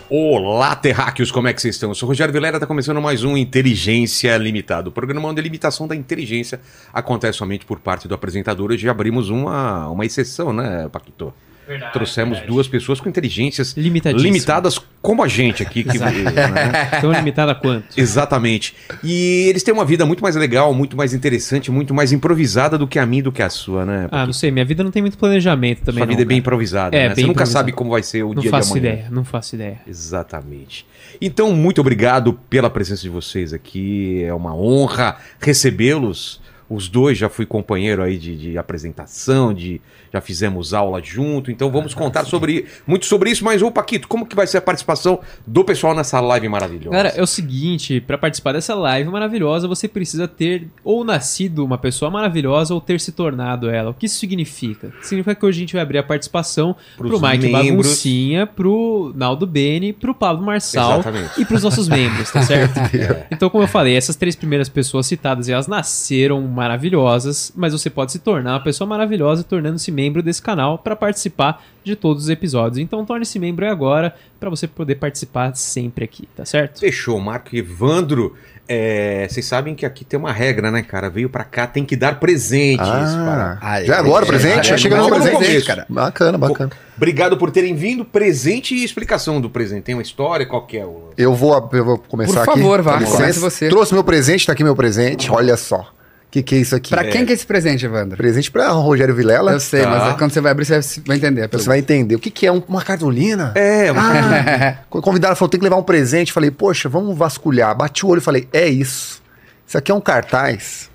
Olá, terráqueos, como é que vocês estão? Eu sou o Rogério Vilela, está começando mais um Inteligência Limitada. O programa onde a limitação da inteligência acontece somente por parte do apresentador. Hoje abrimos uma exceção, né, Paquito? Verdade, Trouxemos duas pessoas com inteligências Limitadíssimo. limitadas como a gente aqui. Né? Tão limitada quanto? Exatamente. E eles têm uma vida muito mais legal, muito mais interessante, muito mais improvisada do que a minha e do que a sua, né, Paquito? Ah, não sei, minha vida não tem muito planejamento também. Sua vida é bem improvisada, né? É, Você bem nunca improvisada. sabe como vai ser o Não dia de faço amanhã. ideia, não faço ideia. Exatamente. Então, muito obrigado pela presença de vocês aqui. É uma honra recebê-los. Os dois já fui companheiro aí de apresentação, já fizemos aula junto. Então vamos contar muito sobre isso. Mas, ô Paquito, como que vai ser a participação do pessoal nessa live maravilhosa? Cara, é o seguinte, pra participar dessa live maravilhosa, você precisa ter ou nascido uma pessoa maravilhosa ou ter se tornado ela. O que isso significa? Significa que hoje a gente vai abrir a participação pro Mike membros. Baguncinha, pro Naldo Beni, pro Pablo Marçal Exatamente. e pros nossos membros, tá certo? Então, como eu falei, essas três primeiras pessoas citadas, elas nasceram maravilhosas, mas você pode se tornar uma pessoa maravilhosa tornando-se membro desse canal para participar de todos os episódios. Então torne-se membro agora para você poder participar sempre aqui, tá certo? Fechou, Marco e Evandro. Vocês sabem que aqui tem uma regra, né, cara? Veio pra cá, tem que dar presentes. Já agora o presente? Já chegando no Vamos no presente, começo. cara. Bacana. Obrigado por terem vindo. Presente e explicação do presente. Tem uma história? Qual que é? Eu vou começar aqui. Por favor, vá, Com licença. comece você. Trouxe meu presente, tá aqui meu presente. Olha só. O que é isso aqui? Pra quem que é esse presente, Evandro? Presente pra Rogério Vilela. Eu sei, mas quando você vai abrir, você vai entender. Você vai entender. O que é uma cartolina? Uma... O convidado falou, tem que levar um presente. Falei, poxa, vamos vasculhar. Bati o olho e falei, é isso. Isso aqui é um cartaz.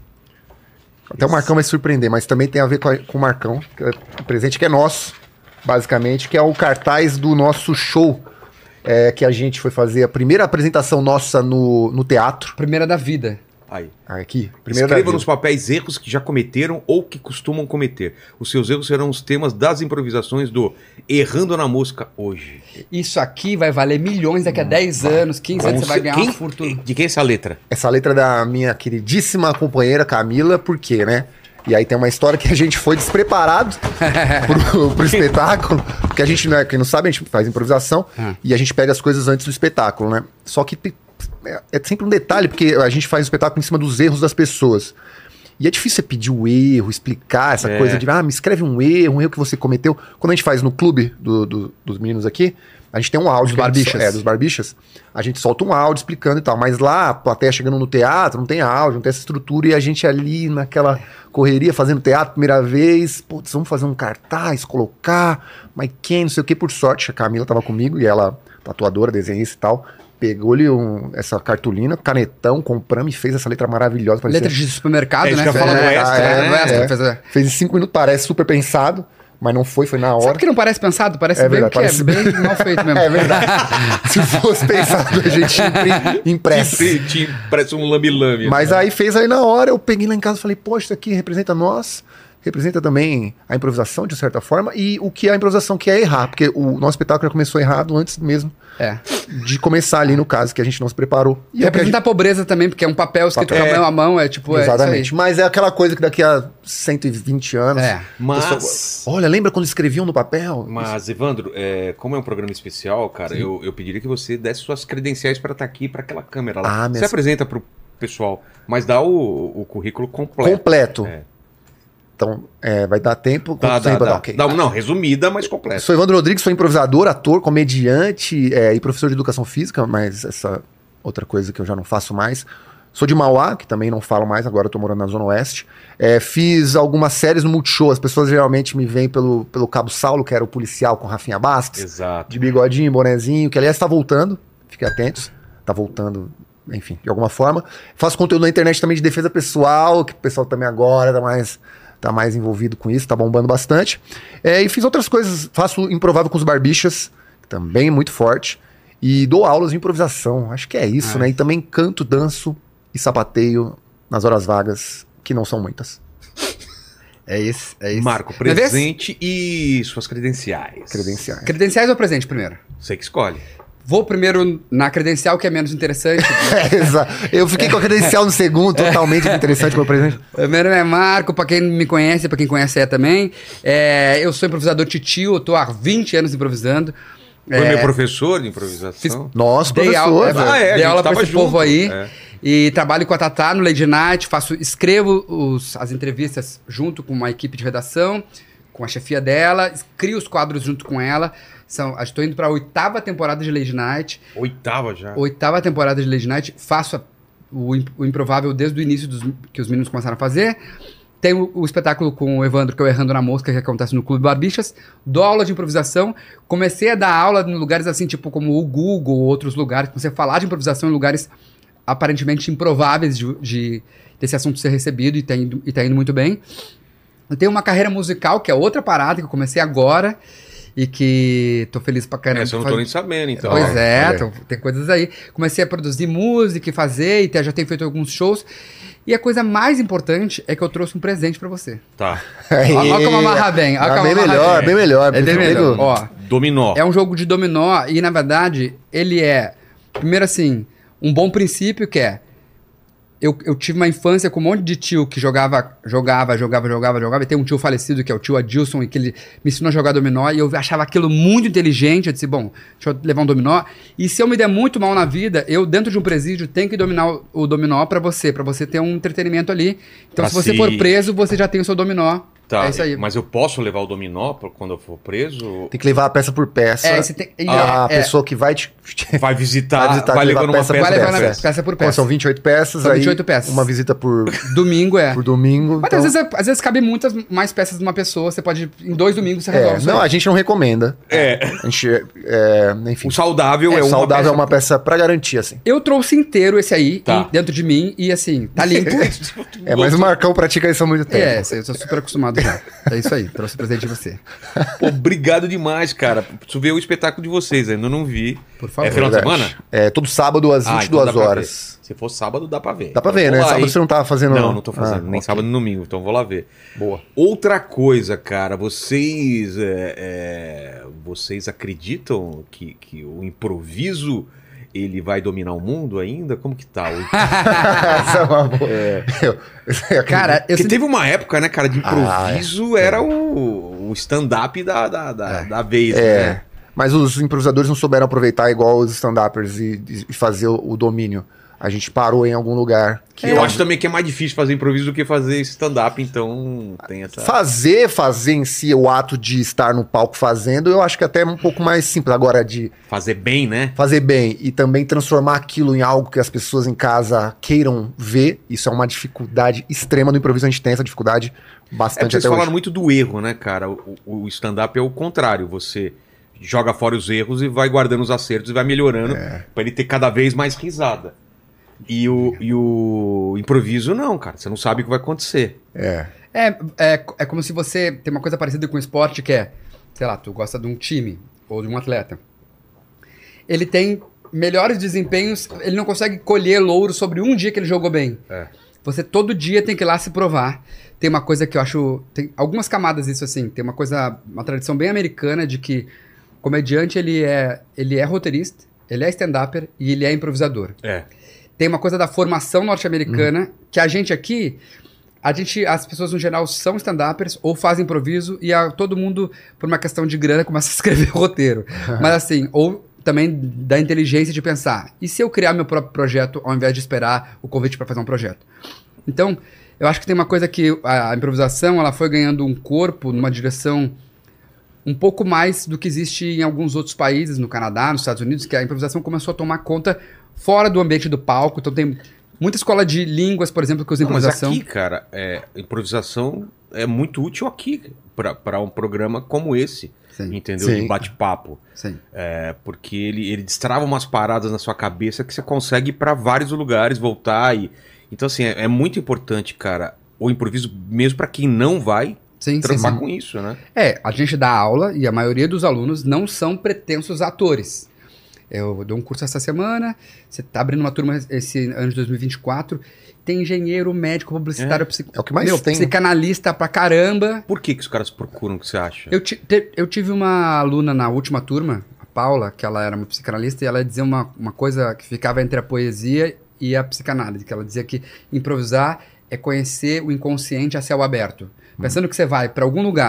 Até o Marcão vai se surpreender, mas também tem a ver com o Marcão. Que é um presente que é nosso, basicamente, que é o cartaz do nosso show. Que a gente foi fazer a primeira apresentação nossa no teatro. Primeira da vida. Aí. Aqui, primeira Escreva da nos papéis erros que já cometeram ou que costumam cometer. Os seus erros serão os temas das improvisações do Errando na Música hoje. Isso aqui vai valer milhões daqui a 10 anos, 15 anos, você vai ganhar uma fortuna. De quem é essa letra? Essa letra é da minha queridíssima companheira Camila, por quê, né? E aí tem uma história que a gente foi despreparado pro espetáculo, porque a gente, né, quem não sabe, a gente faz improvisação e a gente pega as coisas antes do espetáculo, né? Só que é sempre um detalhe, porque a gente faz um espetáculo em cima dos erros das pessoas. E é difícil você pedir o erro, explicar essa coisa de, me escreve um erro que você cometeu. Quando a gente faz no clube dos meninos aqui, a gente tem um áudio. Dos Barbichas. Dos Barbichas. A gente solta um áudio explicando e tal. Mas lá, a plateia chegando no teatro, não tem áudio, não tem essa estrutura. E a gente ali naquela correria, fazendo teatro, primeira vez. Putz, vamos fazer um cartaz, colocar. Mas quem, não sei o que. Por sorte, a Camila tava comigo e ela, tatuadora, desenhista e tal. Pegou-lhe essa cartolina, canetão, compramos e fez essa letra maravilhosa. Letra de supermercado, né? Isso que eu ia falar do extra, Fez em 5 minutos, parece super pensado, mas não foi na hora. Sabe que não parece pensado? Parece bem verdade, que é bem mal feito mesmo. É verdade. Se fosse pensado, a gente impressa. Parece um lambi-lambi. Mas aí fez aí na hora, eu peguei lá em casa e falei, poxa, isso aqui representa nós, representa também a improvisação, de certa forma, e o que é a improvisação, que é errar, porque o nosso espetáculo já começou errado antes mesmo de começar ali, no caso, que a gente não se preparou. E representa a pobreza também, porque é um papel escrito com a mão a mão, exatamente. Isso aí. Mas é aquela coisa que daqui a 120 anos... Mas... pessoal, olha, lembra quando escreviam no papel? Mas, Evandro, como é um programa especial, cara, eu pediria que você desse suas credenciais para estar aqui, para aquela câmera lá. Você apresenta pro pessoal, mas dá o currículo completo. Completo. Então, vai dar tempo? Dá. Okay. Não, resumida, mas completa. Sou Evandro Rodrigues, sou improvisador, ator, comediante e professor de educação física, mas essa outra coisa que eu já não faço mais. Sou de Mauá, que também não falo mais, agora eu tô morando na Zona Oeste. Fiz algumas séries no Multishow, as pessoas geralmente me veem pelo Cabo Saulo, que era o policial com Rafinha Bastos. Exato. De bigodinho, bonezinho, que aliás tá voltando, fiquem atentos, tá voltando... Enfim, de alguma forma. Faço conteúdo na internet também de defesa pessoal, que o pessoal também agora tá mais envolvido com isso, tá bombando bastante. E fiz outras coisas, faço Improvável com os Barbichas, também muito forte. E dou aulas de improvisação, acho que é isso, né? E também canto, danço e sapateio nas horas vagas, que não são muitas. É isso. Marco, presente e suas credenciais. Credenciais ou presente primeiro? Você que escolhe. Vou primeiro na credencial, que é menos interessante. Exato. Eu fiquei com a credencial no segundo, totalmente interessante meu presente. Meu nome é Marco, pra quem me conhece, pra quem conhece também. Eu sou improvisador titio, eu tô há 20 anos improvisando. Foi meu professor de improvisação? Nossa, Dei professor. dei aula pra esse junto. povo aí. E trabalho com a Tatá no Lady Night, escrevo as entrevistas junto com uma equipe de redação, com a chefia dela, crio os quadros junto com ela. Estou indo para a 8ª temporada de Lady Night. 8ª já? 8ª temporada de Lady Night. Faço o improvável desde o início que os meninos começaram a fazer. Tem o espetáculo com o Evandro, que é o Errando na Mosca, que acontece no Clube Barbixas. Dou aula de improvisação. Comecei a dar aula em lugares assim, tipo como o Google ou outros lugares. Comecei a falar de improvisação em lugares aparentemente improváveis desse assunto ser recebido e tá indo muito bem. Eu tenho uma carreira musical, que é outra parada, que eu comecei agora e que tô feliz pra caramba. Essa eu não tô nem sabendo, então. Pois tem coisas aí. Comecei a produzir música e fazer, e já tenho feito alguns shows. E a coisa mais importante é que eu trouxe um presente pra você. Tá. Olha como amarra bem. Bem melhor, bem melhor. É bem melhor. Ó, dominó. É um jogo de dominó e, na verdade, ele é, primeiro assim, um bom princípio que é, eu tive uma infância com um monte de tio que jogava, e tem um tio falecido que é o tio Adilson, e que ele me ensinou a jogar dominó, e eu achava aquilo muito inteligente. Eu disse, bom, deixa eu levar um dominó, e se eu me der muito mal na vida, eu dentro de um presídio tenho que dominar o dominó pra você ter um entretenimento ali. Então se você for preso, você já tem o seu dominó. Tá, é isso aí. mas eu posso levar o dominó quando eu for preso? Tem que levar peça por peça. A pessoa que vai vai visitar, vai levando uma peça por peça. Peça por peça. São 28 peças. São 28 peças. Uma visita por domingo, por domingo. Mas então... às vezes cabe muitas mais peças de uma pessoa. Você pode, em 2 domingos, você resolve. Não, a gente não recomenda. A gente, enfim. O saudável é uma peça pra garantir, assim. Eu trouxe inteiro esse aí, dentro de mim, e assim, tá limpo. Mas o Marcão pratica isso há muito tempo. Eu sou super acostumado já. É isso aí, trouxe presente de você. Pô, obrigado demais, cara. Preciso ver o espetáculo de vocês, ainda não vi. Por favor. É final de semana? É todo sábado às 22 horas. Se for sábado, dá pra ver. Dá pra ver, né? Sábado você não tava fazendo... Não tô fazendo, nem sábado nem domingo, então vou lá ver. Boa. Outra coisa, cara, vocês acreditam que o improviso ele vai dominar o mundo ainda? Como que tá? Essa é uma boa. Cara, porque teve uma época, né, cara, de improviso era o stand-up da vez, né? Mas os improvisadores não souberam aproveitar igual os stand-uppers e fazer o domínio. A gente parou em algum lugar. Eu acho também que é mais difícil fazer improviso do que fazer stand-up, então tem essa... Fazer em si o ato de estar no palco fazendo, eu acho que até é um pouco mais simples. Agora de... Fazer bem, né? Fazer bem e também transformar aquilo em algo que as pessoas em casa queiram ver, isso é uma dificuldade extrema do improviso. A gente tem essa dificuldade bastante vocês falaram muito do erro, né, cara? O stand-up é o contrário, você joga fora os erros e vai guardando os acertos e vai melhorando pra ele ter cada vez mais risada. E o improviso não, cara. Você não sabe o que vai acontecer. É como se você... Tem uma coisa parecida com o esporte que é... Sei lá, tu gosta de um time ou de um atleta. Ele tem melhores desempenhos, ele não consegue colher louro sobre um dia que ele jogou bem. Você todo dia tem que ir lá se provar. Tem uma coisa que eu acho... Tem algumas camadas disso assim. Tem uma tradição bem americana de que o comediante ele é roteirista, ele é stand-upper e ele é improvisador. Tem uma coisa da formação norte-americana, que a gente aqui, as pessoas no geral são stand-uppers ou fazem improviso e todo mundo, por uma questão de grana, começa a escrever roteiro. Mas assim, ou também da inteligência de pensar, e se eu criar meu próprio projeto ao invés de esperar o convite para fazer um projeto? Então, eu acho que tem uma coisa que a improvisação ela foi ganhando um corpo numa direção um pouco mais do que existe em alguns outros países, no Canadá, nos Estados Unidos, que a improvisação começou a tomar conta fora do ambiente do palco. Então tem muita escola de línguas, por exemplo, que usa improvisação. Mas aqui, cara, improvisação é muito útil aqui para um programa como esse. Sim. Entendeu? De bate-papo. Sim. Porque ele destrava umas paradas na sua cabeça que você consegue ir para vários lugares, voltar e... Então, assim, é muito importante, cara, o improviso, mesmo para quem não vai trampar com isso, né? A gente dá aula e a maioria dos alunos não são pretensos atores. Eu dou um curso essa semana, você tá abrindo uma turma esse ano de 2024, tem engenheiro, médico, publicitário, é o que mais tem, psicanalista pra caramba. Por que os caras procuram, o que você acha? Eu tive uma aluna na última turma, a Paula, que ela era uma psicanalista, e ela dizia uma coisa que ficava entre a poesia e a psicanálise, que ela dizia que improvisar é conhecer o inconsciente a céu aberto. Pensando que você vai pra algum lugar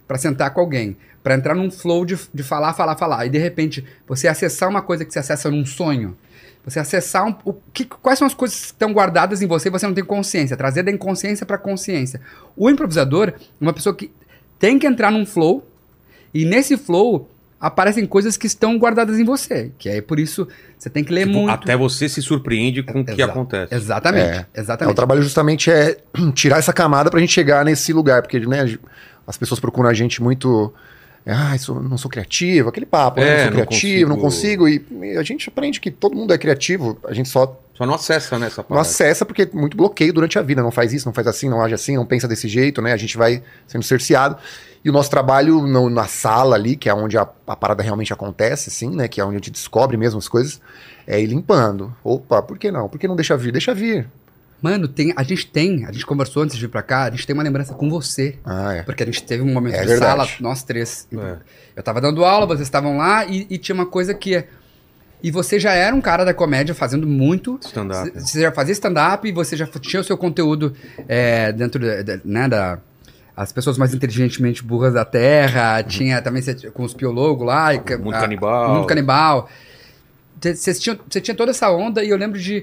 pra sentar com alguém, pra entrar num flow de falar, e de repente você acessar uma coisa que você acessa num sonho, você acessar quais são as coisas que estão guardadas em você e você não tem consciência, trazer da inconsciência pra consciência. O improvisador é uma pessoa que tem que entrar num flow, e nesse flow aparecem coisas que estão guardadas em você, que é por isso você tem que ler muito. Até você se surpreende com o que acontece. Exatamente, exatamente. O trabalho justamente é tirar essa camada pra gente chegar nesse lugar, porque, né, as pessoas procuram a gente muito... não sou criativo, aquele papo, não sou criativo, não consigo. E a gente aprende que todo mundo é criativo, a gente só não acessa, né, essa parada. Não acessa porque é muito bloqueio durante a vida, não faz isso, não faz assim, não age assim, não pensa desse jeito, né? A gente vai sendo cerceado. E o nosso trabalho na sala ali, que é onde a parada realmente acontece, assim, né? Que é onde a gente descobre mesmo as coisas, é ir limpando. Opa, por que não? Por que não deixa vir? Deixa vir. Mano, a gente conversou antes de vir pra cá, a gente tem uma lembrança com você. Porque a gente teve um momento de sala, nós três. Eu tava dando aula, vocês estavam lá e tinha uma coisa que... E você já era um cara da comédia fazendo muito... Stand-up. Você já fazia stand-up e você já tinha o seu conteúdo dentro as pessoas mais inteligentemente burras da Terra, tinha também com os piologos lá. Mundo Canibal. Mundo Canibal. Você tinha toda essa onda e eu lembro de...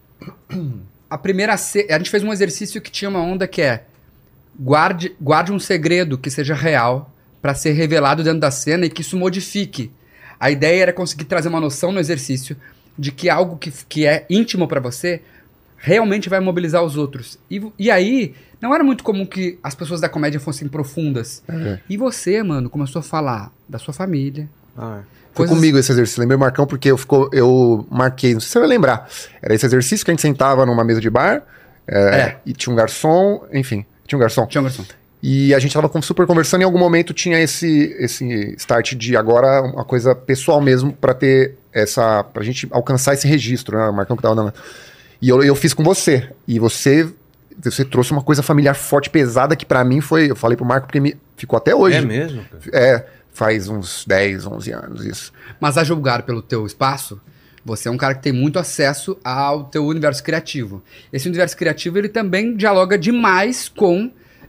A gente fez um exercício que tinha uma onda que é guarde um segredo que seja real para ser revelado dentro da cena e que isso modifique. A ideia era conseguir trazer uma noção no exercício de que algo que é íntimo para você realmente vai mobilizar os outros. E aí, não era muito comum que as pessoas da comédia fossem profundas. E você, mano, começou a falar da sua família. Foi comigo esse exercício, lembrei o Marcão porque eu marquei, não sei se você vai lembrar, era esse exercício que a gente sentava numa mesa de bar, e tinha um garçom, enfim, tinha um garçom. E a gente tava super conversando e em algum momento tinha esse start de agora uma coisa pessoal mesmo pra gente alcançar esse registro, né, o Marcão que tava dando. E eu fiz com você, e você trouxe uma coisa familiar forte, pesada, que pra mim foi, eu falei pro Marco porque ficou até hoje. É mesmo? Faz uns 10, 11 anos isso. Mas a julgar pelo teu espaço, você é um cara que tem muito acesso ao teu universo criativo. Esse universo criativo, ele também dialoga demais com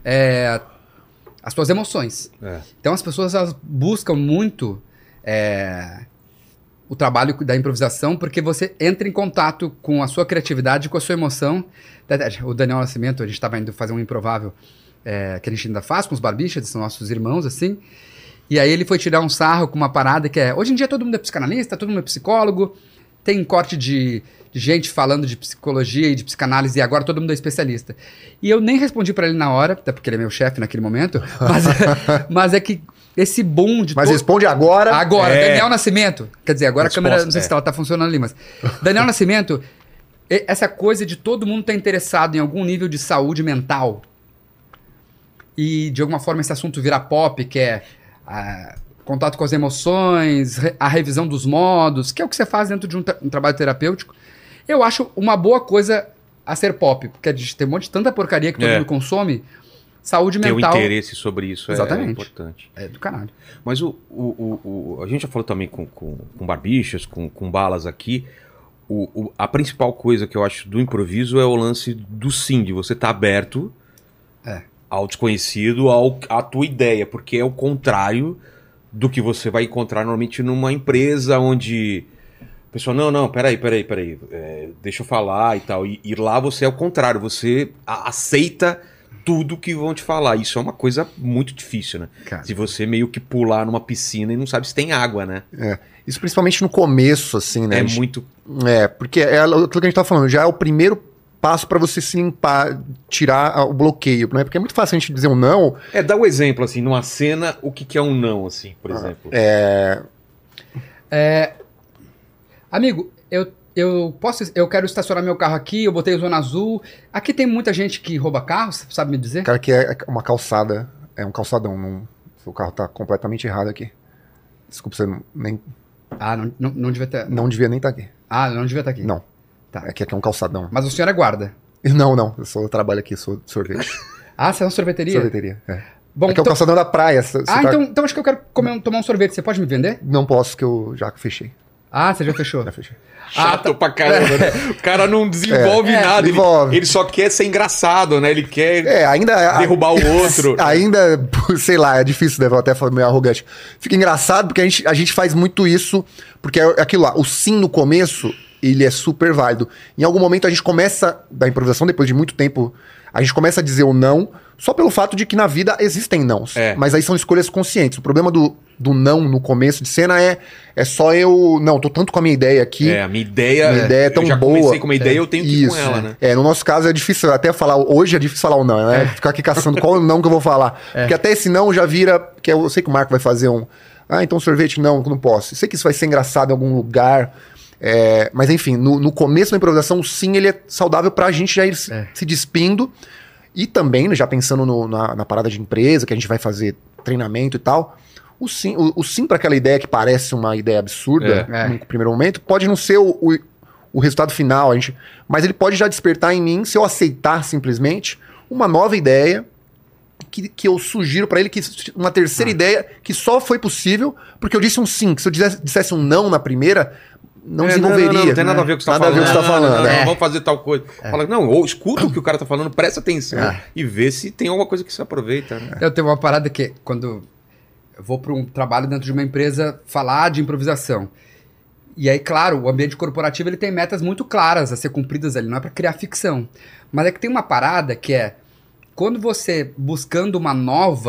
as tuas emoções. Então as pessoas elas buscam muito o trabalho da improvisação porque você entra em contato com a sua criatividade, com a sua emoção. O Daniel Nascimento, a gente estava indo fazer um improvável que a gente ainda faz com os Barbichas, são nossos irmãos, assim. E aí ele foi tirar um sarro com uma parada que hoje em dia todo mundo é psicanalista, todo mundo é psicólogo, tem corte de gente falando de psicologia e de psicanálise e agora todo mundo é especialista. E eu nem respondi pra ele na hora, até porque ele é meu chefe naquele momento, mas é que esse boom de... Mas responde agora. Agora, Daniel Nascimento. Quer dizer, agora a câmera, não sei se ela tá funcionando ali, mas... Daniel Nascimento, essa coisa de todo mundo tá interessado em algum nível de saúde mental e de alguma forma esse assunto virar pop, que é... contato com as emoções, a revisão dos modos, que é o que você faz dentro de um trabalho terapêutico, eu acho uma boa coisa a ser pop, porque tem um monte de tanta porcaria que todo mundo consome, saúde mental... Ter um interesse sobre isso é importante. É do caralho. Mas a gente já falou também com Barbichas, com Balas aqui, a principal coisa que eu acho do improviso é o lance do sim, de você estar aberto... ao desconhecido, à tua ideia, porque é o contrário do que você vai encontrar normalmente numa empresa onde a pessoa, não, peraí, deixa eu falar e tal, e lá você é o contrário, você aceita tudo que vão te falar, isso é uma coisa muito difícil, né? Cara. Se você meio que pular numa piscina e não sabe se tem água, né? Isso principalmente no começo, assim, né? Muito... porque é aquilo que a gente tá falando, já é o primeiro passo para você se limpar, tirar o bloqueio, né? Porque é muito fácil a gente dizer um não. Dá um exemplo, assim, numa cena, o que é um não, assim, por exemplo. Amigo, eu quero estacionar meu carro aqui, eu botei zona azul. Aqui tem muita gente que rouba carro, você sabe me dizer? Cara, que é uma calçada, é um calçadão, seu carro tá completamente errado aqui. Desculpa, você nem... não devia ter... Não devia nem estar aqui. Não devia estar aqui. Não. Tá. Aqui é um calçadão. Mas o senhor é guarda? Não. Eu trabalho aqui, sou de sorvete. Você é uma sorveteria? Sorveteria, Bom, aqui é o calçadão da praia. então acho que eu quero tomar um sorvete. Você pode me vender? Não posso, que eu já fechei. Ah, você já fechou? Já fechei. Chato pra caramba, né? O cara não desenvolve nada. desenvolve. Ele só quer ser engraçado, né? Ele quer ainda... derrubar o outro. Ainda, sei lá, é difícil, né? Vou até falar meio arrogante. Fica engraçado porque a gente faz muito isso, porque é aquilo lá, o sim no começo, ele é super válido. Em algum momento a gente começa, da improvisação, depois de muito tempo, a gente começa a dizer o não, só pelo fato de que na vida existem nãos. Mas aí são escolhas conscientes. O problema do não no começo de cena é só eu... Não, tô tanto com a minha ideia aqui. A minha ideia é tão eu já boa. comecei com uma ideia, eu tenho que ir com ela, né? No nosso caso é difícil até falar... Hoje é difícil falar o não, né? Ficar aqui caçando qual o não que eu vou falar. Porque até esse não já vira... Que eu sei que o Marco vai fazer um... Ah, então sorvete não posso. Eu sei que isso vai ser engraçado em algum lugar... mas enfim, no começo da improvisação, o sim, ele é saudável pra gente já ir se despindo. E também, já pensando na parada de empresa, que a gente vai fazer treinamento e tal, o sim para aquela ideia que parece uma ideia absurda no primeiro momento, pode não ser o resultado final, mas ele pode já despertar em mim, se eu aceitar simplesmente, uma nova ideia que eu sugiro pra ele, uma terceira ideia que só foi possível porque eu disse um sim, que se eu dissesse um não na primeira... Não desenvolveria. Não tem nada a ver com o que você tá falando. Nada a ver com o que você tá falando. Não, vamos fazer tal coisa. Fala, não, ou escuta o que o cara tá falando, presta atenção e vê se tem alguma coisa que você aproveita. Né? Eu tenho uma parada que, quando eu vou para um trabalho dentro de uma empresa falar de improvisação, e aí, claro, o ambiente corporativo ele tem metas muito claras a ser cumpridas ali, não é para criar ficção. Mas é que tem uma parada que é, quando você buscando um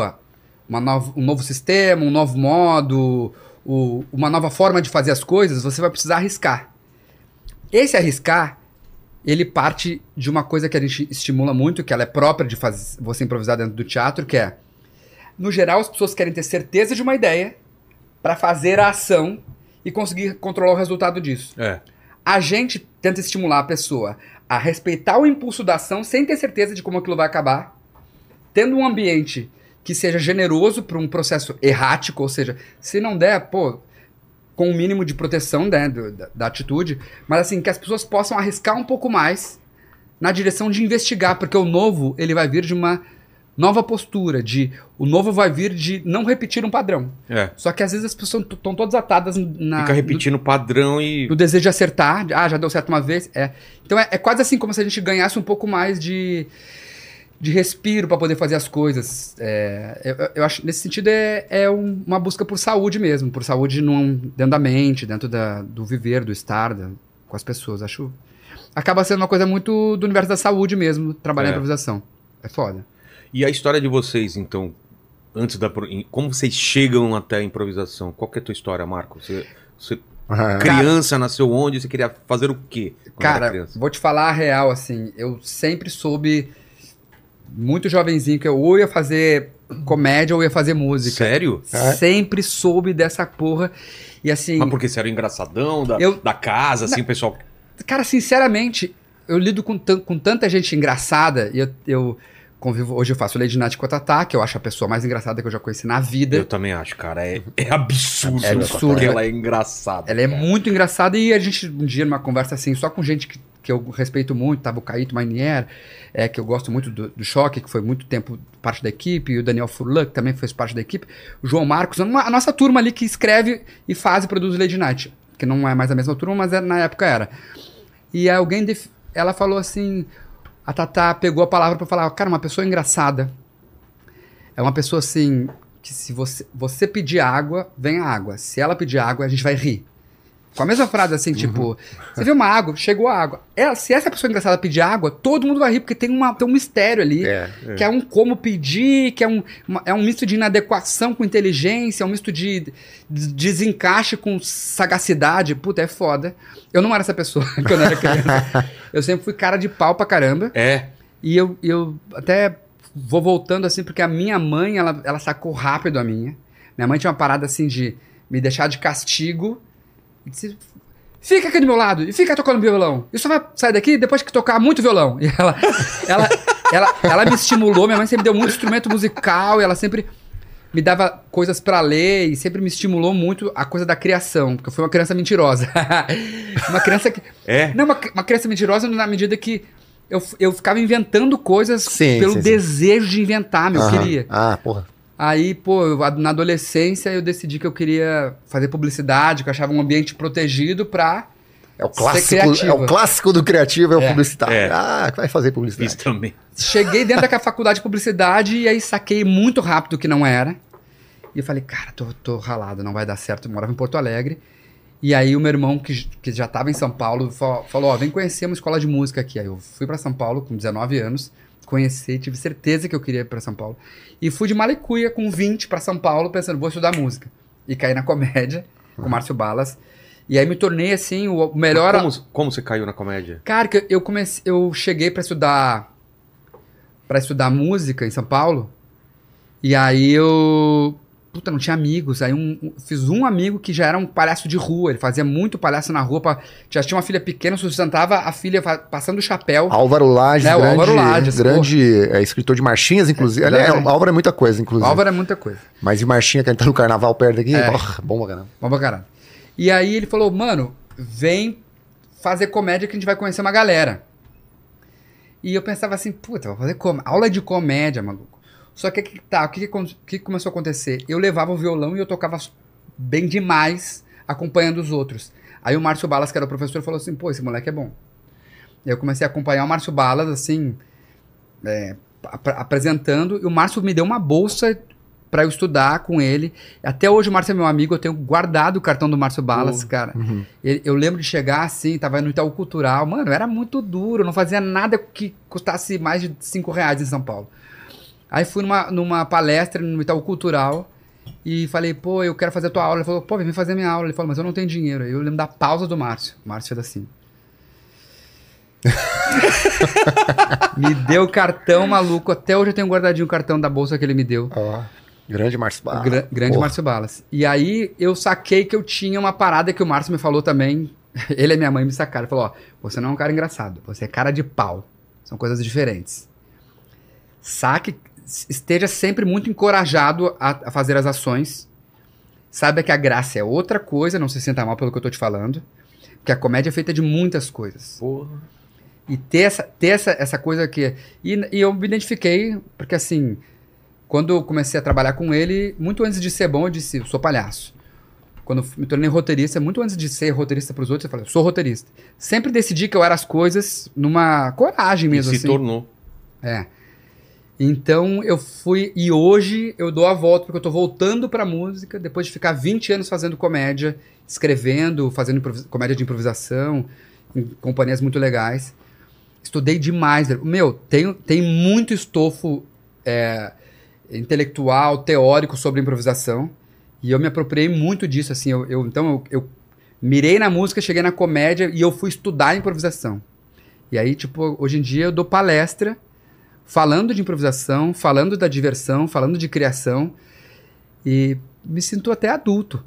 novo sistema, um novo modo... uma nova forma de fazer as coisas, você vai precisar arriscar. Esse arriscar, ele parte de uma coisa que a gente estimula muito, que ela é própria de você improvisar dentro do teatro, que é, no geral, as pessoas querem ter certeza de uma ideia para fazer a ação e conseguir controlar o resultado disso. A gente tenta estimular a pessoa a respeitar o impulso da ação sem ter certeza de como aquilo vai acabar, tendo um ambiente... que seja generoso para um processo errático, ou seja, se não der, com o mínimo de proteção, né, da atitude, mas assim, que as pessoas possam arriscar um pouco mais na direção de investigar, porque o novo, ele vai vir de uma nova postura, o novo vai vir de não repetir um padrão. Só que às vezes as pessoas estão todas atadas fica repetindo o padrão e... no desejo de acertar, já deu certo uma vez, Então é quase assim como se a gente ganhasse um pouco mais de respiro para poder fazer as coisas. Eu acho, nesse sentido, uma busca por saúde mesmo, por saúde dentro da mente, dentro do viver, do estar com as pessoas. Acho acaba sendo uma coisa muito do universo da saúde mesmo, trabalhar em improvisação. É foda. E a história de vocês, então, como vocês chegam até a improvisação? Qual que é a tua história, Marco? Você criança, nasceu onde? Você queria fazer o quê? Cara, vou te falar a real, assim, eu sempre soube... muito jovenzinho, que eu ou ia fazer comédia ou ia fazer música. Sério? Sempre soube dessa porra. E assim... Mas porque você era o engraçadão da casa, assim, o pessoal... Cara, sinceramente, eu lido com tanta gente engraçada, e eu convivo... Hoje eu faço Lady Night com a Tatá, que eu acho a pessoa mais engraçada que eu já conheci na vida. Eu também acho, cara. É absurdo. É absurdo. Porque ela é engraçada. Ela é muito engraçada, e a gente, um dia, numa conversa assim, só com gente que eu respeito muito, tava o Caíto Mainier, que eu gosto muito do Choque, que foi muito tempo parte da equipe, e o Daniel Furlan, que também fez parte da equipe, o João Marcos, a nossa turma ali que escreve e faz e produz Lady Night, que não é mais a mesma turma, mas na época era. E ela falou assim, a Tatá pegou a palavra pra falar, cara, uma pessoa engraçada é uma pessoa assim, que se você pedir água, vem a água, se ela pedir água, a gente vai rir. Com a mesma frase assim, tipo, você viu uma água, chegou a água. Se essa pessoa engraçada pedir água, todo mundo vai rir, porque tem um mistério ali, que é um como pedir, que é um misto de inadequação com inteligência, é um misto de desencaixe com sagacidade. Puta, é foda. Eu não era essa pessoa quando eu era criança. Eu sempre fui cara de pau pra caramba. E eu até vou voltando assim, porque a minha mãe, ela sacou rápido a minha. Minha mãe tinha uma parada assim de me deixar de castigo. Disse, fica aqui do meu lado e fica tocando violão. E só vai sair daqui depois que tocar muito violão. E ela me estimulou. Minha mãe sempre me deu muito instrumento musical. E ela sempre me dava coisas pra ler. E sempre me estimulou muito a coisa da criação. Porque eu fui uma criança mentirosa. Uma criança que... Não, uma criança mentirosa na medida que eu ficava inventando coisas pelo desejo de inventar, meu. Eu queria. Porra. Aí, pô, na adolescência eu decidi que eu queria fazer publicidade, que eu achava um ambiente protegido pra ser criativo. É o clássico do criativo, é o publicitário. É. Ah, vai fazer publicidade. Isso também. Cheguei dentro da faculdade de publicidade e aí saquei muito rápido que não era. E eu falei, cara, tô ralado, não vai dar certo. Eu morava em Porto Alegre. E aí o meu irmão, que já estava em São Paulo, falou, ó, vem conhecer uma escola de música aqui. Aí eu fui para São Paulo com 19 anos, conheci, tive certeza que eu queria ir para São Paulo. E fui de malicuia com 20 para São Paulo, pensando, vou estudar música. E caí na comédia, com o Márcio Balas. E aí me tornei, assim, o melhor... Como você caiu na comédia? Cara, que eu cheguei para estudar música em São Paulo, e aí eu... Puta, não tinha amigos. Aí fiz um amigo que já era um palhaço de rua. Ele fazia muito palhaço na rua. Já tinha uma filha pequena, sustentava a filha passando o chapéu. Álvaro Lages, o Álvaro Lages, grande escritor de marchinhas, inclusive. O Álvaro é muita coisa, inclusive. O Álvaro é muita coisa. Mas de marchinha que a gente tá no carnaval perto daqui, bom pra caramba. Bom pra caramba. E aí ele falou, mano, vem fazer comédia que a gente vai conhecer uma galera. E eu pensava assim, puta, vou fazer aula de comédia, maluco. Só que o que começou a acontecer? Eu levava o violão e eu tocava bem demais, acompanhando os outros. Aí o Márcio Balas, que era o professor, falou assim, pô, esse moleque é bom. E eu comecei a acompanhar o Márcio Balas, assim, apresentando, e o Márcio me deu uma bolsa pra eu estudar com ele. Até hoje o Márcio é meu amigo, eu tenho guardado o cartão do Márcio Balas, cara. Uhum. Eu lembro de chegar assim, tava no Itaú Cultural, mano, era muito duro, não fazia nada que custasse mais de R$5 em São Paulo. Aí fui numa palestra no Itaú Cultural e falei, pô, eu quero fazer a tua aula. Ele falou, pô, vem fazer minha aula. Ele falou, mas eu não tenho dinheiro. Aí eu lembro da pausa do Márcio. O Márcio fez assim. Me deu o cartão, maluco. Até hoje eu tenho guardadinho o cartão da bolsa que ele me deu. Grande Márcio Balas. Grande Márcio Balas. E aí eu saquei que eu tinha uma parada que o Márcio me falou também. Ele e minha mãe me sacaram. Ele falou, ó, você não é um cara engraçado. Você é cara de pau. São coisas diferentes. Esteja sempre muito encorajado a fazer as ações. Saiba que a graça é outra coisa, não se sinta mal pelo que eu tô te falando. Porque a comédia é feita de muitas coisas. Porra. E ter essa coisa que... E eu me identifiquei, porque assim, quando eu comecei a trabalhar com ele, muito antes de ser bom, eu disse, eu sou palhaço. Quando eu me tornei roteirista, muito antes de ser roteirista pros outros, eu falei, eu sou roteirista. Sempre decidi que eu era as coisas numa coragem mesmo, e se tornou. Então eu fui, e hoje eu dou a volta, porque eu tô voltando pra música, depois de ficar 20 anos fazendo comédia, escrevendo, fazendo comédia de improvisação, em companhias muito legais. Estudei demais. Meu, tem muito estofo intelectual, teórico sobre improvisação, e eu me apropriei muito disso, assim, então eu mirei na música, cheguei na comédia, e eu fui estudar improvisação. E aí, tipo, hoje em dia eu dou palestra, falando de improvisação, falando da diversão, falando de criação, e me sinto até adulto.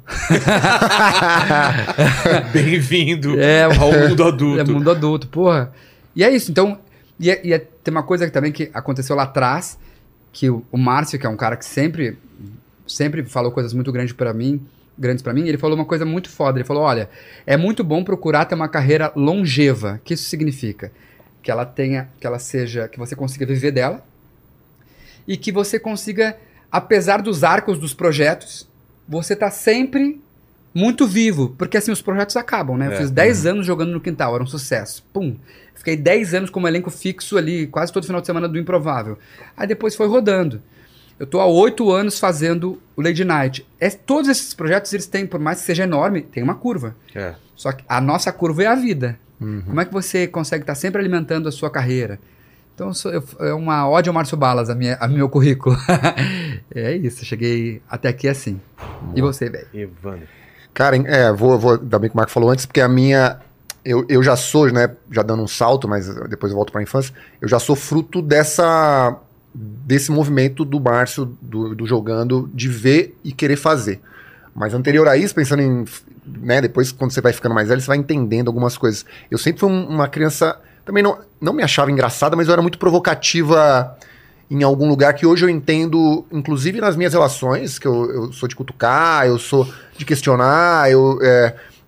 Bem-vindo ao mundo adulto. É mundo adulto, porra. E é isso, então, tem uma coisa também que aconteceu lá atrás, que o Márcio, que é um cara que sempre falou coisas muito grandes pra mim, ele falou uma coisa muito foda, ele falou, olha, é muito bom procurar ter uma carreira longeva. O que isso significa? Que você consiga viver dela e que você consiga, apesar dos arcos dos projetos, você tá sempre muito vivo, porque assim os projetos acabam, né? Eu fiz 10 anos jogando no Quintal, era um sucesso. Pum! Fiquei 10 anos como elenco fixo ali, quase todo final de semana do Improvável. Aí depois foi rodando. Eu tô há 8 anos fazendo o Lady Night. Todos esses projetos, eles têm, por mais que seja enorme, tem uma curva. Só que a nossa curva é a vida. Como é que você consegue estar sempre alimentando a sua carreira? Então, é uma ode ao Márcio Balas, a meu currículo. É isso, cheguei até aqui assim. Boa. E você, velho? Evandro. Cara, vou dar bem que o Marco falou antes, porque a minha... Eu já sou, né, já dando um salto, mas depois eu volto pra infância, eu já sou fruto desse movimento do Márcio, do jogando, de ver e querer fazer. Mas anterior a isso, pensando em... Né, depois, quando você vai ficando mais velho, você vai entendendo algumas coisas. Eu sempre fui uma criança... Também não me achava engraçada, mas eu era muito provocativa em algum lugar que hoje eu entendo, inclusive nas minhas relações, que eu sou de cutucar, eu sou de questionar,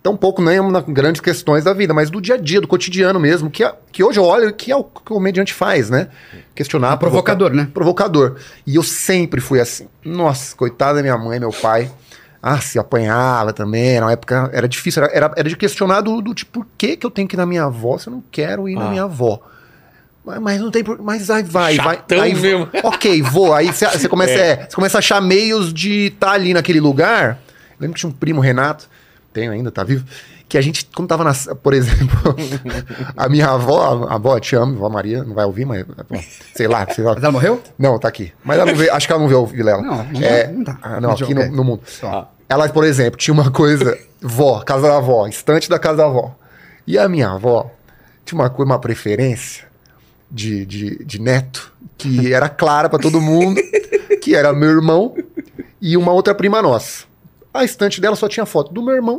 Tampouco nem nas grandes questões da vida, mas do dia a dia, do cotidiano mesmo, que hoje eu olho que é o que o comediante faz, né? Questionar, provocador, né? Provocador. E eu sempre fui assim. Nossa, coitada da minha mãe, meu pai. Ah, se apanhava também. Na época era difícil. Era de questionar do tipo, por que eu tenho que ir na minha avó se eu não quero ir na minha avó? Mas não tem. Mas aí vai. Aí, mesmo. Ok, vou. Aí você começa, você começa a achar meios de estar ali naquele lugar. Eu lembro que tinha um primo, Renato, tenho ainda, tá vivo, que a gente, quando tava por exemplo, a minha avó, a avó, te amo, avó Maria, não vai ouvir, mas sei lá. Mas ela morreu? Não, tá aqui. Mas ela não veio, acho que ela não veio o Vilela. Não tá. Não, aqui no mundo. Só. Ela, por exemplo, tinha uma coisa, casa da avó, estante da casa da avó. E a minha avó tinha uma preferência de neto, que era clara pra todo mundo, que era meu irmão e uma outra prima nossa. A estante dela só tinha foto do meu irmão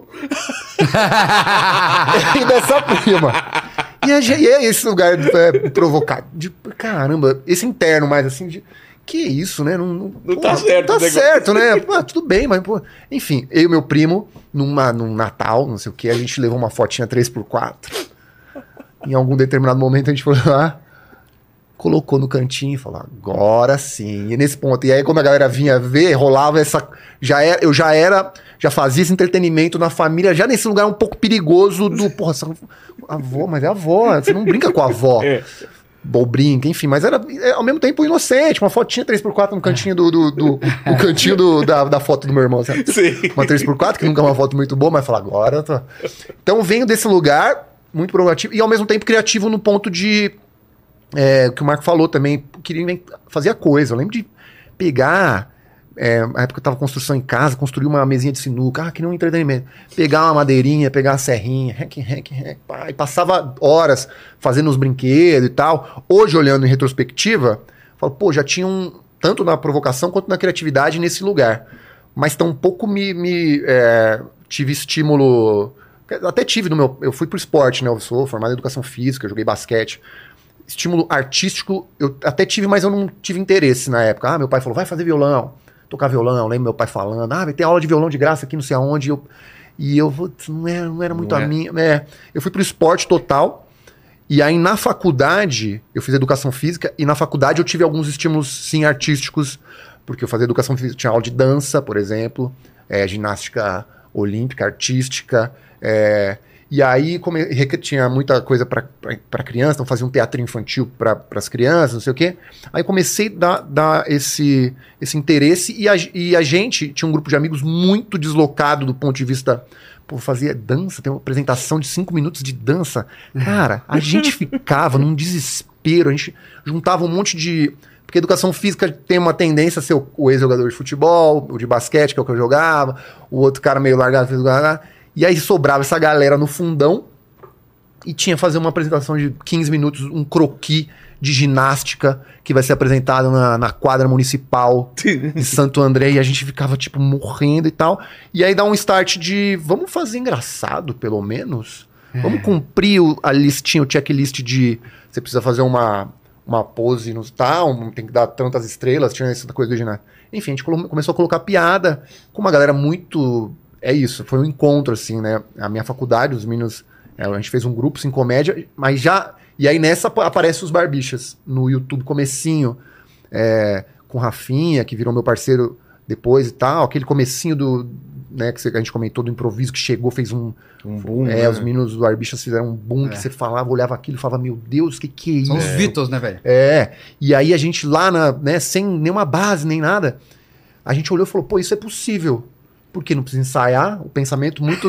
e dessa prima. E é esse lugar provocado. Caramba, esse interno mais assim, que isso, né? Não tá certo. Tá certo, né? Tudo bem, mas... Pô. Enfim, eu e meu primo, num Natal, não sei o que, a gente levou uma fotinha 3x4. Em algum determinado momento a gente foi lá, colocou no cantinho e falou, agora sim. E nesse ponto, e aí quando a galera vinha ver, rolava essa... Eu já fazia esse entretenimento na família, já nesse lugar um pouco perigoso do... Porra, essa avó, mas é avó, você não brinca com a avó. Ou brinca, enfim, mas era ao mesmo tempo inocente, uma fotinha 3x4 no cantinho no cantinho da foto do meu irmão, sabe? Sim. Uma 3x4, que nunca é uma foto muito boa, mas fala, agora... Então venho desse lugar, muito provocativo, e ao mesmo tempo criativo no ponto de... o que o Marco falou também, queria fazer coisa. Eu lembro de pegar, na época eu tava construção em casa, construir uma mesinha de sinuca, que nem um entretenimento. Pegar uma madeirinha, pegar a serrinha, e passava horas fazendo os brinquedos e tal. Hoje, olhando em retrospectiva, falo, pô, já tinha tanto na provocação quanto na criatividade nesse lugar. Mas tampouco tive estímulo... Até tive eu fui pro esporte, né? Eu sou formado em educação física, joguei basquete. Estímulo artístico, eu até tive, mas eu não tive interesse na época. Meu pai falou, vai fazer violão, tocar violão. Lembro meu pai falando, vai ter aula de violão de graça aqui não sei aonde. Não era muito a minha. Eu fui pro esporte total. E aí na faculdade, eu fiz educação física. E na faculdade eu tive alguns estímulos, sim, artísticos. Porque eu fazia educação física, tinha aula de dança, por exemplo. Ginástica olímpica, artística. E aí tinha muita coisa para criança, então fazia um teatro infantil para as crianças, não sei o quê. Aí comecei a dar esse interesse e a gente tinha um grupo de amigos muito deslocado do ponto de vista... Pô, fazia dança, tem uma apresentação de 5 minutos de dança. Cara, a gente ficava num desespero, a gente juntava um monte de... Porque educação física tem uma tendência a ser o ex-jogador de futebol, o de basquete, que é o que eu jogava, o outro cara meio largado, e aí sobrava essa galera no fundão e tinha que fazer uma apresentação de 15 minutos, um croquis de ginástica que vai ser apresentado na quadra municipal de Santo André. E a gente ficava, tipo, morrendo e tal. E aí dá um start de, vamos fazer engraçado, pelo menos? Vamos cumprir a listinha, o checklist de você precisa fazer uma pose no tal, tem que dar tantas estrelas, tinha essa coisa do ginásio. Enfim, a gente começou a colocar piada com uma galera muito... É isso, foi um encontro, assim, né? A minha faculdade, os meninos... a gente fez um grupo sem comédia, mas já... E aí nessa aparece os Barbichas, no YouTube, comecinho, com Rafinha, que virou meu parceiro depois e tal. Aquele comecinho né, que a gente comentou do improviso, que chegou, fez um boom. Né? Os meninos do Barbichas fizeram um boom, que você falava, olhava aquilo e falava, meu Deus, que é isso? São os Beatles, né, velho? E aí a gente lá, né, sem nenhuma base, nem nada, a gente olhou e falou, pô, isso é possível. Porque não precisa ensaiar, o pensamento muito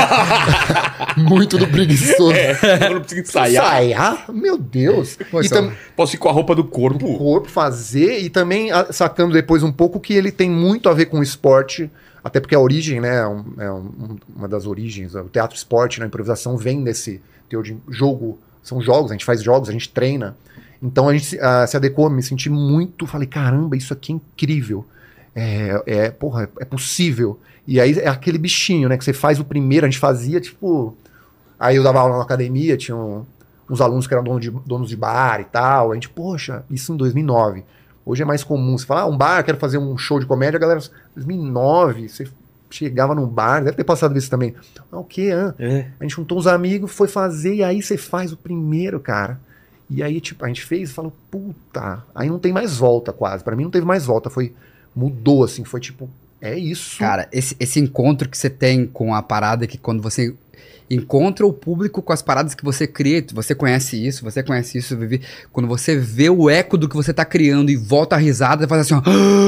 do preguiçoso. Não precisa ensaiar. Ensaiar? Meu Deus. Posso ir com a roupa do corpo. Do corpo, fazer, e também sacando depois um pouco que ele tem muito a ver com o esporte, até porque a origem, né, uma das origens, o teatro esporte, na improvisação, vem desse teor de jogo, são jogos, a gente faz jogos, a gente treina. Então a gente se adequou, me senti muito, falei, caramba, isso aqui é incrível. Porra, é possível. E aí é aquele bichinho, né? Que você faz o primeiro, a gente fazia, tipo... Aí eu dava aula na academia, tinha uns alunos que eram donos de bar e tal. A gente, poxa, isso em 2009. Hoje é mais comum. Você fala, um bar, quero fazer um show de comédia, a galera... 2009, você chegava num bar, deve ter passado isso também. O quê? A gente juntou uns amigos, foi fazer, e aí você faz o primeiro, cara. E aí, tipo, a gente fez e falou, puta, aí não tem mais volta quase. Pra mim não teve mais volta, mudou, assim, foi tipo, é isso. Cara, esse encontro que você tem com a parada, que quando você encontra o público com as paradas que você cria, você conhece isso, Vivi. Quando você vê o eco do que você tá criando e volta a risada, você faz assim, ó.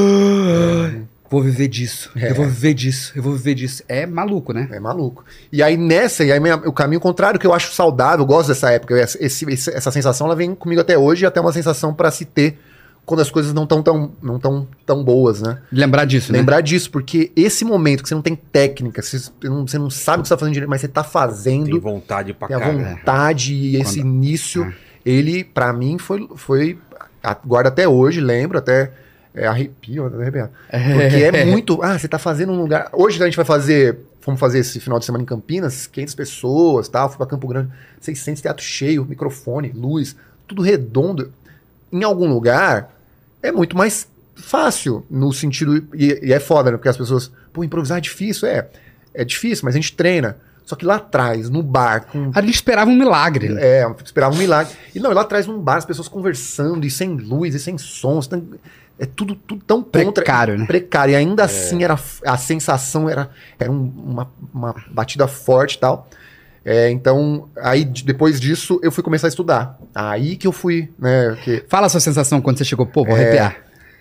Vou viver disso, eu vou viver disso. É maluco, né? É maluco. E aí o caminho contrário que eu acho saudável, eu gosto dessa época, essa sensação ela vem comigo até hoje, e até uma sensação pra se ter quando as coisas não estão tão boas, né? Lembrar disso, né? Lembrar disso, porque esse momento que você não tem técnica, você não sabe o que você tá fazendo direito, mas você tá fazendo. Tem vontade pra Tem a caralho. vontade e esse início, ele, pra mim, foi guarda até hoje, lembro, até arrepio, até arrepiado. Porque é muito. Você tá fazendo um lugar. Hoje a gente fomos fazer esse final de semana em Campinas, 500 pessoas, tal, fui pra Campo Grande, 600, teatro cheio, microfone, luz, tudo redondo. Em algum lugar é muito mais fácil, no sentido. E é foda, né? Porque as pessoas. Improvisar é difícil. É difícil, mas a gente treina. Só que lá atrás, no bar. A gente esperava um milagre. Esperava um milagre. E não, lá atrás, num bar, as pessoas conversando, e sem luz, e sem sons. É tudo tão precário, né? Precário. E ainda assim, a sensação era uma batida forte e tal. Então, aí depois disso, eu fui começar a estudar. Aí que eu fui, né? Fala a sua sensação quando você chegou, vou arrepiar.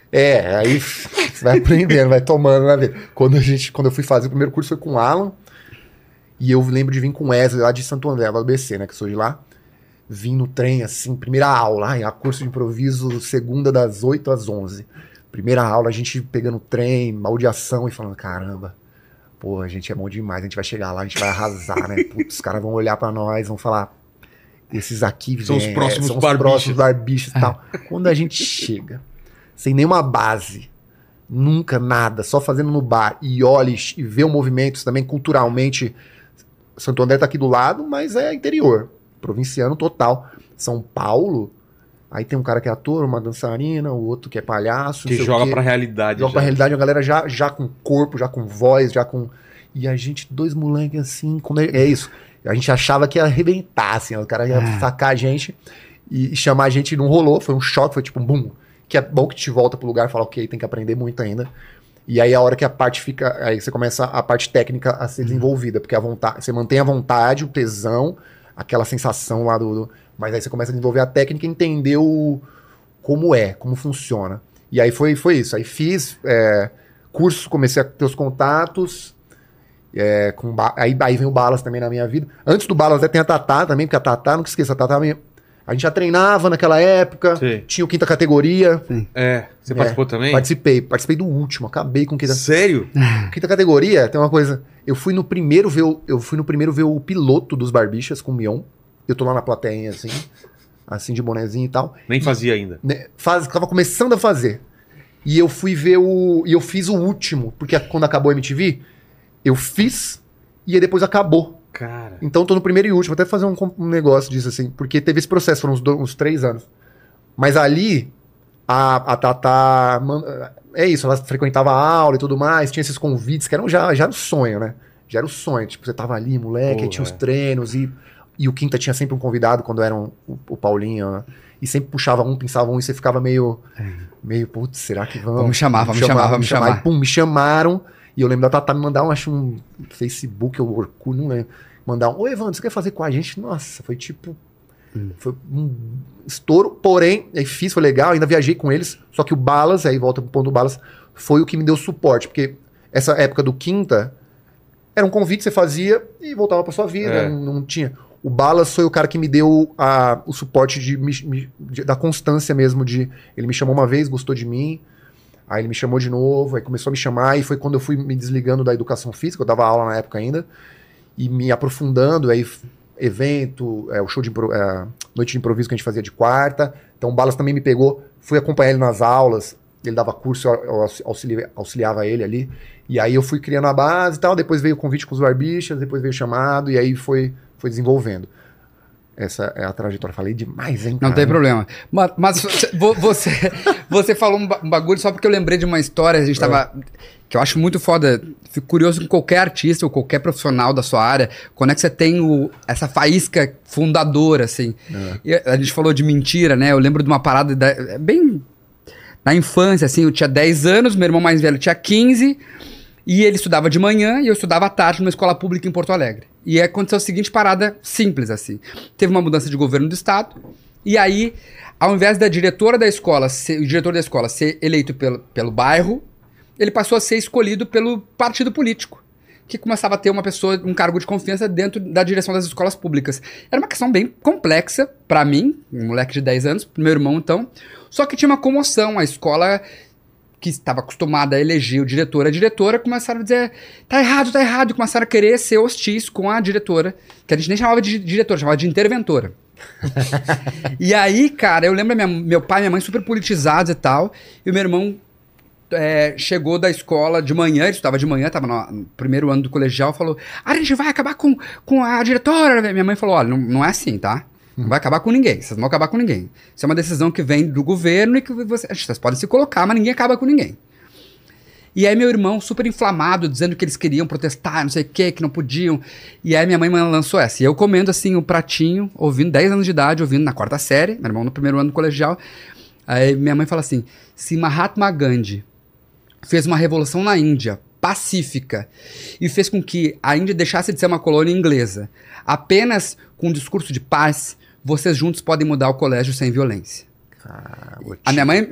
Aí você vai aprendendo, vai tomando, vai ver. Quando eu fui fazer o primeiro curso foi com o Alan, e eu lembro de vir com o Wesley lá de Santo André, lá do BC, né, que sou de lá. Vim no trem, assim, primeira aula, curso de improviso, segunda das 8 às 11. Primeira aula, a gente pegando o trem, maldiação e falando, caramba, a gente é bom demais, a gente vai chegar lá, a gente vai arrasar, né? Putz, os caras vão olhar pra nós, vão falar, esses aqui são os próximos barbichos e tal. Quando a gente chega, sem nenhuma base, nunca nada, só fazendo no bar, e olha e vê o movimento também culturalmente. Santo André tá aqui do lado, mas é interior, provinciano total. São Paulo, aí tem um cara que é ator, uma dançarina, o outro que é palhaço. Que joga pra realidade. Joga pra realidade, a galera já com corpo, já com voz, já com... E a gente, dois moleques assim, é isso. A gente achava que ia arrebentar, assim, o cara ia sacar a gente e chamar a gente, não rolou, foi um choque, foi tipo um boom. Que é bom que te volta pro lugar e fala, ok, tem que aprender muito ainda. E aí a hora que a parte fica, aí você começa a parte técnica a ser desenvolvida, porque a vontade, você mantém a vontade, o tesão, aquela sensação lá mas aí você começa a desenvolver a técnica e entender como funciona. E aí foi isso. Aí fiz curso, comecei a ter os contatos. Aí vem o Balas também na minha vida. Antes do Balas até tem a Tatá também, porque a Tatá, nunca esqueça, a Tatá a gente já treinava naquela época. Sim. Tinha o quinta categoria. Sim. Você participou também? Participei do último, acabei com quinta. Sério? Quinta categoria, tem uma coisa. Eu fui no primeiro ver o piloto dos Barbichas com o Mion. Eu tô lá na plateia, assim de bonezinho e tal. Nem fazia ainda. Tava começando a fazer. E eu fui ver e eu fiz o último, porque quando acabou a MTV, eu fiz e aí depois acabou. Cara. Então tô no primeiro e último, até fazer um negócio disso assim, porque teve esse processo, foram uns 3 anos. Mas ali, a Tatá, é isso, ela frequentava a aula e tudo mais, tinha esses convites que eram já era o sonho, né? Já era o sonho, tipo, você tava ali, moleque, aí tinha os treinos e o Quinta tinha sempre um convidado quando era o Paulinho, né? E sempre puxava um, pensava um e você ficava meio, putz, será que vamos? Vamos chamar. E pum, me chamaram. E eu lembro da Tatá me mandar um Facebook ou Orkut, não lembro. Mandar oi, Evandro, você quer fazer com a gente? Nossa, foi tipo... Foi um estouro, porém, aí fiz, foi legal, ainda viajei com eles. Só que o Balas, aí volta pro ponto do Balas, foi o que me deu suporte. Porque essa época do Quinta, era um convite que você fazia e voltava pra sua vida, não tinha... O Balas foi o cara que me deu o suporte da constância mesmo. Ele me chamou uma vez, gostou de mim. Aí ele me chamou de novo, aí começou a me chamar. E foi quando eu fui me desligando da educação física. Eu dava aula na época ainda. E me aprofundando. Aí evento, o show de noite de improviso que a gente fazia de quarta. Então o Balas também me pegou. Fui acompanhar ele nas aulas. Ele dava curso, eu auxiliava ele ali. E aí eu fui criando a base e tal. Depois veio o convite com os Barbichas. Depois veio o chamado. E aí foi desenvolvendo. Essa é a trajetória. Falei demais, hein, Não cara? tem problema. Mas você falou um bagulho só porque eu lembrei de uma história, a gente tava... Que eu acho muito foda. Fico curioso com qualquer artista ou qualquer profissional da sua área, quando é que você tem essa faísca fundadora, assim. E a gente falou de mentira, né? Eu lembro de uma parada bem na infância, assim. Eu tinha 10 anos, meu irmão mais velho tinha 15, e ele estudava de manhã e eu estudava à tarde numa escola pública em Porto Alegre. E aí aconteceu a seguinte parada simples, assim. Teve uma mudança de governo do estado, e aí, ao invés da diretora da escola, o diretor da escola ser eleito pelo bairro, ele passou a ser escolhido pelo partido político, que começava a ter uma pessoa, um cargo de confiança dentro da direção das escolas públicas. Era uma questão bem complexa pra mim, um moleque de 10 anos, pro meu irmão então, só que tinha uma comoção. A escola, que estava acostumada a eleger o diretor, a diretora, começaram a dizer, tá errado, e começaram a querer ser hostis com a diretora, que a gente nem chamava de diretora, chamava de interventora. E aí, cara, eu lembro meu pai e minha mãe super politizados e tal, e o meu irmão chegou da escola de manhã, ele estudava de manhã, estava no primeiro ano do colegial, falou, a gente vai acabar com a diretora. Minha mãe falou, olha, não é assim, tá? Não vai acabar com ninguém, vocês não vão acabar com ninguém. Isso é uma decisão que vem do governo e que vocês podem se colocar, mas ninguém acaba com ninguém. E aí meu irmão, super inflamado, dizendo que eles queriam protestar, não sei o que não podiam. E aí minha mãe lançou essa. E eu comendo assim o pratinho, ouvindo, 10 anos de idade, ouvindo na 4ª série, meu irmão no primeiro ano do colegial. Aí minha mãe fala assim, se Mahatma Gandhi fez uma revolução na Índia, pacífica, e fez com que a Índia deixasse de ser uma colônia inglesa, apenas com um discurso de paz, vocês juntos podem mudar o colégio sem violência. A minha mãe...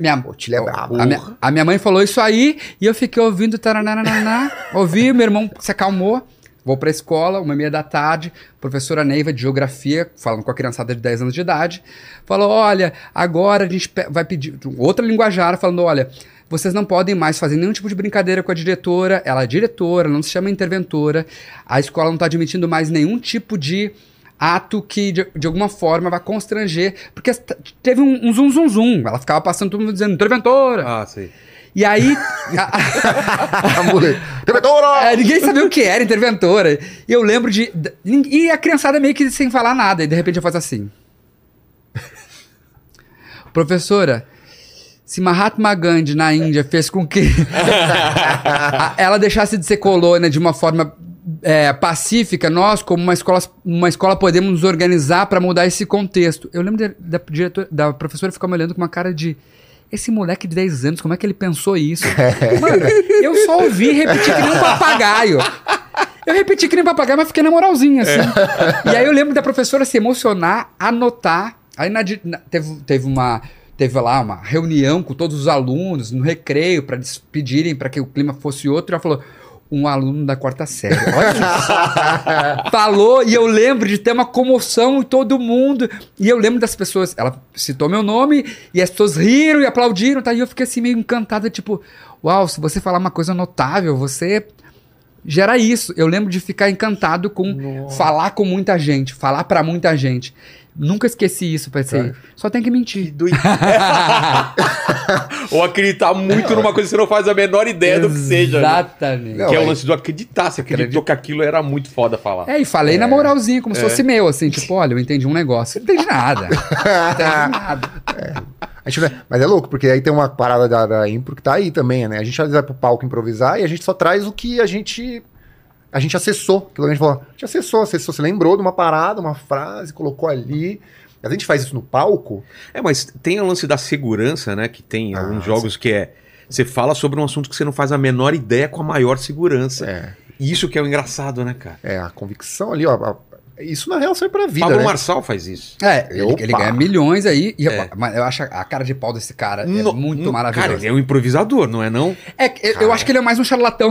A minha mãe falou isso aí, e eu fiquei ouvindo, ouvi, meu irmão se acalmou, vou pra escola, 1h30 da tarde, professora Neiva de Geografia, falando com a criançada de 10 anos de idade, falou, olha, agora a gente vai pedir... Outra linguajar, falando, olha... Vocês não podem mais fazer nenhum tipo de brincadeira com a diretora. Ela é diretora, não se chama interventora. A escola não está admitindo mais nenhum tipo de ato que, de alguma forma, vai constranger. Porque teve um zum. Ela ficava passando todo mundo dizendo, interventora. Ah, sei. E aí... Interventora! Ninguém sabia o que era interventora. E eu lembro de... E a criançada meio que sem falar nada. E de repente eu faço assim. Professora... Se Mahatma Gandhi na Índia fez com que ela deixasse de ser colônia de uma forma pacífica, nós, como uma escola, podemos nos organizar para mudar esse contexto. Eu lembro da professora ficar me olhando com uma cara de... Esse moleque de 10 anos, como é que ele pensou isso? Mano, eu só ouvi repetir que nem um papagaio. Eu repeti que nem um papagaio, mas fiquei na moralzinha, assim. E aí eu lembro da professora se emocionar, anotar. Aí teve lá uma reunião com todos os alunos no recreio para eles pedirem para que o clima fosse outro. E ela falou, um aluno da 4ª série. Olha isso. Falou, e eu lembro de ter uma comoção em todo mundo. E eu lembro das pessoas, ela citou meu nome, e as pessoas riram e aplaudiram, tá? E eu fiquei assim meio encantada, tipo, uau, se você falar uma coisa notável, você gera isso. Eu lembro de ficar encantado com falar com muita gente, falar para muita gente. Nunca esqueci isso, pensei. Só tem que mentir. Ou acreditar muito numa coisa que você não faz a menor ideia do que seja. Exatamente. Né? Que é o lance do acreditar. Você acreditou que aquilo era muito foda falar. E falei na moralzinha, como se fosse meu, assim. Tipo, olha, eu entendi um negócio. Não entendi nada. Mas é louco, porque aí tem uma parada da impro que tá aí também, né? A gente às vezes vai pro palco improvisar e a gente só traz o que a gente acessou. Aquilo que a gente falou, a gente acessou, você lembrou de uma parada, uma frase, colocou ali. A gente faz isso no palco. Mas tem o lance da segurança, né? Que tem alguns jogos que você fala sobre um assunto que você não faz a menor ideia com a maior segurança. E isso que é o engraçado, né, cara? A convicção ali, ó. Isso na real serve pra vida, Pablo né? Marçal faz isso. Ele ganha milhões aí. Mas eu acho a cara de pau desse cara muito maravilhosa. Cara, ele é um improvisador, não é não? Eu acho que ele é mais um charlatão.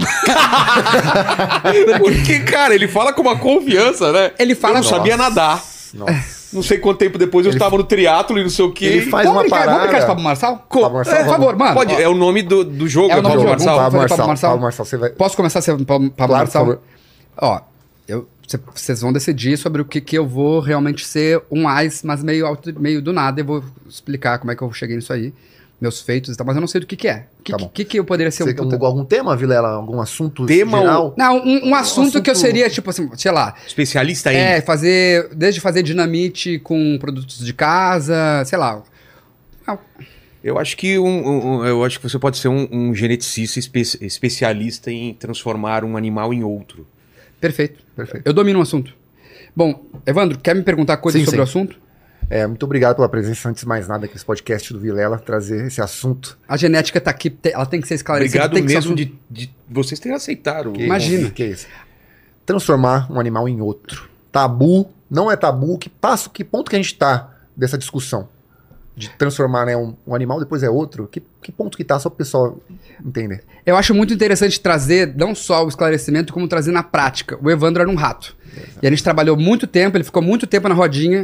Porque, cara, ele fala com uma confiança, né? Ele fala... Eu não sabia nadar. Não sei quanto tempo depois eu estava no triatlo e não sei o quê. Ele faz uma parada... Vamos brincar de Pablo Marçal? Por favor, mano. Pode, é o nome do jogo, é Pablo Marçal. Pablo Marçal, você vai... Posso começar a ser Pablo Marçal? Ó, vocês vão decidir sobre o que eu vou realmente ser um AIS, mas meio do nada. Eu vou explicar como é que eu cheguei nisso aí. meus feitos e tal, mas eu não sei do que é. Tá bom. O que eu poderia ser Você tem algum tema, Vilela? Algum assunto Tema geral? Não, um assunto que eu seria, tipo assim, sei lá, Especialista em... desde fazer dinamite com produtos de casa, sei lá. Eu acho que eu acho que você pode ser um geneticista especialista em transformar um animal em outro. Perfeito. Eu domino o assunto. Bom, Evandro, quer me perguntar coisas sobre o assunto? Muito obrigado pela presença, antes de mais nada, aqui nesse podcast do Vilela, trazer esse assunto. A genética tá aqui, ela tem que ser esclarecida. Obrigado mesmo de vocês terem aceitado. Imagina. Que é isso? Transformar um animal em outro. Tabu, não é tabu, que ponto que a gente tá dessa discussão? De transformar, né, um animal, depois é outro? Que ponto que tá, só pro pessoal entender. Eu acho muito interessante trazer não só o esclarecimento, como trazer na prática. O Evandro era um rato. Exato. E a gente trabalhou muito tempo, ele ficou muito tempo na rodinha.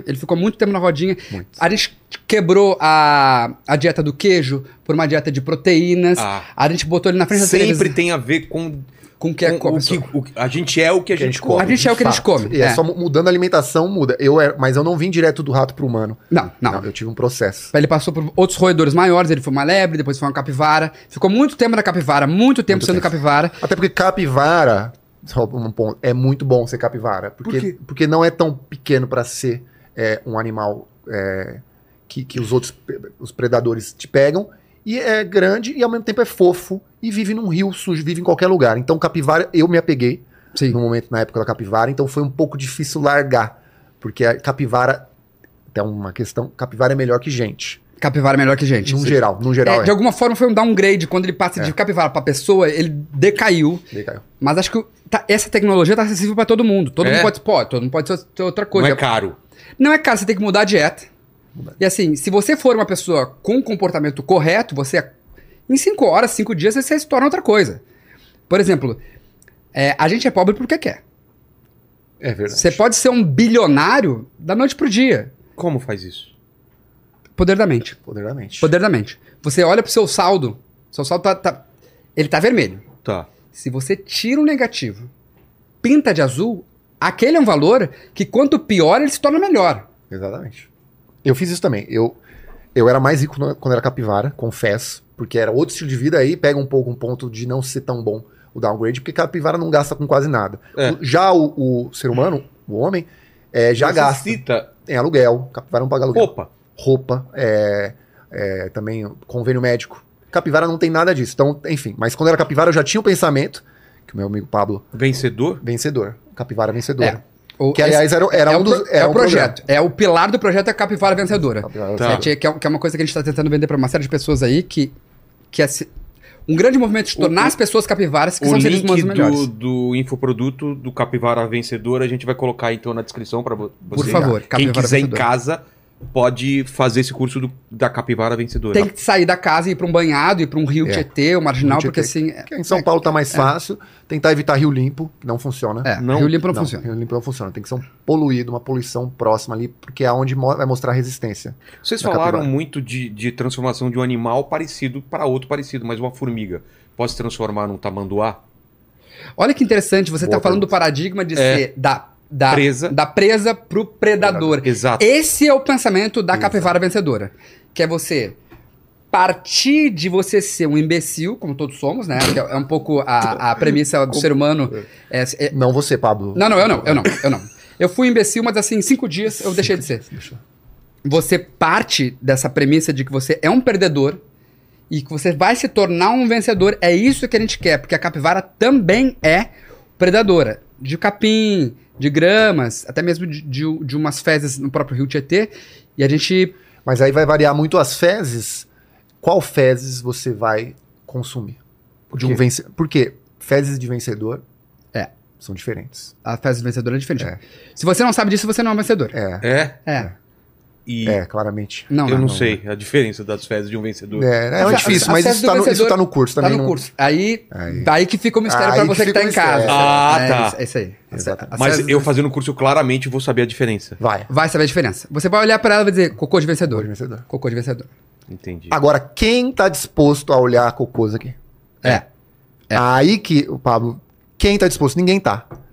Muito. A gente quebrou a dieta do queijo por uma dieta de proteínas. A gente botou ele na frente da televisão. Sempre tem a ver com o que é a gente é o que a gente come. A gente é o que a gente come. E é só mudando a alimentação, muda. Mas eu não vim direto do rato pro humano. Não. Eu tive um processo. Ele passou por outros roedores maiores, ele foi uma lebre, depois foi uma capivara. Ficou muito tempo na capivara, muito tempo sendo capivara. Até porque capivara, só um ponto, é muito bom ser capivara. Por quê? Porque não é tão pequeno para ser um animal que os predadores te pegam. E é grande e ao mesmo tempo é fofo. E vive num rio sujo, vive em qualquer lugar. Então capivara, eu me apeguei no momento, na época da capivara. Então foi um pouco difícil largar. Porque a capivara, tem uma questão, capivara é melhor que gente. Capivara é melhor que gente. No geral. De alguma forma foi um downgrade. Quando ele passa de capivara pra pessoa, ele decaiu. Mas acho que essa tecnologia tá acessível pra todo mundo. Todo mundo pode ser outra coisa. Não é caro. Não é caro, você tem que mudar a dieta. E assim, se você for uma pessoa com um comportamento correto, em 5 horas, 5 dias, você se torna outra coisa. Por exemplo, a gente é pobre porque quer. É verdade. Você pode ser um bilionário da noite pro dia. Como faz isso? Poder da mente. Poder da mente. Você olha pro seu saldo ele tá vermelho. Tá. Se você tira o negativo, pinta de azul, aquele é um valor que quanto pior, ele se torna melhor. Exatamente. Eu fiz isso também. Eu era mais rico quando era capivara, confesso, porque era outro estilo de vida, aí pega um ponto de não ser tão bom o downgrade, porque capivara não gasta com quase nada. Já o ser humano, o homem, já gasta em aluguel, capivara não paga aluguel. Roupa, também convênio médico. Capivara não tem nada disso. Então, enfim, mas quando era capivara eu já tinha o pensamento, que o meu amigo Pablo... Vencedor? Capivara vencedora. Que, aliás, era um projeto. O pilar do projeto é a capivara vencedora. Que é uma coisa que a gente está tentando vender para uma série de pessoas aí, que é um grande movimento de tornar as pessoas capivaras, que são seres humanos melhores. O link do infoproduto do Capivara Vencedora a gente vai colocar então na descrição para você. Por favor, quem quiser em casa pode fazer esse curso da Capivara Vencedora. Tem que sair da casa e ir para um banhado, ir para um rio Tietê, o marginal, porque assim... Em São Paulo tá mais fácil. Tentar evitar Rio Limpo, não funciona. Rio Limpo não funciona. Rio Limpo não funciona. Tem que ser um poluído, uma poluição próxima ali, porque é onde vai mostrar resistência. Vocês falaram muito de transformação de um animal parecido para outro parecido, mas uma formiga pode se transformar num tamanduá? Olha que interessante, você está falando do paradigma de ser da presa pro predador. Exato. Esse é o pensamento da capivara vencedora. Que é você partir de você ser um imbecil, como todos somos, né? Que é um pouco a premissa do ser humano. Não você, Pablo. Eu não. Eu fui imbecil, mas assim, em 5 dias eu deixei de ser. Você parte dessa premissa de que você é um perdedor e que você vai se tornar um vencedor. É isso que a gente quer, porque a capivara também é predadora. De capim, de gramas, até mesmo de umas fezes no próprio rio Tietê. E a gente... Mas aí vai variar muito as fezes. Qual fezes você vai consumir? Por quê? Fezes de vencedor são diferentes. A fezes de vencedor é diferente. Se você não sabe disso, você não é um vencedor. Claramente. Eu não sei a diferença das fezes de um vencedor. É difícil, mas isso tá no curso também. Tá no curso. Daí que fica o mistério pra você que tá em casa. Tá. É isso aí. Mas eu fazendo o curso, claramente vou saber a diferença. Vai saber a diferença. Você vai olhar pra ela e vai dizer cocô de vencedor. Cocô de vencedor. Entendi. Agora, quem tá disposto a olhar cocôs aqui? Aí que, o Pablo, quem tá disposto? Ninguém tá.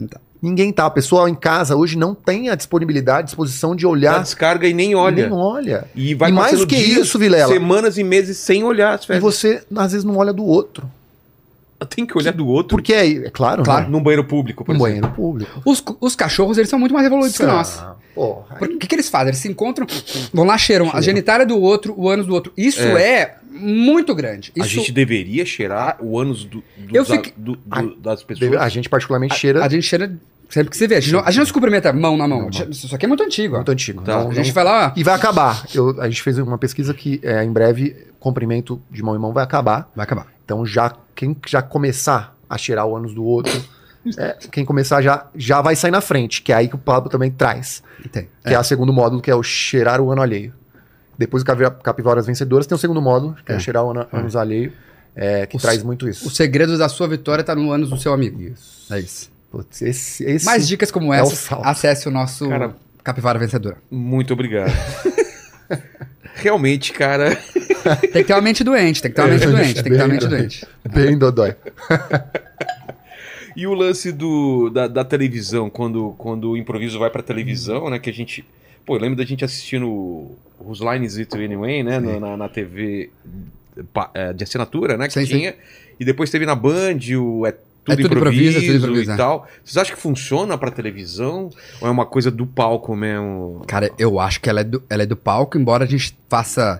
Ninguém tá. O pessoal em casa hoje não tem a disponibilidade, disposição de olhar. Dá descarga e nem olha. Nem olha. E vai E mais passando que dias, isso, Vilela. semanas e meses sem olhar as E festas. você, às vezes, não olha do outro. Tem que olhar do outro. Porque é claro, Claro. né? Num banheiro público, por No exemplo. banheiro público. Os cachorros, eles são muito mais evoluídos que nós. Porra. O que eles fazem? Eles se encontram, vão lá, cheiram a genitália do outro, o ânus do outro. Isso é muito grande. A Isso, gente deveria cheirar o ânus Eu fiquei- das pessoas. A gente particularmente cheira a gente cheira sempre que se vê. A gente não se cumprimenta mão na mão. Isso aqui é muito antigo. Ó. muito antigo. Tá. Não- A gente não- vai lá, ó. E vai acabar. A gente fez uma pesquisa que em breve cumprimento de mão em mão vai acabar. Vai acabar. Então quem já começar a cheirar o ânus do outro, quem começar já vai sair na frente, que é aí que o Pablo também traz. Tem. Que é o segundo módulo, que é o cheirar o ano alheio. Depois do Capivaras Vencedoras, tem o segundo módulo, que é, cheirar o ânus alheio, que traz muito isso. O segredo da sua vitória tá no ânus do seu amigo. Isso. É isso. Putz, esse Mais dicas como é o essas, salto. acesse o nosso Cara, Capivara Vencedora. Muito obrigado. Realmente, cara. Tem que ter uma mente doente, tem que ter uma mente doente, tem que ter uma mente doente. Bem dodói. E o lance da televisão, quando o improviso vai pra televisão, né? Que a gente. Pô, eu lembro da gente assistindo Whose Line Is It Anyway, né? Na TV de assinatura, né? Que Sim, sim. tinha. E depois teve na Band o tudo tudo improviso, improviso, e tal. Vocês acham que funciona pra televisão? Ou é uma coisa do palco mesmo? Cara, eu acho que ela é do palco, embora a gente faça,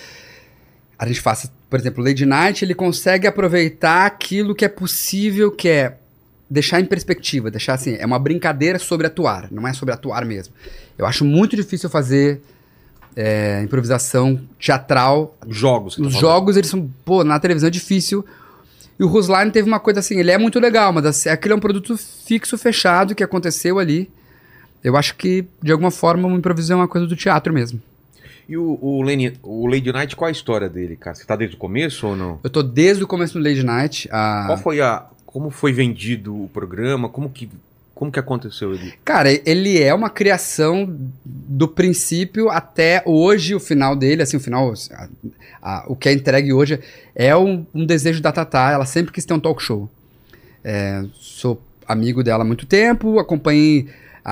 por exemplo, o Lady Night, ele consegue aproveitar aquilo que é possível, que é deixar em perspectiva, deixar assim, é uma brincadeira sobre atuar, não é sobre atuar mesmo. Eu acho muito difícil fazer improvisação teatral. Jogos. que Os tá falando. jogos, eles são, na televisão é difícil. E o Whose Line teve uma coisa assim, ele é muito legal, mas assim, aquilo é um produto fixo, fechado, que aconteceu ali. Eu acho que, de alguma forma, o improviso é uma coisa do teatro mesmo. E o Lady Night, qual a história dele, cara? Você tá desde o começo ou não? Eu tô desde o começo do Lady Night. Como foi vendido o programa? Como que aconteceu ele? Cara, ele é uma criação do princípio até hoje, o final dele, assim, o final, o que é entregue hoje é um desejo da Tatá, ela sempre quis ter um talk show. Sou amigo dela há muito tempo, acompanhei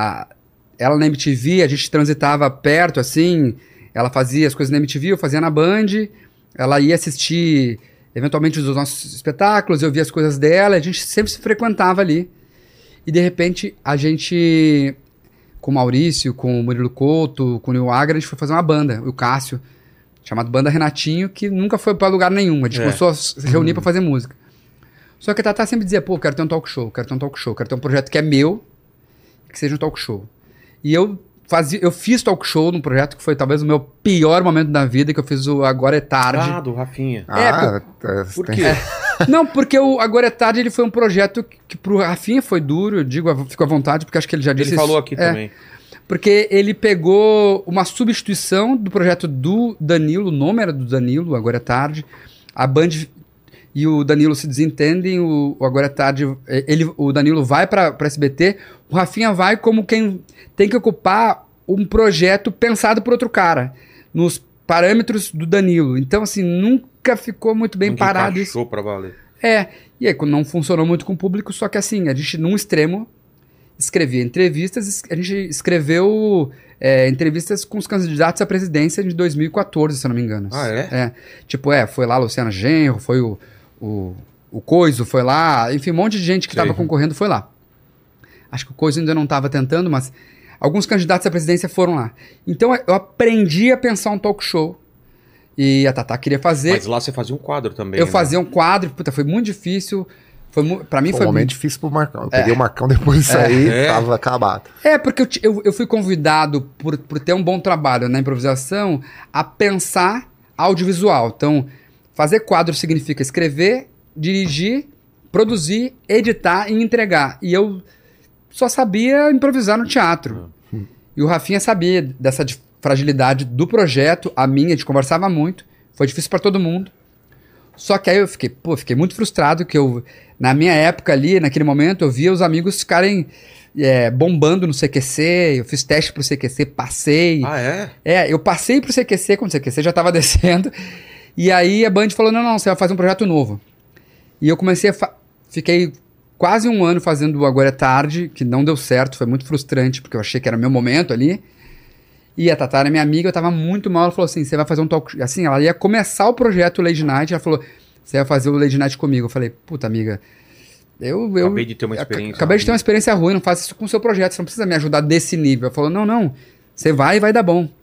ela na MTV, a gente transitava perto, assim, ela fazia as coisas na MTV, eu fazia na Band, ela ia assistir eventualmente os nossos espetáculos, eu via as coisas dela, a gente sempre se frequentava ali. E de repente, a gente, com o Maurício, com o Murilo Couto, com o Nil Agra, a gente foi fazer uma banda, o Cássio, chamado Banda Renatinho, que nunca foi pra lugar nenhum. A gente começou a se reunir pra fazer música. Só que a Tatá sempre dizia, pô, quero ter um talk show, quero ter um projeto que é meu, que seja um talk show. E eu fiz talk show num projeto que foi talvez o meu pior momento da vida, que eu fiz o Agora é Tarde. Do Rafinha. Por quê? Não, porque o Agora é Tarde ele foi um projeto que pro Rafinha foi duro, eu digo, fico à vontade, porque acho que ele já disse Ele falou aqui isso. também. Porque ele pegou uma substituição do projeto do Danilo, o nome era do Danilo, Agora é Tarde, a Band e o Danilo se desentendem, o Agora é Tarde, o Danilo vai para SBT, o Rafinha vai como quem tem que ocupar um projeto pensado por outro cara, nos parâmetros do Danilo. Então, assim, nunca ficou muito bem parado isso. Show pra valer. E aí não funcionou muito com o público, só que assim, a gente num extremo escrevia entrevistas, a gente escreveu entrevistas com os candidatos à presidência de 2014, se eu não me engano. Ah, é? Foi lá a Luciana Genro, foi o Coiso, foi lá, enfim, um monte de gente que estava concorrendo foi lá. Acho que o Coiso ainda não estava tentando, mas alguns candidatos à presidência foram lá. Então eu aprendi a pensar um talk show. E a Tatá queria fazer. Mas lá você fazia um quadro também. Eu fazia um quadro, foi muito difícil. Pra mim foi um momento difícil pro Marcão. Eu peguei o Marcão depois disso aí, tava acabado. Porque eu fui convidado por ter um bom trabalho na improvisação a pensar audiovisual. Então, fazer quadro significa escrever, dirigir, produzir, editar e entregar. E eu só sabia improvisar no teatro. E o Rafinha sabia dessa fragilidade do projeto, a minha, a gente conversava muito, foi difícil para todo mundo. Só que aí eu fiquei muito frustrado que na minha época ali, naquele momento, eu via os amigos ficarem bombando no CQC, eu fiz teste pro CQC, passei. Ah, é? Eu passei pro CQC, quando o CQC já tava descendo, e aí a Band falou, não, você vai fazer um projeto novo. E eu comecei fiquei quase um ano fazendo o Agora é Tarde, que não deu certo, foi muito frustrante, porque eu achei que era meu momento ali. E a Tatá era minha amiga, eu tava muito mal, ela falou assim, você vai fazer um talk... Assim, ela ia começar o projeto Lady Night, ela falou, você vai fazer o Lady Night comigo. Eu falei, puta amiga, eu Acabei de ter uma experiência acabei de ter uma experiência ruim, não faça isso com o seu projeto, você não precisa me ajudar desse nível. Ela falou, não, você vai e vai dar bom.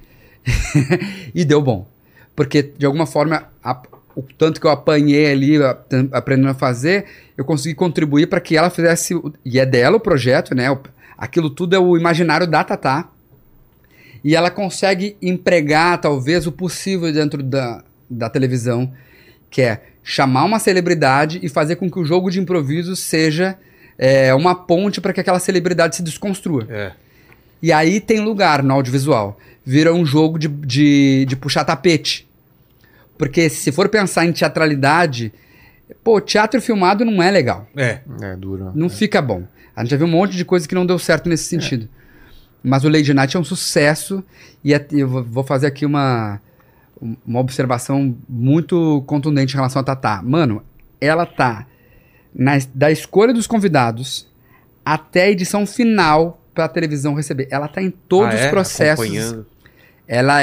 E deu bom. Porque, de alguma forma, o tanto que eu apanhei ali, aprendendo a fazer, eu consegui contribuir para que ela fizesse... E é dela o projeto, né? Aquilo tudo é o imaginário da Tatá. E ela consegue empregar, talvez, o possível dentro da televisão, que é chamar uma celebridade e fazer com que o jogo de improviso seja uma ponte para que aquela celebridade se desconstrua. E aí tem lugar no audiovisual. Vira um jogo de puxar tapete. Porque se for pensar em teatralidade, teatro filmado não é legal. É duro. Não fica bom. A gente já viu um monte de coisa que não deu certo nesse sentido. Mas o Lady Night é um sucesso e eu vou fazer aqui uma observação muito contundente em relação a Tatá. Mano, ela tá da escolha dos convidados até a edição final pra televisão receber. Ela tá em todos os processos. Acompanhando. Ela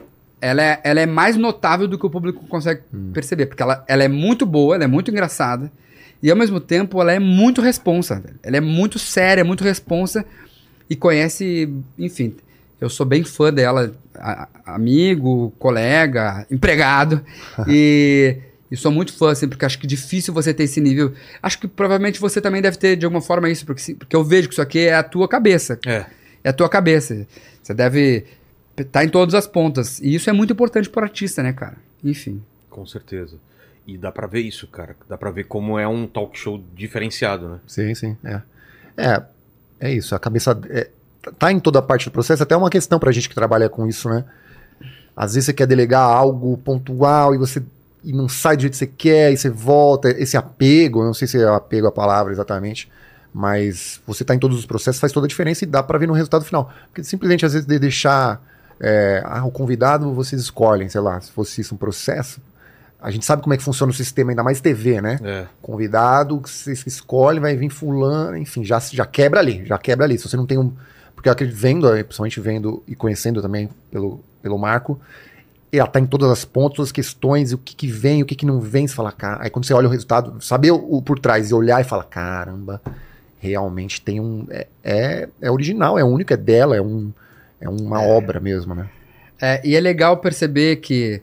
é mais notável do que o público consegue perceber, porque ela é muito boa, ela é muito engraçada e ao mesmo tempo ela é muito responsa. Ela é muito séria, muito responsa. E conhece, enfim, eu sou bem fã dela, amigo, colega, empregado, e sou muito fã, assim, porque acho que é difícil você ter esse nível. Acho que provavelmente você também deve ter, de alguma forma, isso, porque eu vejo que isso aqui é a tua cabeça. É a tua cabeça. Você deve estar em todas as pontas. E isso é muito importante para o artista, né, cara? Enfim. Com certeza. E dá pra ver isso, cara. Dá pra ver como é um talk show diferenciado, né? Sim. É isso, a cabeça tá em toda a parte do processo, até uma questão pra gente que trabalha com isso, né? Às vezes você quer delegar algo pontual e não sai do jeito que você quer, e você volta, esse apego, não sei se é apego a palavra exatamente, mas você tá em todos os processos, faz toda a diferença e dá pra ver no resultado final. Porque simplesmente às vezes de deixar o convidado, vocês escolhem, sei lá, se fosse isso um processo... A gente sabe como é que funciona o sistema, ainda mais TV, né? Convidado, você escolhe, vai vir fulano, enfim, já quebra ali, Se você não tem Porque eu acredito, principalmente vendo e conhecendo também pelo Marco, ela tá em todas as pontas, todas as questões, o que vem, o que não vem, você fala, cara... Aí quando você olha o resultado, saber o por trás e olhar e fala, caramba, realmente tem é original, é único, é dela, é uma obra mesmo, né? E é legal perceber que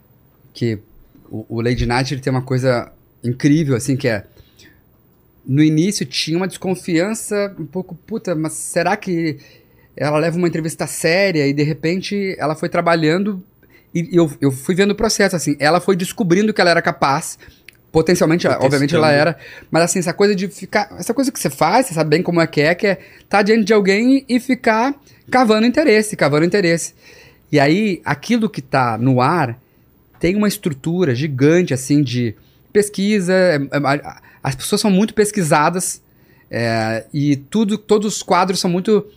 o Lady Night ele tem uma coisa incrível, assim, que no início tinha uma desconfiança um pouco, mas será que ela leva uma entrevista séria e de repente ela foi trabalhando e eu fui vendo o processo, assim, ela foi descobrindo que ela era capaz, potencialmente, obviamente ela era, mas assim, essa coisa que você faz, você sabe bem como é que é tá diante de alguém e ficar cavando interesse. E aí, aquilo que tá no ar tem uma estrutura gigante, assim, de pesquisa, as pessoas são muito pesquisadas, e todos os quadros são muito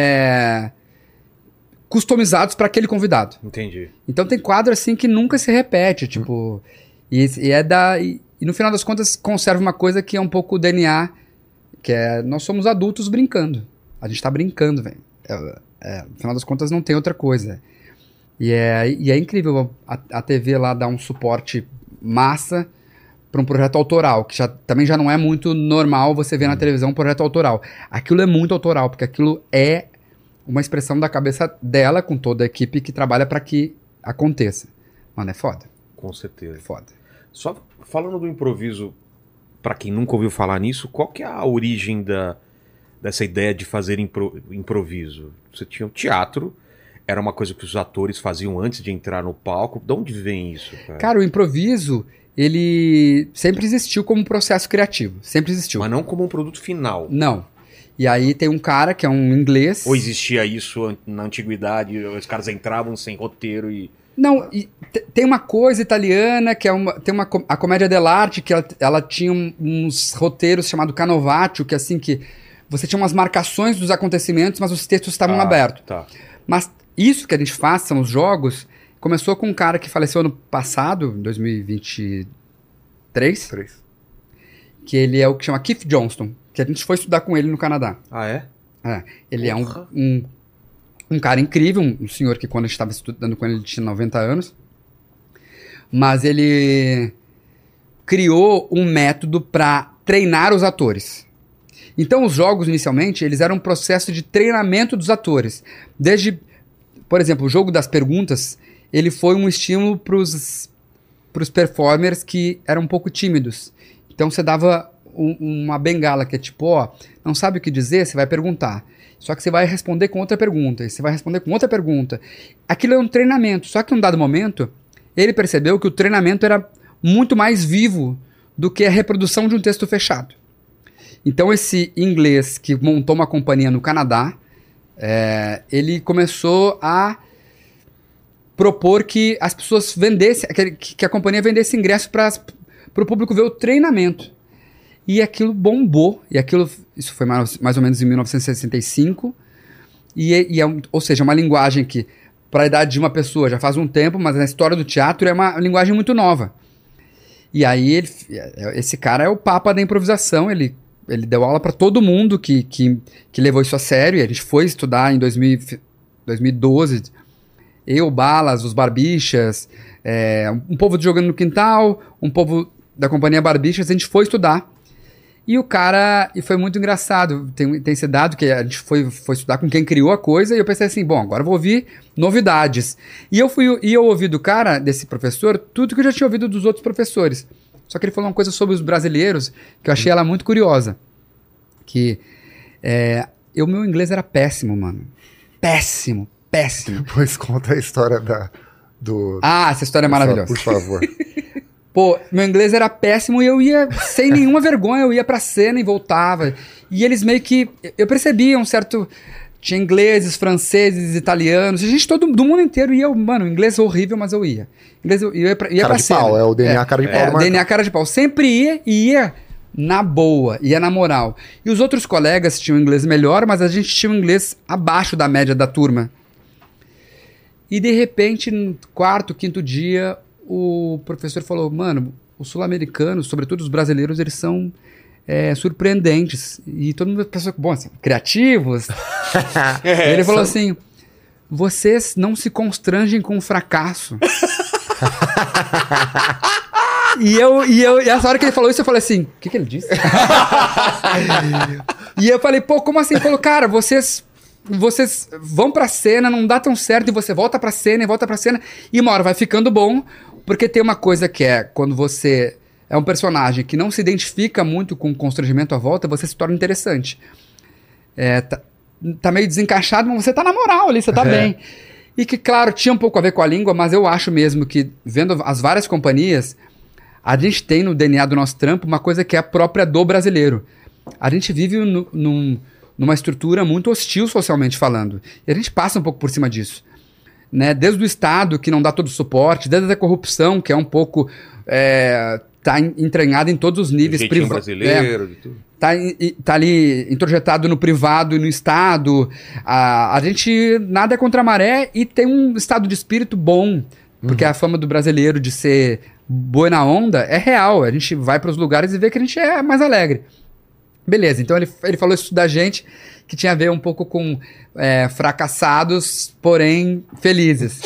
customizados para aquele convidado. Entendi. Então tem quadro, assim, que nunca se repete, tipo, e no final das contas conserva uma coisa que é um pouco o DNA, que nós somos adultos brincando. A gente tá brincando, velho. No final das contas não tem outra coisa. E é incrível a TV lá dar um suporte massa para um projeto autoral, que também já não é muito normal você ver na televisão um projeto autoral. Aquilo é muito autoral, porque aquilo é uma expressão da cabeça dela com toda a equipe que trabalha para que aconteça. Mano, é foda. Com certeza. É foda. Só falando do improviso, para quem nunca ouviu falar nisso, qual que é a origem dessa ideia de fazer improviso? Você tinha o teatro... Era uma coisa que os atores faziam antes de entrar no palco. De onde vem isso, cara? Cara, o improviso, ele sempre existiu como processo criativo. Sempre existiu. Mas não como um produto final. Não. E aí tem um cara que é um inglês... Ou existia isso na antiguidade, os caras entravam sem roteiro e... Não, tem uma coisa italiana que a comédia dell'arte, que ela tinha uns roteiros chamado Canovaccio, que assim, que você tinha umas marcações dos acontecimentos, mas os textos estavam abertos. Tá. Mas isso que a gente faz, são os jogos, começou com um cara que faleceu ano passado, em 2023, que ele é o que chama Keith Johnston, que a gente foi estudar com ele no Canadá. Ah, é? Ele é um cara incrível, um senhor que quando a gente estava estudando com ele tinha 90 anos, mas ele criou um método para treinar os atores. Então os jogos inicialmente eles eram um processo de treinamento dos atores. Desde, por exemplo, o jogo das perguntas, ele foi um estímulo para os performers que eram um pouco tímidos. Então você dava uma bengala que é tipo, ó, não sabe o que dizer, você vai perguntar. Só que você vai responder com outra pergunta, e você vai responder com outra pergunta. Aquilo é um treinamento, só que em um dado momento, ele percebeu que o treinamento era muito mais vivo do que a reprodução de um texto fechado. Então esse inglês que montou uma companhia no Canadá, ele começou a propor que as pessoas vendessem, que a companhia vendesse ingresso para o público ver o treinamento. E aquilo bombou, isso foi mais ou menos em 1965, ou seja, uma linguagem que, para a idade de uma pessoa, já faz um tempo, mas na história do teatro é uma linguagem muito nova. E aí, esse cara é o papa da improvisação, ele deu aula para todo mundo que levou isso a sério, e a gente foi estudar em 2012, eu, Balas, os Barbichas, um povo jogando no quintal, um povo da companhia Barbichas, a gente foi estudar. E foi muito engraçado, tem esse dado que a gente foi estudar com quem criou a coisa, e eu pensei assim, bom, agora eu vou ouvir novidades. E eu ouvi do cara, desse professor, tudo que eu já tinha ouvido dos outros professores. Só que ele falou uma coisa sobre os brasileiros, que eu achei ela muito curiosa. Que o meu inglês era péssimo, mano. Péssimo. Depois conta a história essa história é maravilhosa. Por favor. Pô, meu inglês era péssimo e eu ia, sem nenhuma vergonha, eu ia pra cena e voltava. E eles meio que... Eu percebia um certo... Tinha ingleses, franceses, italianos, gente do mundo inteiro ia, mano, inglês horrível, mas eu ia. Eu ia pra cara de cena. pau, é o DNA cara de pau. DNA cara de pau. Sempre ia na boa, ia na moral. E os outros colegas tinham inglês melhor, mas a gente tinha um inglês abaixo da média da turma. E de repente, no quarto, quinto dia, o professor falou, mano, os sul-americanos, sobretudo os brasileiros, eles são surpreendentes. E todo mundo pensou, bom, assim, criativos. Ele falou assim, vocês não se constrangem com o fracasso. E essa hora que ele falou isso, eu falei assim, o que ele disse? E eu falei, pô, como assim? Ele falou, cara, vocês vão pra cena, não dá tão certo, e você volta pra cena, e uma hora vai ficando bom, porque tem uma coisa que quando você é um personagem que não se identifica muito com o constrangimento à volta, você se torna interessante. Tá meio desencaixado, mas você tá na moral ali, você tá bem. E que, claro, tinha um pouco a ver com a língua, mas eu acho mesmo que, vendo as várias companhias, a gente tem no DNA do nosso trampo uma coisa que é a própria do brasileiro. A gente vive numa estrutura muito hostil socialmente falando. E a gente passa um pouco por cima disso. Né? Desde o Estado, que não dá todo o suporte, desde a corrupção, que é um pouco... tá entranhada em todos os níveis privados. Brasileiro, de tudo. Tá ali introjetado no privado e no Estado. A gente nada é contra a maré e tem um estado de espírito bom. Porque a fama do brasileiro de ser boa na onda é real. A gente vai para os lugares e vê que a gente é mais alegre. Beleza, então ele falou isso da gente, que tinha a ver um pouco com fracassados, porém felizes.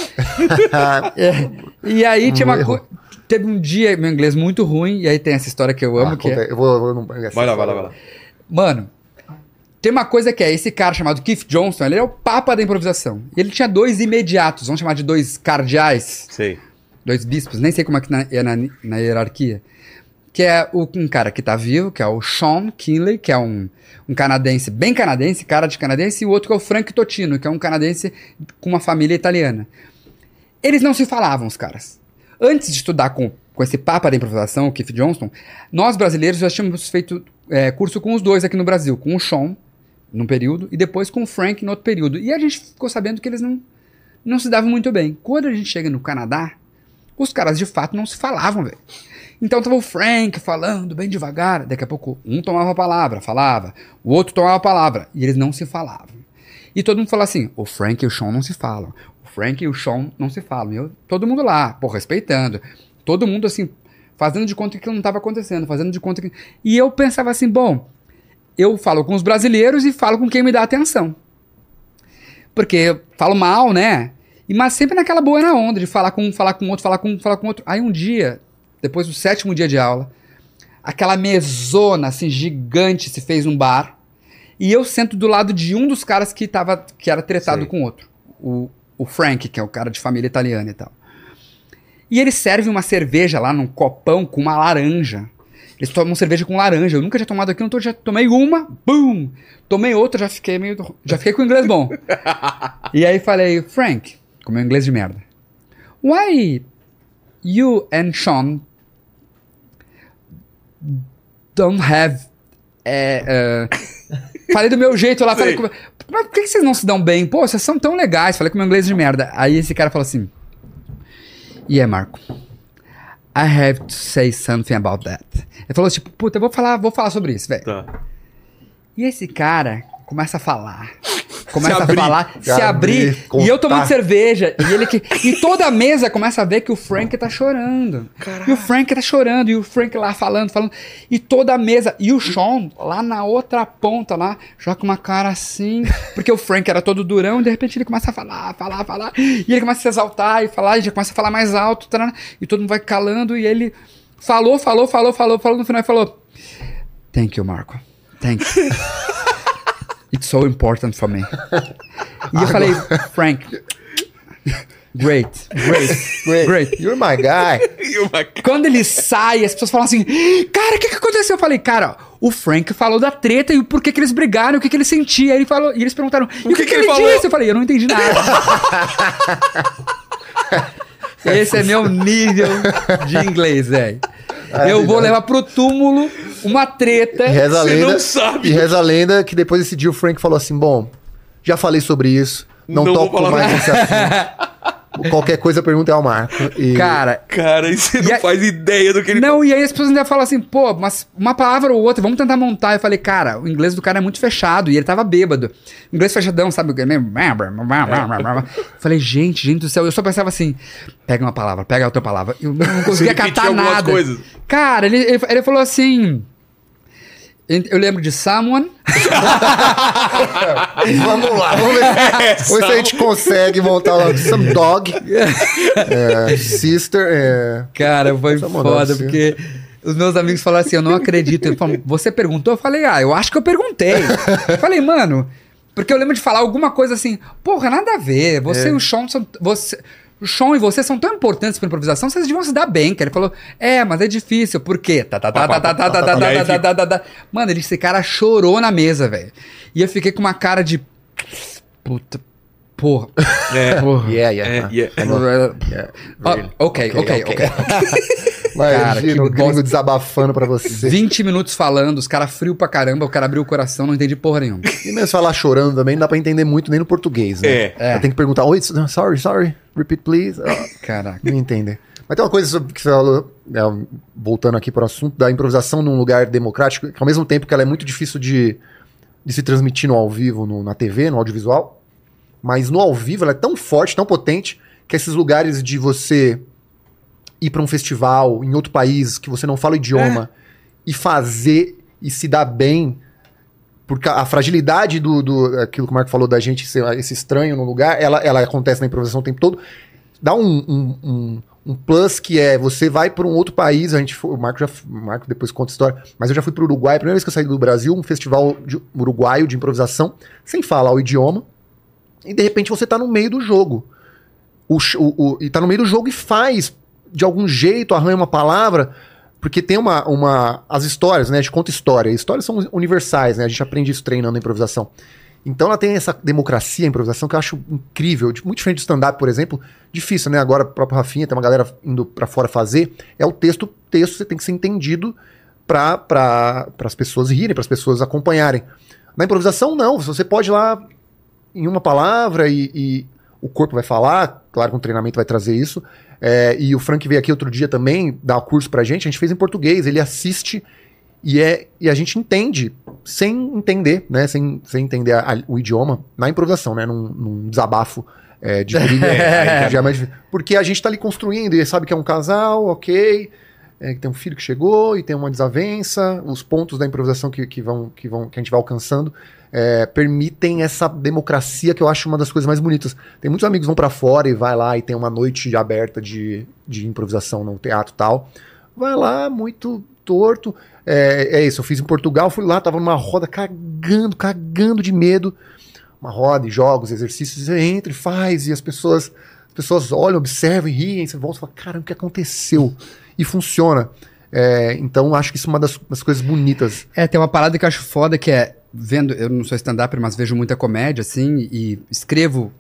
E aí tinha teve um dia, meu inglês muito ruim, e aí tem essa história que eu amo, Vai lá. Mano, tem uma coisa que esse cara chamado Keith Johnston, ele é o papa da improvisação. E ele tinha 2 imediatos, vamos chamar de 2 cardeais. Sei. 2 bispos, nem sei como é que é na hierarquia. Que é um cara que tá vivo, que é o Sean Kinley, que é um canadense, bem canadense, cara de canadense, e o outro que é o Frank Totino, que é um canadense com uma família italiana. Eles não se falavam, os caras. Antes de estudar com esse papa da improvisação, o Keith Johnston, nós brasileiros já tínhamos feito curso com os 2 aqui no Brasil, com o Sean, num período, e depois com o Frank, no outro período. E a gente ficou sabendo que eles não se davam muito bem. Quando a gente chega no Canadá, os caras de fato não se falavam, velho. Então tava o Frank falando bem devagar, daqui a pouco um tomava a palavra, falava, o outro tomava a palavra, e eles não se falavam. E todo mundo fala assim, o Frank e o Sean não se falam, o Frank e o Sean não se falam, e todo mundo lá, pô, respeitando, todo mundo assim, fazendo de conta que não estava acontecendo, fazendo de conta que... E eu pensava assim, bom, eu falo com os brasileiros e falo com quem me dá atenção. Porque eu falo mal, né? Mas sempre naquela boa na onda de falar com um, falar com outro, falar com outro. Aí um dia, depois do 7º dia de aula, aquela mesona assim gigante se fez um bar e eu sento do lado de um dos caras que era tretado com outro. O Frank, que é o cara de família italiana e tal. E ele serve uma cerveja lá num copão com uma laranja. Eles tomam cerveja com laranja. Eu nunca tinha tomado aquilo, então já tomei uma, bum! Tomei outra, já fiquei com o inglês bom. E aí falei, Frank, com meu inglês de merda. Why you and Sean don't have... Falei do meu jeito lá, falei, mas por que vocês não se dão bem? Pô, vocês são tão legais. Falei com meu inglês de merda. Aí esse cara falou assim, yeah, Marco, I have to say something about that. Ele falou tipo, puta, eu vou falar sobre isso, velho. Tá. E esse cara começa a falar. Se abrir, e eu tomando cerveja, e toda a mesa começa a ver que o Frank tá chorando. Caraca. E o Frank tá chorando, e o Frank lá falando, e toda a mesa, e o Sean lá na outra ponta lá, já com uma cara assim, porque o Frank era todo durão, e de repente ele começa a falar, e ele começa a se exaltar, e já começa a falar mais alto, e todo mundo vai calando, e ele falou, no final ele falou, thank you, Marco, thank you. It's so important for me. E eu falei, Frank, great. You're my guy. Quando ele sai, as pessoas falam assim, cara, o que aconteceu? Eu falei, cara, o Frank falou da treta e o porquê que eles brigaram, o que ele sentia. Aí ele falou, e eles perguntaram, e o que ele disse? Eu falei, eu não entendi nada. Esse é meu nível de inglês, velho. Eu vou levar pro túmulo uma treta. Não sabe. E reza a lenda que depois desse dia o Frank falou assim, bom, já falei sobre isso, não toco mais nesse assunto. Qualquer coisa pergunta ao Marco. E... Cara, e você não faz ideia do que ele... Não, e aí as pessoas ainda falam assim, pô, mas uma palavra ou outra, vamos tentar montar. Eu falei, cara, o inglês do cara é muito fechado, e ele tava bêbado. Inglês fechadão, sabe? Falei, gente do céu, eu só pensava assim, pega uma palavra, pega outra palavra. Eu não conseguia catar nada. Coisas. Cara, ele falou assim... Eu lembro de someone. Vamos lá. Vamos ver se a gente consegue montar lá. Some dog. Sister. Cara, foi foda, porque os meus amigos falaram assim, eu não acredito. Eles falaram, você perguntou? Eu falei, eu acho que eu perguntei. Eu falei, mano, porque eu lembro de falar alguma coisa assim, porra, nada a ver. Você e o Sean são... O Sean e você são tão importantes pra improvisação, vocês deviam se dar bem, cara. Ele falou, mas é difícil, por quê? Mano, esse cara chorou na mesa, velho. E eu fiquei com uma cara de... Puta... Porra. Ok. Imagina o gringo desabafando pra você. 20 minutos falando, os caras frios pra caramba, o cara abriu o coração, não entendi porra nenhuma. E mesmo falar chorando também não dá pra entender muito nem no português, né? Tem que perguntar, oi, sorry, repeat please. Caraca. Não entender. Mas tem uma coisa que você falou, voltando aqui pro assunto da improvisação num lugar democrático, que ao mesmo tempo que ela é muito difícil de se transmitir no ao vivo, na TV, no audiovisual, mas no ao vivo ela é tão forte, tão potente, que esses lugares de você ir para um festival em outro país que você não fala o idioma e fazer e se dar bem, porque a fragilidade aquilo que o Marco falou da gente ser esse estranho no lugar, ela acontece na improvisação o tempo todo, dá um plus que é, você vai para um outro país, o Marco depois conta a história, mas eu já fui para o Uruguai, a primeira vez que eu saí do Brasil, um festival uruguaio de improvisação, sem falar o idioma, e de repente você tá no meio do jogo. E tá no meio do jogo e faz, de algum jeito, arranha uma palavra, porque tem as histórias, né? A gente conta história. Histórias são universais, né? A gente aprende isso treinando a improvisação. Então ela tem essa democracia, a improvisação, que eu acho incrível. Muito diferente do stand-up, por exemplo. Difícil, né? Agora, o próprio Rafinha, tem uma galera indo pra fora fazer. É o texto você tem que ser entendido para as pessoas rirem, para as pessoas acompanharem. Na improvisação, não. Você pode ir lá em uma palavra e o corpo vai falar, claro que um treinamento vai trazer isso, e o Frank veio aqui outro dia também dar um curso pra gente, a gente fez em português, ele assiste e a gente entende, sem entender, né, sem entender o idioma, na improvisação, né, num desabafo de briga, porque a gente tá ali construindo, e sabe que é um casal, ok, tem um filho que chegou e tem uma desavença, os pontos da improvisação que a gente vai alcançando permitem essa democracia que eu acho uma das coisas mais bonitas. Tem muitos amigos que vão pra fora e vai lá e tem uma noite aberta de improvisação no teatro e tal. Vai lá, muito torto. É isso, eu fiz em Portugal, fui lá, tava numa roda cagando de medo. Uma roda e jogos, exercícios, você entra e faz, e as pessoas olham, observam e riem, você volta e fala, caramba, o que aconteceu? E funciona. Então, acho que isso é uma das coisas bonitas. Tem uma parada que eu acho foda, que vendo, eu não sou stand-up, mas vejo muita comédia, assim, e escrevo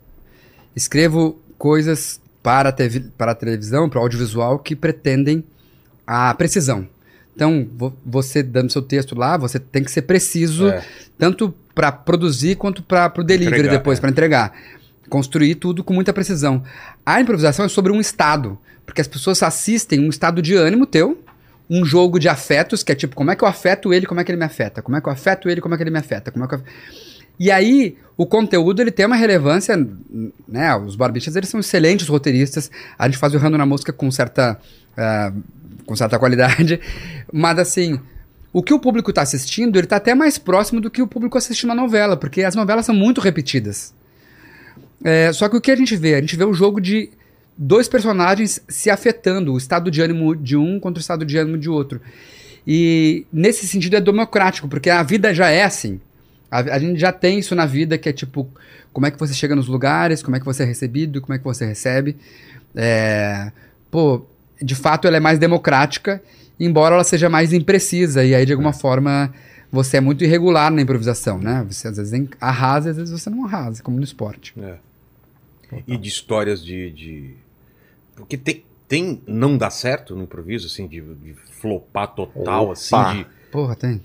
coisas para a televisão, para o audiovisual, que pretendem a precisão. Então, você dando seu texto lá, você tem que ser preciso, tanto para produzir quanto para o delivery depois, para entregar. Construir tudo com muita precisão. A improvisação é sobre um estado, porque as pessoas assistem um estado de ânimo teu, um jogo de afetos, que é tipo, como é que eu afeto ele, como é que ele me afeta? Como é que eu afeto ele, como é que ele me afeta? E aí, o conteúdo, ele tem uma relevância, né? Os barbichas, eles são excelentes roteiristas. A gente faz o Rando na Mosca com certa qualidade. Mas, assim, o que o público está assistindo, ele está até mais próximo do que o público assiste uma novela, porque as novelas são muito repetidas. Só que o que a gente vê? A gente vê o jogo de dois personagens se afetando, o estado de ânimo de um contra o estado de ânimo de outro. E, nesse sentido, é democrático, porque a vida já é assim. A gente já tem isso na vida, que é tipo, como é que você chega nos lugares, como é que você é recebido, como é que você recebe. De fato, ela é mais democrática, embora ela seja mais imprecisa, e aí, de alguma forma, você é muito irregular na improvisação, né? Você, às vezes, arrasa, às vezes você não arrasa, como no esporte. E de histórias Porque tem não dá certo no improviso, assim, de flopar total, assim, de... Porra, tem.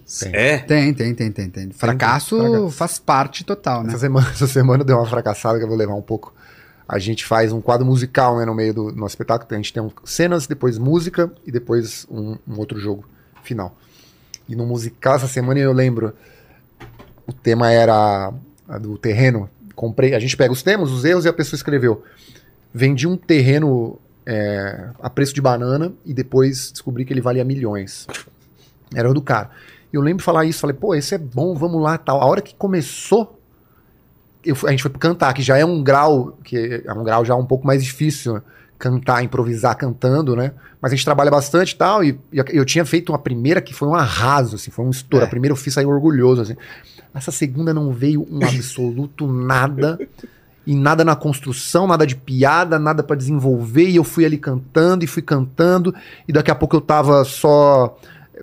Tem. Fracasso faz parte total, né? Essa semana deu uma fracassada que eu vou levar um pouco. A gente faz um quadro musical, né, no meio do nosso espetáculo. A gente tem cenas, depois música e depois um outro jogo final. E no musical, essa semana eu lembro, o tema era do terreno. A gente pega os temas, os erros, e a pessoa escreveu. Vendi um terreno a preço de banana e depois descobri que ele valia milhões. Era o do cara. Eu lembro de falar isso, falei, pô, esse é bom, vamos lá, tal. A hora que começou, a gente foi cantar, que já é um grau, que é um grau já um pouco mais difícil, né? Cantar, improvisar cantando, né? Mas a gente trabalha bastante e tal, e eu tinha feito uma primeira que foi um arraso, assim, foi um estouro. A primeira eu fiz, sair orgulhoso, assim. Essa segunda não veio um absoluto nada, e nada na construção, nada de piada, nada pra desenvolver, e eu fui ali cantando, e daqui a pouco eu tava só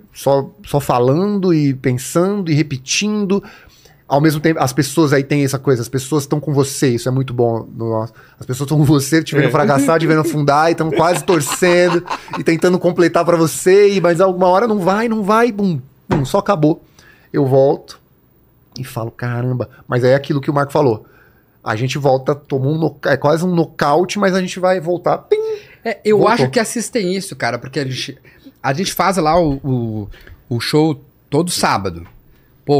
falando e pensando e repetindo. Ao mesmo tempo, as pessoas aí têm essa coisa, as pessoas estão com você, isso é muito bom. As pessoas estão com você, te vendo fracassar, te vendo afundar, e estão quase torcendo e tentando completar pra você, mas alguma hora não vai, bum, só acabou. Eu volto e falo, caramba, mas é aquilo que o Marco falou. A gente volta, tomou quase um nocaute, mas a gente vai voltar. Pim, eu voltou. acho que assistem isso, cara, porque a gente faz lá o show todo sábado. Pô,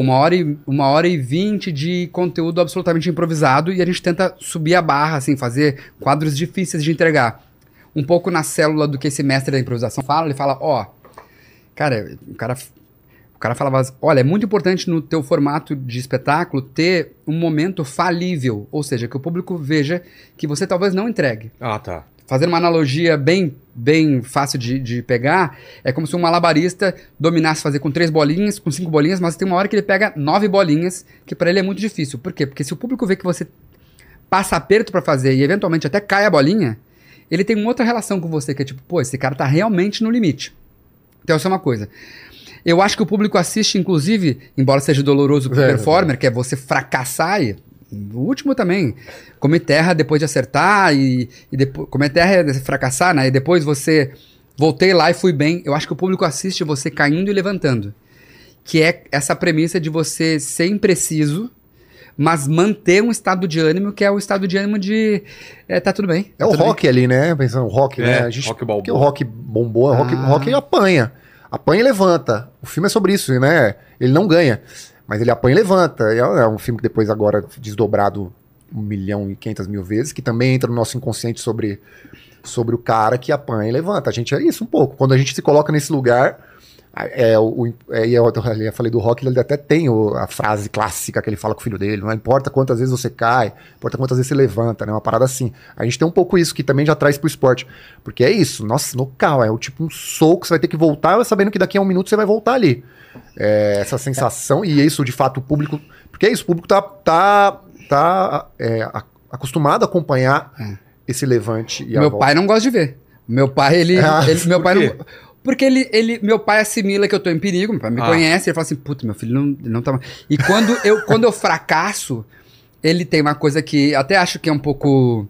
1h20 de conteúdo absolutamente improvisado, e a gente tenta subir a barra, assim, fazer quadros difíceis de entregar. Um pouco na célula do que esse mestre da improvisação fala, ele fala, cara, o cara falava, olha, é muito importante no teu formato de espetáculo ter um momento falível, ou seja, que o público veja que você talvez não entregue. Ah, tá. Fazendo uma analogia bem fácil de pegar, é como se um malabarista dominasse fazer com 3 bolinhas, com 5 bolinhas, mas tem uma hora que ele pega 9 bolinhas, que pra ele é muito difícil. Por quê? Porque se o público vê que você passa aperto pra fazer e eventualmente até cai a bolinha, ele tem uma outra relação com você, que é tipo, pô, esse cara tá realmente no limite. Então essa é uma coisa. Eu acho que o público assiste, inclusive, embora seja doloroso pro performer, que é você fracassar, e o último também, comer terra depois de acertar, e depois, comer terra é fracassar, né? E depois você, voltei lá e fui bem. Eu acho que o público assiste você caindo e levantando. Que é essa premissa de você ser impreciso, mas manter um estado de ânimo, que é o estado de ânimo de tá tudo bem. É o rock ali, né? Pensando, o rock, né? A gente, rock balboa. Porque o rock bombou, o rock apanha. Apanha e levanta. O filme é sobre isso, né? Ele não ganha, mas ele apanha e levanta. É um filme que depois agora desdobrado 1.500.000 vezes, que também entra no nosso inconsciente sobre sobre o cara que apanha e levanta. A gente é isso um pouco. Quando a gente se coloca nesse lugar, eu falei do Rock, ele até tem a frase clássica que ele fala com o filho dele, não importa quantas vezes você cai, importa quantas vezes você levanta, né? Uma parada assim. A gente tem um pouco isso, que também já traz pro esporte. Porque é isso, nossa, nocal, é o tipo um soco, você vai ter que voltar sabendo que daqui a 1 minuto você vai voltar ali. Essa sensação, e isso de fato o público, porque é isso, o público tá acostumado a acompanhar esse levante e Meu pai não gosta de ver. Meu pai, meu pai não... Porque meu pai assimila que eu tô em perigo, meu pai me conhece, ele fala assim, puta, meu filho não tá... E quando eu fracasso, ele tem uma coisa que até acho que é um pouco...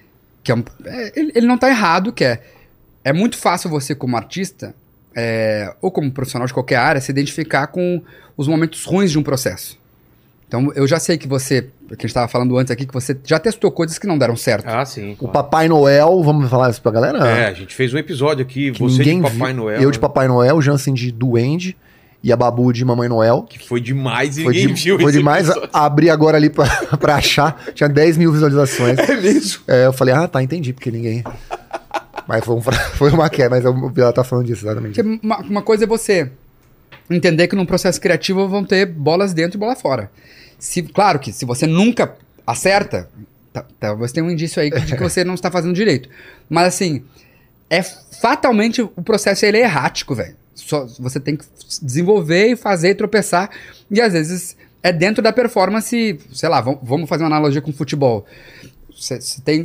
ele não tá errado, que é muito fácil você como artista, ou como profissional de qualquer área, se identificar com os momentos ruins de um processo. Então, eu já sei que você, que a gente estava falando antes aqui, que você já testou coisas que não deram certo. Sim. O Papai Noel, vamos falar isso pra galera? A gente fez um episódio aqui, você de Papai Noel. Eu de Papai Noel, o Jansen de Duende e a Babu de Mamãe Noel. Que foi demais e ninguém viu. Foi demais. Abri agora ali pra achar, tinha 10 mil visualizações. É mesmo? Eu falei, tá, entendi, porque ninguém... Mas foi uma queda, mas ela tá falando disso, exatamente. Uma coisa é você entender que num processo criativo vão ter bolas dentro e bola fora. Claro que se você nunca acerta, talvez tenha um indício aí de que você não está fazendo direito. Mas assim, fatalmente o processo ele é errático, velho. Você tem que desenvolver e fazer e tropeçar. E às vezes é dentro da performance, sei lá, vamos fazer uma analogia com futebol. Você tem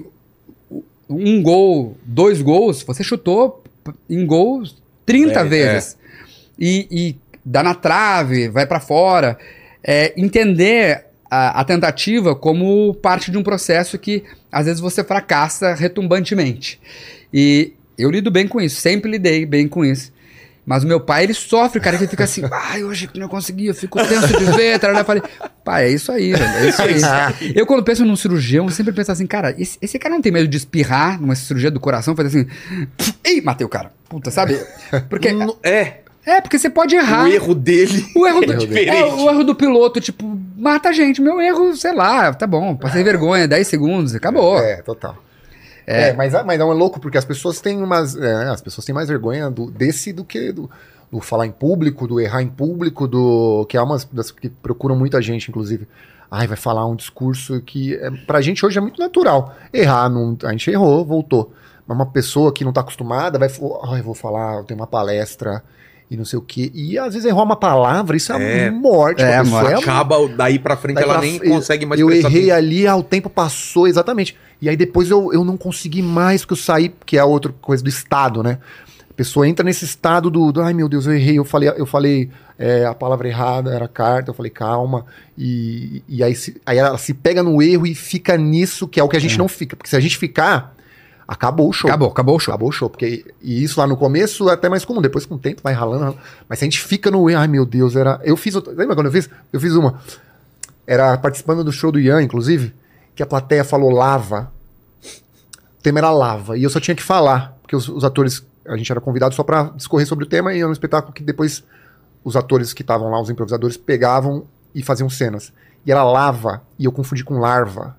1 gol, 2 gols, você chutou em gols 30 vezes. E dá na trave, vai pra fora. Entender a tentativa como parte de um processo que às vezes você fracassa retumbantemente. E eu lido bem com isso, sempre lidei bem com isso. Mas o meu pai, ele sofre, cara, que ele fica assim, hoje que não consegui, eu fico tenso de ver. Eu falei, pai, é isso aí, velho, é isso aí. Eu quando penso num cirurgião, eu sempre penso assim, cara, esse cara não tem medo de espirrar numa cirurgia do coração, fazer assim, matei o cara, puta, sabe? Porque... porque você pode errar. O erro dele é diferente. O erro do piloto, tipo, mata a gente. Meu erro, sei lá, tá bom, passei vergonha, 10 segundos, acabou. Total. Mas é louco, porque as pessoas têm as pessoas têm mais vergonha do que do falar em público, do errar em público, que é uma das que procuram muita gente, inclusive. Vai falar um discurso que pra gente hoje é muito natural. Errar, a gente errou, voltou. Mas uma pessoa que não tá acostumada vai falar, eu vou falar, eu tenho uma palestra... E não sei o quê. E às vezes errar uma palavra, isso é morte. Acaba daí pra frente, ela nem consegue mais eu errei ali, o tempo passou, exatamente. E aí depois eu não consegui mais, porque eu saí, que é a outra coisa do estado, né? A pessoa entra nesse estado ai meu Deus, eu errei, eu falei a palavra errada, era carta, eu falei calma. E aí ela se pega no erro e fica nisso, que é o que a gente não fica. Porque se a gente ficar... Acabou o show. Acabou o show. Acabou o show. E isso lá no começo é até mais comum. Depois, com o tempo, vai ralando. Mas se a gente fica no... Ai, meu Deus, eu fiz... Lembra quando eu fiz? Eu fiz uma... Era participando do show do Ian, inclusive, que a plateia falou lava. O tema era lava. E eu só tinha que falar. Porque os atores... A gente era convidado só pra discorrer sobre o tema. E era um espetáculo que depois os atores que estavam lá, os improvisadores, pegavam e faziam cenas. E era lava, e eu confundi com larva.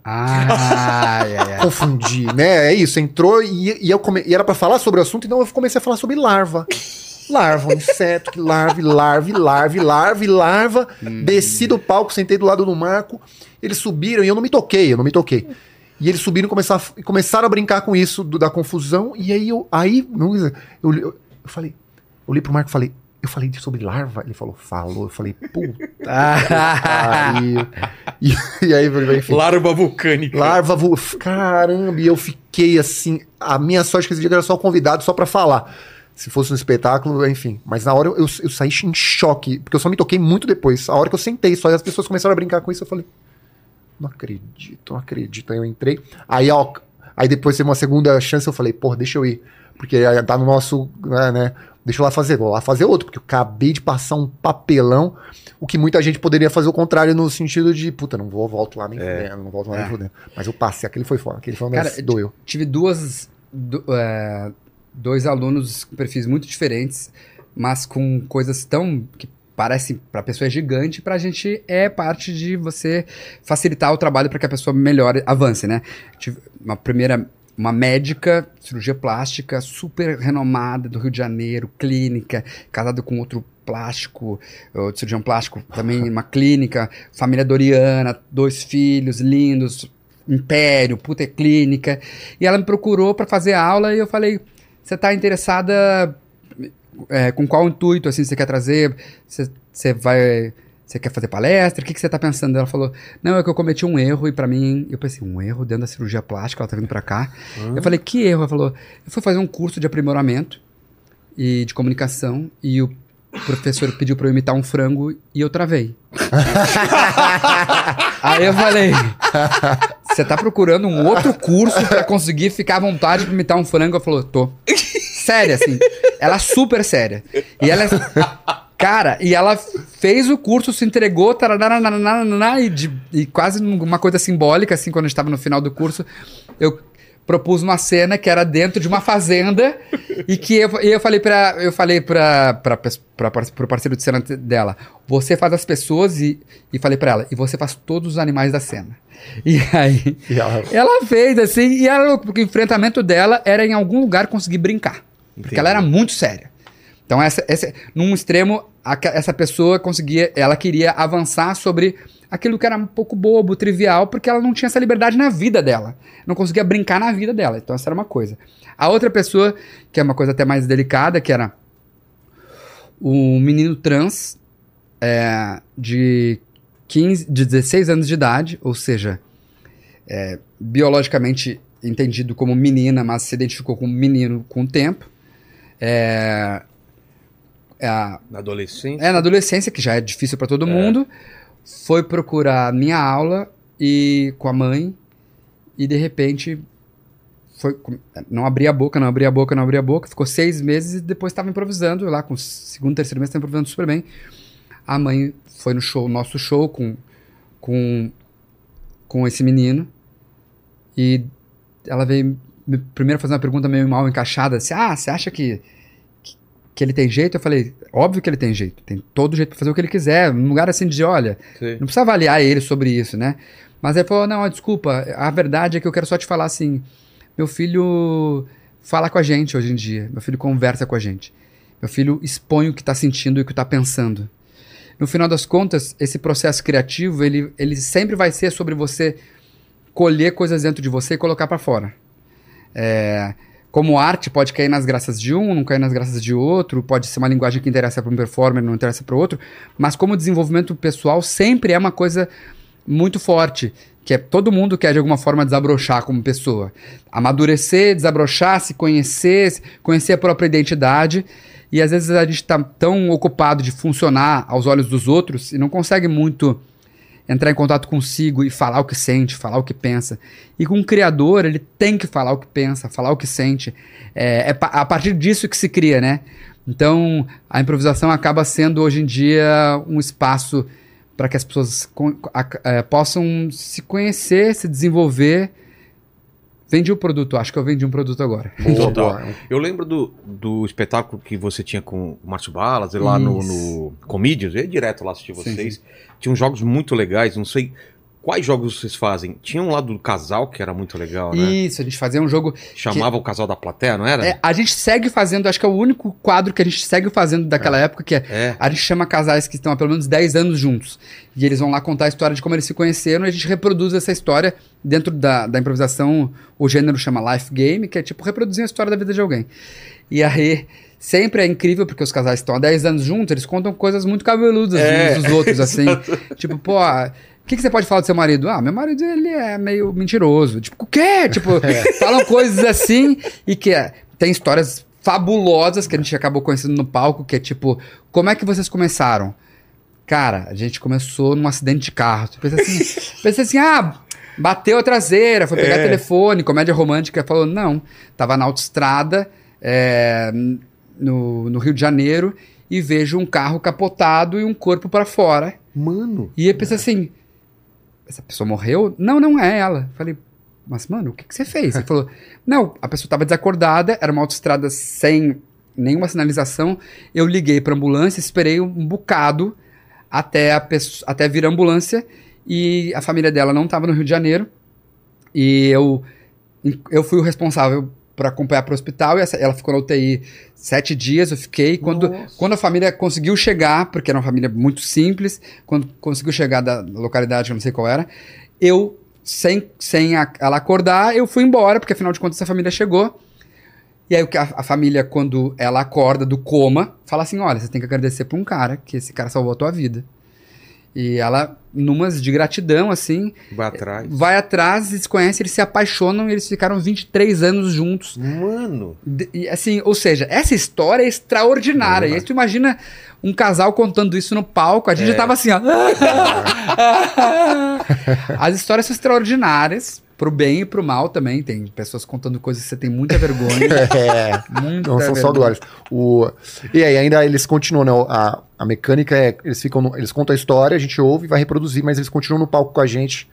Confundi, né? É isso, entrou e era pra falar sobre o assunto, então eu comecei a falar sobre larva. Larva, um inseto que larva. Desci do palco, sentei do lado do Marco, eles subiram e eu não me toquei. E eles subiram e começaram a brincar com isso, da confusão, e aí eu falei, eu olhei pro Marco e falei, eu falei sobre larva, ele falou, eu falei, puta e aí, enfim. Larva vulcânica. Caramba, e eu fiquei assim, a minha sorte que esse dia era só convidado, só pra falar. Se fosse um espetáculo, enfim. Mas na hora eu saí em choque, porque eu só me toquei muito depois. A hora que eu sentei, só as pessoas começaram a brincar com isso, eu falei, não acredito. Aí eu entrei, aí depois teve uma segunda chance, eu falei, deixa eu ir. Porque tá no nosso, né, deixa eu lá fazer, vou lá fazer outro, porque eu acabei de passar um papelão, o que muita gente poderia fazer o contrário no sentido de, puta, não volto lá nem fudendo, não volto lá nem fudendo. Mas eu passei, aquele foi foda, aquele foi um Cara, doeu. Tive dois alunos com perfis muito diferentes, mas com coisas que parecem pra pessoa é gigante, pra gente é parte de você facilitar o trabalho para que a pessoa melhore, avance, né? Tive uma primeira uma médica, cirurgia plástica, super renomada do Rio de Janeiro, clínica, casada com outro plástico, cirurgião plástico, também uma clínica, família Doriana, 2 filhos lindos, império, puta clínica. E ela me procurou para fazer aula e eu falei, você tá interessada com qual intuito, assim, você quer trazer? Você quer fazer palestra? O que você tá pensando? Ela falou, não, é que eu cometi um erro e pra mim... Eu pensei, um erro dentro da cirurgia plástica? Ela tá vindo pra cá. Eu falei, que erro? Ela falou, eu fui fazer um curso de aprimoramento e de comunicação e o professor pediu pra eu imitar um frango e eu travei. Aí eu falei, você tá procurando um outro curso pra conseguir ficar à vontade pra imitar um frango? Ela falou, tô. Séria, assim. Ela super séria. E ela... Cara, e ela fez o curso, se entregou, e quase uma coisa simbólica, assim, quando a gente estava no final do curso, eu propus uma cena que era dentro de uma fazenda e que eu falei pro parceiro de cena dela, você faz as pessoas e falei pra ela, e você faz todos os animais da cena. E aí, ela fez assim, e porque o enfrentamento dela era em algum lugar conseguir brincar, porque ela era muito séria. Então, num extremo, essa pessoa ela queria avançar sobre aquilo que era um pouco bobo, trivial, porque ela não tinha essa liberdade na vida dela. Não conseguia brincar na vida dela. Então, essa era uma coisa. A outra pessoa, que é uma coisa até mais delicada, que era um menino trans de 16 anos de idade, ou seja, biologicamente entendido como menina, mas se identificou como menino com o tempo. Na adolescência? Na adolescência, que já é difícil para todo mundo. Foi procurar minha aula com a mãe e de repente não abria a boca, ficou 6 meses e depois estava improvisando lá, com o segundo, terceiro mês estava improvisando super bem. A mãe foi no nosso show com esse menino e ela veio primeiro fazer uma pergunta meio mal encaixada, assim, você acha que ele tem jeito? Eu falei, óbvio que ele tem jeito, tem todo jeito pra fazer o que ele quiser, num lugar assim de, olha, sim, não precisa avaliar ele sobre isso, né? Mas ele falou, não, desculpa, a verdade é que eu quero só te falar assim, meu filho fala com a gente hoje em dia, meu filho conversa com a gente, meu filho expõe o que tá sentindo e o que tá pensando. No final das contas, esse processo criativo, ele sempre vai ser sobre você colher coisas dentro de você e colocar pra fora. Como arte pode cair nas graças de um, não cair nas graças de outro, pode ser uma linguagem que interessa para um performer, não interessa para o outro, mas como desenvolvimento pessoal sempre é uma coisa muito forte, que é todo mundo quer de alguma forma desabrochar como pessoa. Amadurecer, desabrochar, se conhecer a própria identidade, e às vezes a gente está tão ocupado de funcionar aos olhos dos outros e não consegue muito entrar em contato consigo e falar o que sente, falar o que pensa. E com um criador, ele tem que falar o que pensa, falar o que sente. É a partir disso que se cria, né? Então, a improvisação acaba sendo, hoje em dia, um espaço para que as pessoas possam se conhecer, se desenvolver. Vendi o produto, acho que eu vendi um produto agora. Total. Eu lembro do espetáculo que você tinha com o Márcio Balas, lá no Comedians, eu ia direto lá assistir vocês. Sim. Tinham jogos muito legais, não sei quais jogos vocês fazem. Tinha um lá do casal que era muito legal, né? Isso, a gente fazia um jogo... Chamava o casal da plateia, não era? A gente segue fazendo, acho que é o único quadro que a gente segue fazendo daquela época, que a gente chama casais que estão há pelo menos 10 anos juntos. E eles vão lá contar a história de como eles se conheceram e a gente reproduz essa história dentro da improvisação. O gênero chama Life Game, que é tipo reproduzir a história da vida de alguém. E aí... Sempre é incrível, porque os casais estão há 10 anos juntos, eles contam coisas muito cabeludas uns dos outros, assim. Tipo, pô, o que você pode falar do seu marido? Meu marido, ele é meio mentiroso. Tipo, o quê? Tipo, falam coisas assim e que tem histórias fabulosas que a gente acabou conhecendo no palco, que é tipo, como é que vocês começaram? Cara, a gente começou num acidente de carro. Pensa assim, bateu a traseira, foi pegar telefone, comédia romântica. Falou, não, tava na autoestrada, no Rio de Janeiro, e vejo um carro capotado e um corpo pra fora. Mano. E eu pensei assim, essa pessoa morreu? Não é ela. Falei, mas mano, o que você fez? Ele falou, não, a pessoa tava desacordada, era uma autoestrada sem nenhuma sinalização, eu liguei pra ambulância, esperei um bocado até vir a ambulância, e a família dela não tava no Rio de Janeiro, e eu eu fui o responsável para acompanhar para o hospital, e ela ficou na UTI 7 dias, eu fiquei. Quando a família conseguiu chegar, porque era uma família muito simples, quando conseguiu chegar da localidade, eu não sei qual era, eu, sem ela acordar, eu fui embora, porque afinal de contas a família chegou. E aí a família, quando ela acorda do coma, fala assim, olha, você tem que agradecer pra um cara, que esse cara salvou a tua vida. E ela, numas de gratidão, assim... Vai atrás, eles se conhecem, eles se apaixonam e eles ficaram 23 anos juntos. Mano! E, assim, ou seja, essa história é extraordinária. E aí tu imagina um casal contando isso no palco, a gente já tava assim, ó... As histórias são extraordinárias, pro bem e pro mal também. Tem pessoas contando coisas que você tem muita vergonha. Muita não são só glórias. E aí ainda eles continuam, né? A mecânica é, eles contam a história, a gente ouve e vai reproduzir, mas eles continuam no palco com a gente.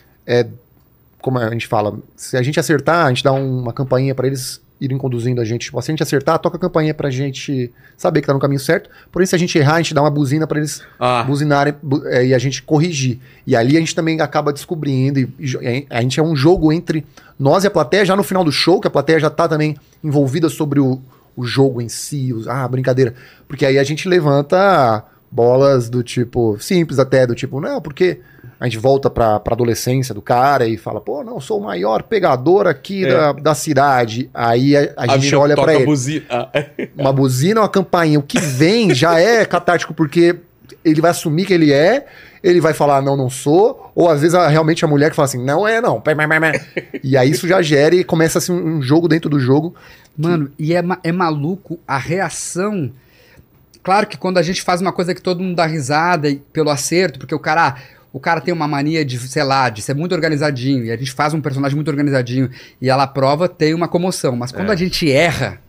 Como a gente fala, se a gente acertar, a gente dá uma campainha pra eles irem conduzindo a gente. Tipo, se a gente acertar, toca a campainha pra gente saber que tá no caminho certo. Porém, se a gente errar, a gente dá uma buzina pra eles buzinarem e a gente corrigir. E ali a gente também acaba descobrindo. E a gente é um jogo entre nós e a plateia, já no final do show, que a plateia já tá também envolvida sobre o jogo em si, brincadeira. Porque aí a gente levanta bolas do tipo, simples até, do tipo, não, porque a gente volta pra adolescência do cara e fala, pô, não, sou o maior pegador aqui da cidade. Aí a gente olha pra ele. Uma buzina ou uma campainha. O que vem já é catártico, porque ele vai assumir que ele vai falar, não sou, ou às vezes realmente a mulher que fala assim, não. E aí isso já gera e começa assim um jogo dentro do jogo. Mano, e é maluco a reação. Claro que quando a gente faz uma coisa que todo mundo dá risada pelo acerto, porque o cara tem uma mania de, sei lá, de ser muito organizadinho, e a gente faz um personagem muito organizadinho, e ela prova, tem uma comoção. Mas quando a gente erra,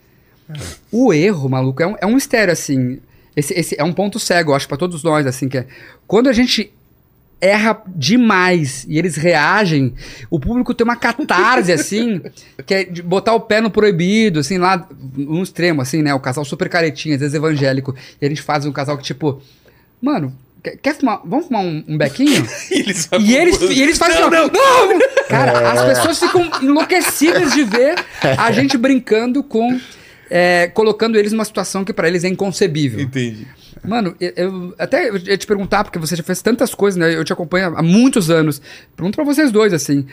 o erro, maluco, é um mistério, assim. Esse é um ponto cego, eu acho, pra todos nós, assim, que é... Quando a gente erra demais e eles reagem, o público tem uma catarse, assim, que é de botar o pé no proibido, assim, lá no extremo, assim, né? O casal super caretinha, às vezes evangélico, e a gente faz um casal que, tipo, mano, quer fumar? Vamos fumar um bequinho? e eles fazem assim, não! Cara, as pessoas ficam enlouquecidas de ver a gente brincando com... colocando eles numa situação que pra eles é inconcebível. Entendi. Mano, eu ia te perguntar, porque você já fez tantas coisas, né? Eu te acompanho há muitos anos. Pergunto pra vocês dois, assim,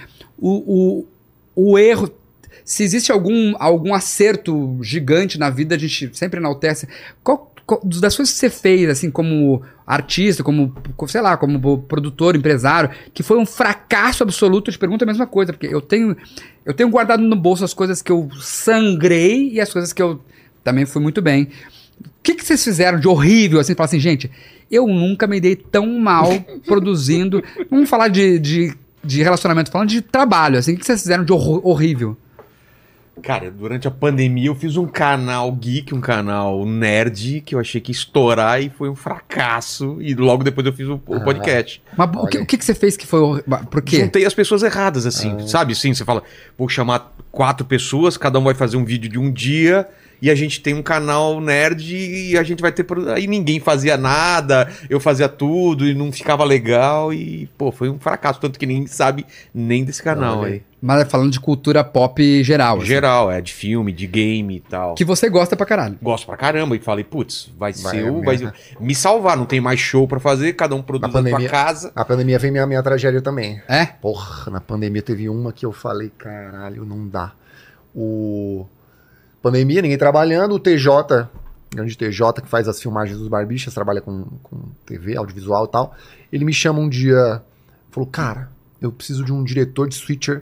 o erro, se existe algum acerto gigante na vida, a gente sempre enaltece. Qual das coisas que você fez, assim, como artista, como, sei lá, como produtor, empresário, que foi um fracasso absoluto? Eu te pergunto a mesma coisa, porque eu tenho guardado no bolso as coisas que eu sangrei e as coisas que eu também fui muito bem. O que vocês fizeram de horrível, assim, falar assim, gente, eu nunca me dei tão mal produzindo, vamos falar de relacionamento, falando de trabalho, assim, o que vocês fizeram de horrível? Cara, durante a pandemia eu fiz um canal geek, um canal nerd, que eu achei que ia estourar e foi um fracasso. E logo depois eu fiz o podcast. Mas o que você fez que foi... Por quê? Juntei as pessoas erradas, assim, sabe? Sim, você fala, vou chamar 4 pessoas, cada um vai fazer um vídeo de um dia... E a gente tem um canal nerd e a gente vai ter... Aí ninguém fazia nada, eu fazia tudo e não ficava legal. E, pô, foi um fracasso. Tanto que ninguém sabe nem desse canal aí. Mas é falando de cultura pop geral. Geral, de filme, de game e tal. Que você gosta pra caralho. Gosto pra caramba. E falei, putz, vai me salvar. Não tem mais show pra fazer, cada um produz na sua casa. A pandemia veio minha tragédia também. É? Porra, na pandemia teve uma que eu falei, caralho, não dá. Pandemia, ninguém trabalhando, o TJ, grande TJ, que faz as filmagens dos Barbichas, trabalha com TV, audiovisual e tal, ele me chama um dia, falou, cara, eu preciso de um diretor de switcher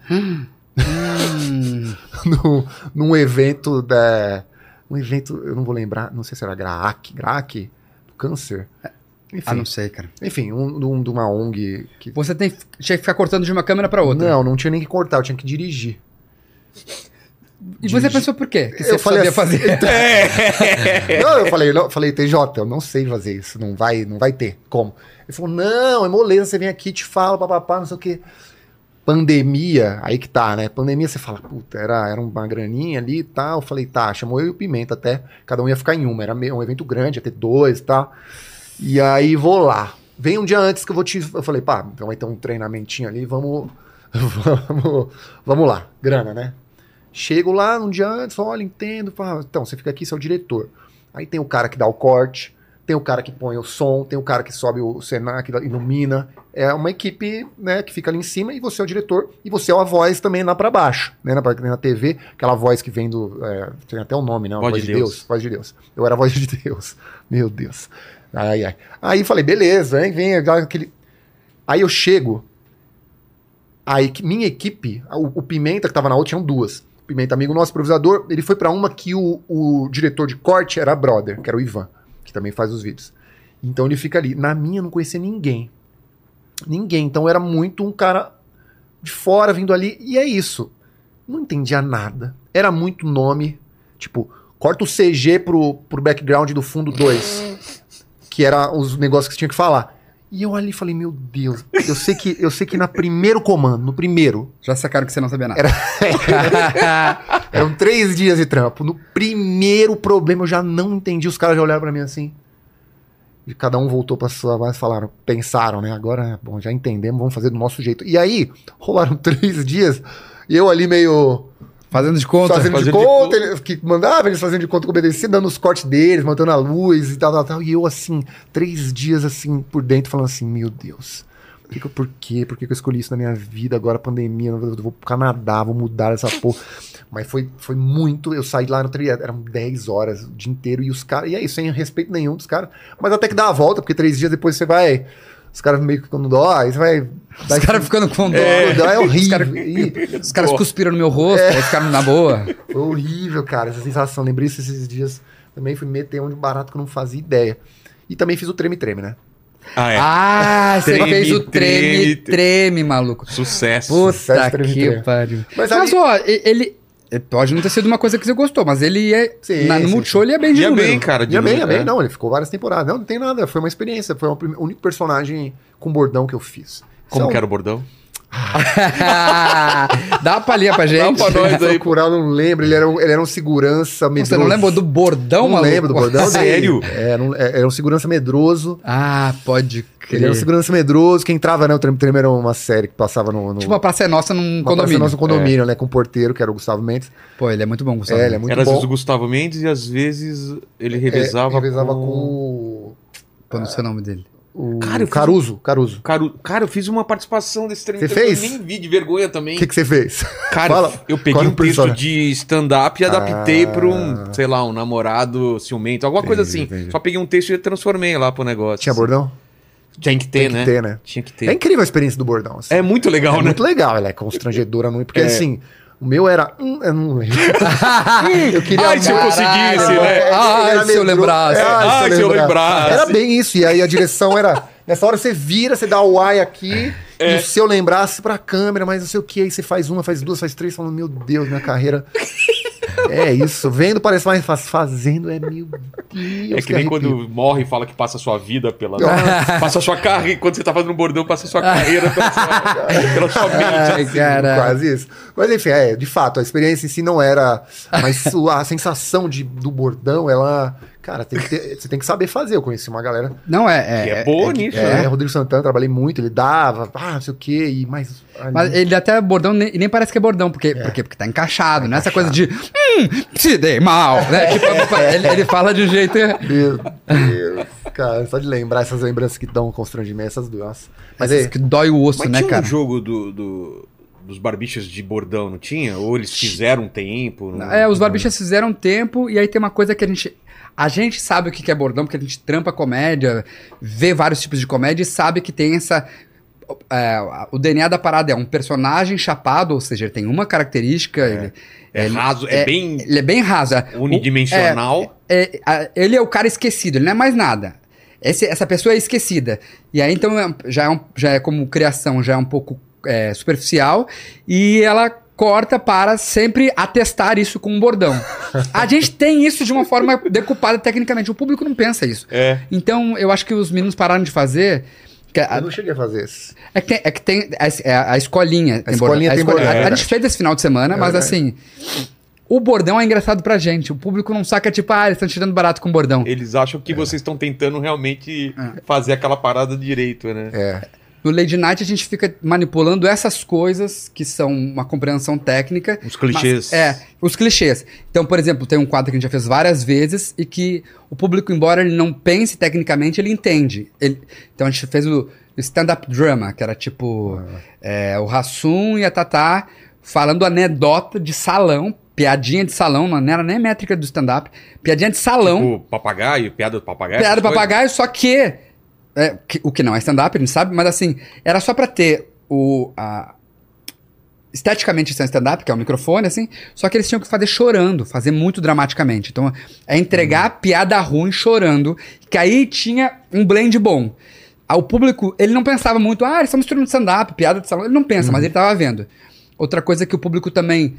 num evento, eu não vou lembrar, não sei se era GRAAC, do câncer. Enfim, não sei, cara. Enfim, de uma ONG. Você tinha que ficar cortando de uma câmera pra outra. Não tinha nem que cortar, eu tinha que dirigir. E você pensou por quê? Que você sabia fazer? Não, eu falei, TJ, eu não sei fazer isso, não vai ter, como? Ele falou, não, é moleza, você vem aqui, te fala, papapá, não sei o quê. Pandemia, aí que tá, né? Pandemia, você fala, puta, era uma graninha ali e tal. Eu falei, tá, chamou eu e o Pimenta até, cada um ia ficar em uma, era um evento grande, ia ter 2 e tal. E aí, vou lá. Vem um dia antes que eu falei, pá, então vai ter um treinamentinho ali, vamos vamos lá, grana, né? Chego lá um dia antes, falo, olha, entendo. Falo, então, você fica aqui, você é o diretor. Aí tem o cara que dá o corte, tem o cara que põe o som, tem o cara que sobe o cenário, que ilumina. É uma equipe, né, que fica ali em cima e você é o diretor e você é a voz também lá pra baixo, né, na TV, aquela voz que vem do... tem até um nome, né? Voz de Deus. Voz de Deus. Eu era a voz de Deus. Meu Deus. Aí falei, beleza, hein, vem aquele... Aí eu chego, aí minha equipe, o Pimenta que tava na outra, tinham duas. O Pimenta, amigo nosso, improvisador, ele foi pra uma que o diretor de corte era brother, que era o Ivan, que também faz os vídeos. Então ele fica ali. Na minha, eu não conhecia ninguém. Então era muito um cara de fora vindo ali. E é isso. Não entendia nada. Era muito nome. Tipo, corta o CG pro background do fundo 2. Que era os negócios que você tinha que falar. E eu ali falei, meu Deus. Eu sei que no primeiro comando, no primeiro... Já sacaram que você não sabia nada. Eram 3 dias de trampo. No primeiro problema eu já não entendi. Os caras já olharam pra mim assim. E cada um voltou pra sua base e pensaram, né? Agora, bom, já entendemos, vamos fazer do nosso jeito. E aí, rolaram 3 dias, e eu ali meio... Fazendo de conta. Ele, que mandava eles fazendo de conta que obedecia, dando os cortes deles, mantendo a luz e tal. E eu assim, 3 dias assim, por dentro, falando assim, meu Deus, por quê? Por que eu escolhi isso na minha vida? Agora pandemia, eu vou pro Canadá, vou mudar essa porra. Mas foi muito, eu saí lá no triângulo, eram 10 horas o dia inteiro, e os caras, e é isso, sem respeito nenhum dos caras, mas até que dá a volta, porque 3 dias depois você vai, os caras meio que ficando dó, aí você vai... Os caras ficando com dó. É horrível. Os caras cuspiram no meu rosto, aí ficaram na boa. Foi horrível, cara, essa sensação, lembrei isso esses dias, também fui meter um de barato que eu não fazia ideia. E também fiz o treme-treme, né? Você fez o treme, maluco. Sucesso. Puta que pariu. Mas ó, ele pode não ter sido uma coisa que você gostou, mas ele é... no Multishow ele é bem de ia número. Bem, cara. Ia bem. Não, ele ficou várias temporadas. Não tem nada, foi uma experiência. Foi o único personagem com bordão que eu fiz. Como que era o bordão? Dá uma palhinha pra gente. Dá pra nós aí. Procurar, eu não lembro. Ele era um segurança medroso. Você não lembra do bordão, maluco? Não lembro do bordão. Sério? Era um segurança medroso. Pode crer. Ele era um segurança medroso. Quem entrava, né? O Treme era uma série que passava no... Tipo, a Praça é Nossa num condomínio. Praça é Nossa num condomínio, né? Com o porteiro, que era o Gustavo Mendes. Pô, ele é muito bom, Gustavo. Ele é muito era bom. Às vezes o Gustavo Mendes e às vezes ele revezava com... Qual é o nome dele? Caruso. Cara, eu fiz uma participação desse treino. Você fez? Eu nem vi de vergonha também. O que você fez? Cara, eu peguei um texto de stand-up e adaptei pra sei lá, um namorado ciumento, alguma coisa assim. Entendi. Só peguei um texto e transformei lá pro negócio. Tinha bordão? Tinha que ter, né? Tinha que ter. É incrível a experiência do bordão. Assim. É muito legal, né? É muito legal, ela é constrangedora, porque assim... O meu era... eu não lembro. Eu queria... se eu conseguisse, né? Se eu lembrasse. Se eu lembrasse. Era bem isso. E aí a direção era... Nessa hora você vira, você dá o ai aqui, e se eu lembrasse pra câmera, mas não sei o que, aí você faz uma, faz duas, faz 3, falando, meu Deus, minha carreira... É isso, vendo parece mais fácil, fazendo é meu Deus. É que nem quando morre e fala que passa a sua vida pela... passa a sua carreira, quando você tá fazendo um bordão, passa a sua carreira pela sua mente. Assim, quase isso. Mas enfim, de fato, a experiência em si não era... Mas a sensação do bordão, ela... Cara, você tem que saber fazer. Eu conheci uma galera... Não, que é boa nisso, né? Rodrigo Santana, trabalhei muito, ele dava, não sei o quê, mas ele até bordão, nem parece que é bordão, porque tá encaixado, não é essa coisa de te dei mal, né? Tipo, ele fala de um jeito... Meu Deus, cara, só de lembrar essas lembranças que dão constrangimento, essas duas. Mas que dói o osso, mas né, tinha cara? Um jogo dos barbichas de bordão, não tinha? Ou eles fizeram um tempo? Os barbichas fizeram um tempo, e aí tem uma coisa que a gente sabe o que é bordão, porque a gente trampa comédia, vê vários tipos de comédia e sabe que tem essa... o DNA da parada é um personagem chapado, ou seja, ele tem uma característica... Raso, ele é bem raso. Unidimensional. Ele é o cara esquecido, ele não é mais nada. Essa pessoa é esquecida. E aí, então, já é como criação, já é um pouco superficial, e ela... corta para sempre atestar isso com um bordão. A gente tem isso de uma forma decupada tecnicamente. O público não pensa isso. Então, eu acho que os meninos pararam de fazer... Eu não cheguei a fazer isso. É que tem a escolinha. A escolinha tem bordão. A gente fez esse final de semana, mas assim... O bordão é engraçado pra gente. O público não saca, tipo, eles estão tirando barato com bordão. Eles acham que vocês estão tentando realmente fazer aquela parada direito, né? No Lady Night a gente fica manipulando essas coisas que são uma compreensão técnica. Os clichês. Os clichês. Então, por exemplo, tem um quadro que a gente já fez várias vezes e que o público, embora ele não pense tecnicamente, ele entende. Então a gente fez o stand-up drama, que era tipo o Hassum e a Tatá falando anedota de salão, piadinha de salão, não era nem métrica do stand-up, piadinha de salão. Tipo papagaio, piada do papagaio. Piada do papagaio, só que o que não é stand-up, a gente sabe, mas assim, era só pra ter esteticamente isso é stand-up, que é o microfone, assim, só que eles tinham que fazer chorando, fazer muito dramaticamente. Então, é entregar a piada ruim chorando, que aí tinha um blend bom. O público, ele não pensava muito, eles estão misturando stand-up, piada de salão, ele não pensa, mas ele tava vendo. Outra coisa que o público também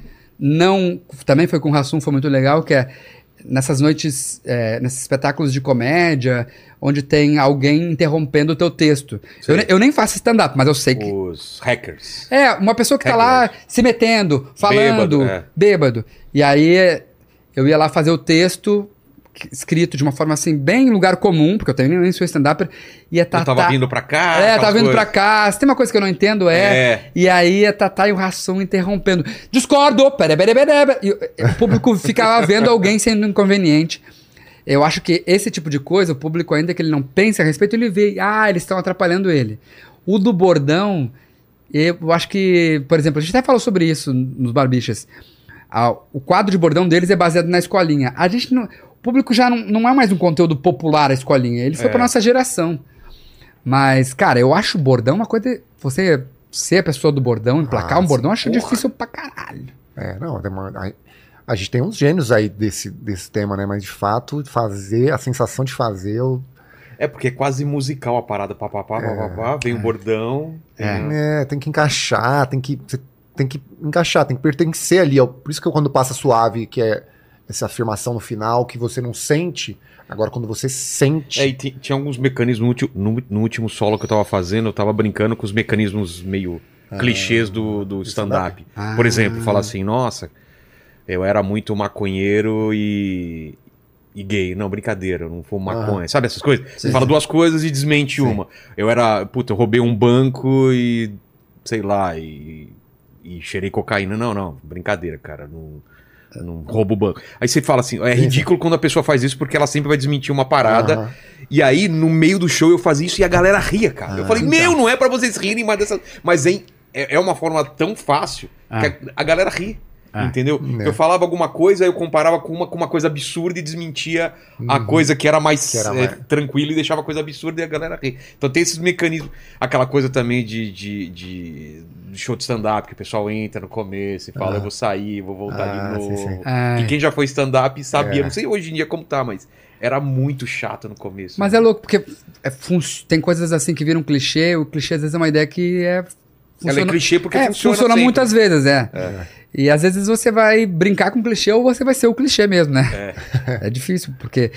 foi com o Hassum, foi muito legal, que é nessas noites, nesses espetáculos de comédia, onde tem alguém interrompendo o teu texto. Eu nem faço stand-up, mas eu sei que... Os hackers. Uma pessoa que tá lá se metendo, falando, bêbado. E aí eu ia lá fazer o texto escrito de uma forma assim, bem em lugar comum, porque eu também nem sou stand-up. E a Tatá... Eu tava vindo pra cá. Tava vindo pra cá. Se tem uma coisa que eu não entendo, E aí a Tatá e o Hassum interrompendo. Discordo! E o público ficava vendo alguém sendo inconveniente. Eu acho que esse tipo de coisa, o público, ainda que ele não pense a respeito, ele vê, eles estão atrapalhando ele. O do bordão, eu acho que, por exemplo, a gente até falou sobre isso nos Barbichas. O quadro de bordão deles é baseado na escolinha. O público já não é mais um conteúdo popular, a escolinha. Ele foi pra nossa geração. Mas, cara, eu acho o bordão uma coisa... Você ser a pessoa do bordão, emplacar um bordão, eu acho difícil pra caralho. A gente tem uns gênios aí desse tema, né? Mas, de fato, a sensação de fazer... Porque é quase musical a parada. Vem o bordão. Tem que encaixar, tem que encaixar, tem que pertencer ali. Por isso que quando passa suave, que é essa afirmação no final, que você não sente, agora quando você sente... E tinha alguns mecanismos, no último solo que eu tava fazendo, eu tava brincando com os mecanismos meio clichês do stand-up. Por exemplo, falar assim, nossa, eu era muito maconheiro e gay. Não, brincadeira, eu não fumo maconha. Sabe essas coisas? Você fala duas coisas e desmente uma. Eu roubei um banco e, sei lá, e cheirei cocaína. Não, brincadeira, cara, não roubo o banco. Aí você fala assim, é ridículo quando a pessoa faz isso porque ela sempre vai desmentir uma parada. E aí, no meio do show, eu fazia isso e a galera ria, cara. Eu falei, não é pra vocês rirem, mas é uma forma tão fácil que a galera ri. Entendeu? Eu falava alguma coisa, eu comparava com uma coisa absurda e desmentia a coisa que era mais tranquila e deixava a coisa absurda e a galera ri. Então tem esses mecanismos. Aquela coisa também de show de stand-up, que o pessoal entra no começo e fala, eu vou sair, vou voltar de novo. Sim. E quem já foi stand-up sabia, não sei hoje em dia como tá, mas era muito chato no começo. Mas é louco, porque tem coisas assim que viram clichê, o clichê às vezes é uma ideia que ela é clichê porque funciona muitas vezes, E às vezes você vai brincar com clichê ou você vai ser o clichê mesmo, né? É difícil, porque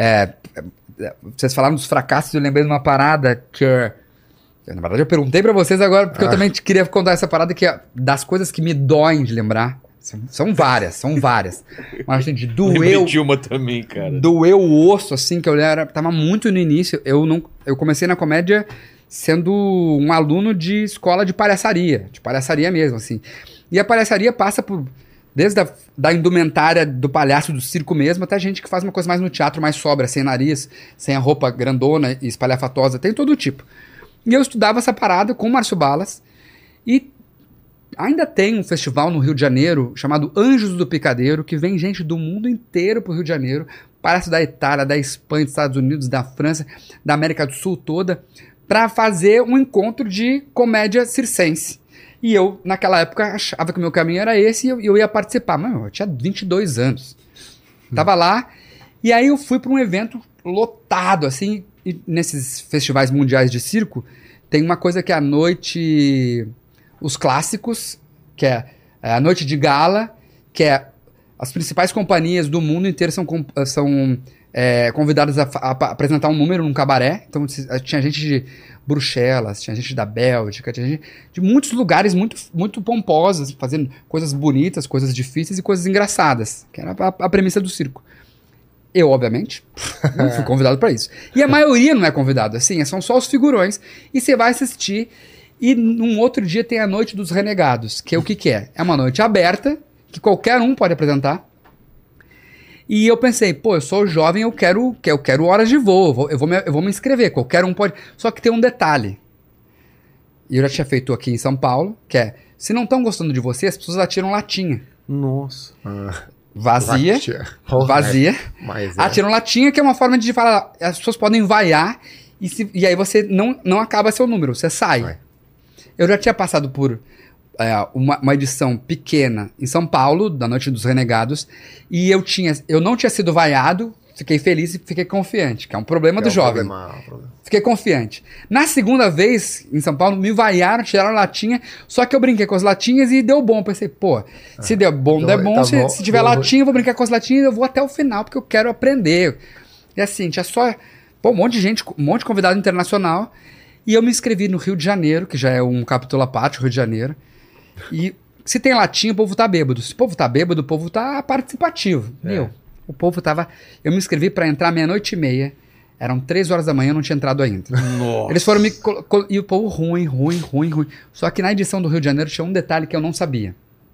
vocês falaram dos fracassos, eu lembrei de uma parada que... Na verdade, eu perguntei pra vocês agora, porque eu também queria contar essa parada que das coisas que me doem de lembrar. São várias. Mas, gente, doeu... uma também, cara. Doeu o osso, assim, que eu tava muito no início. Eu comecei na comédia sendo um aluno de escola de palhaçaria mesmo, assim. E a palhaçaria passa por... Desde da indumentária do palhaço do circo mesmo, até gente que faz uma coisa mais no teatro, mais sóbria, sem nariz, sem a roupa grandona e espalhafatosa, tem todo tipo. E eu estudava essa parada com o Márcio Balas. E ainda tem um festival no Rio de Janeiro chamado Anjos do Picadeiro, que vem gente do mundo inteiro pro Rio de Janeiro, palhaço da Itália, da Espanha, dos Estados Unidos, da França, da América do Sul toda, para fazer um encontro de comédia circense. E eu, naquela época, achava que o meu caminho era esse e eu ia participar. Mano, eu tinha 22 anos. Tava lá, e aí eu fui para um evento lotado, assim, e nesses festivais mundiais de circo, tem uma coisa que é a noite... Os clássicos, que é a noite de gala, que é... As principais companhias do mundo inteiro são convidadas a apresentar um número num cabaré. Então tinha gente de Bruxelas, tinha gente da Bélgica, tinha gente de muitos lugares muito, muito pomposos, fazendo coisas bonitas, coisas difíceis e coisas engraçadas, que era a premissa do circo. Eu, obviamente, Não fui convidado pra isso. E a maioria não é convidado, assim, são só os figurões. E você vai assistir. E num outro dia tem a Noite dos Renegados, que é o que é? É uma noite aberta, que qualquer um pode apresentar. E eu pensei, pô, eu sou jovem, eu quero horas de voo, eu vou me inscrever, qualquer um pode. Só que tem um detalhe. E eu já tinha feito aqui em São Paulo, que é, se não estão gostando de você, as pessoas atiram latinha. Nossa. Vazia. Mas Atiram latinha, que é uma forma de falar, as pessoas podem vaiar, e aí você não acaba seu número, você sai. Vai. Eu já tinha passado por uma edição pequena em São Paulo, da Noite dos Renegados, e eu não tinha sido vaiado, fiquei feliz e fiquei confiante, que é um problema do jovem. Fiquei confiante. Na segunda vez, em São Paulo, me vaiaram, tiraram latinha, só que eu brinquei com as latinhas e deu bom. Pensei, pô, se der bom, der bom. Tá Se tiver latinha, eu vou brincar com as latinhas e eu vou até o final, porque eu quero aprender. E assim, tinha só um monte de gente, um monte de convidado internacional, e eu me inscrevi no Rio de Janeiro, que já é um capítulo à parte, Rio de Janeiro. E se tem latinha, o povo tá bêbado. Se o povo tá bêbado, o povo tá participativo. O povo tava... Eu me inscrevi pra entrar 00:30. Eram 3 horas da manhã, eu não tinha entrado ainda. Nossa. Eles foram e o povo ruim. Só que na edição do Rio de Janeiro tinha um detalhe que eu não sabia.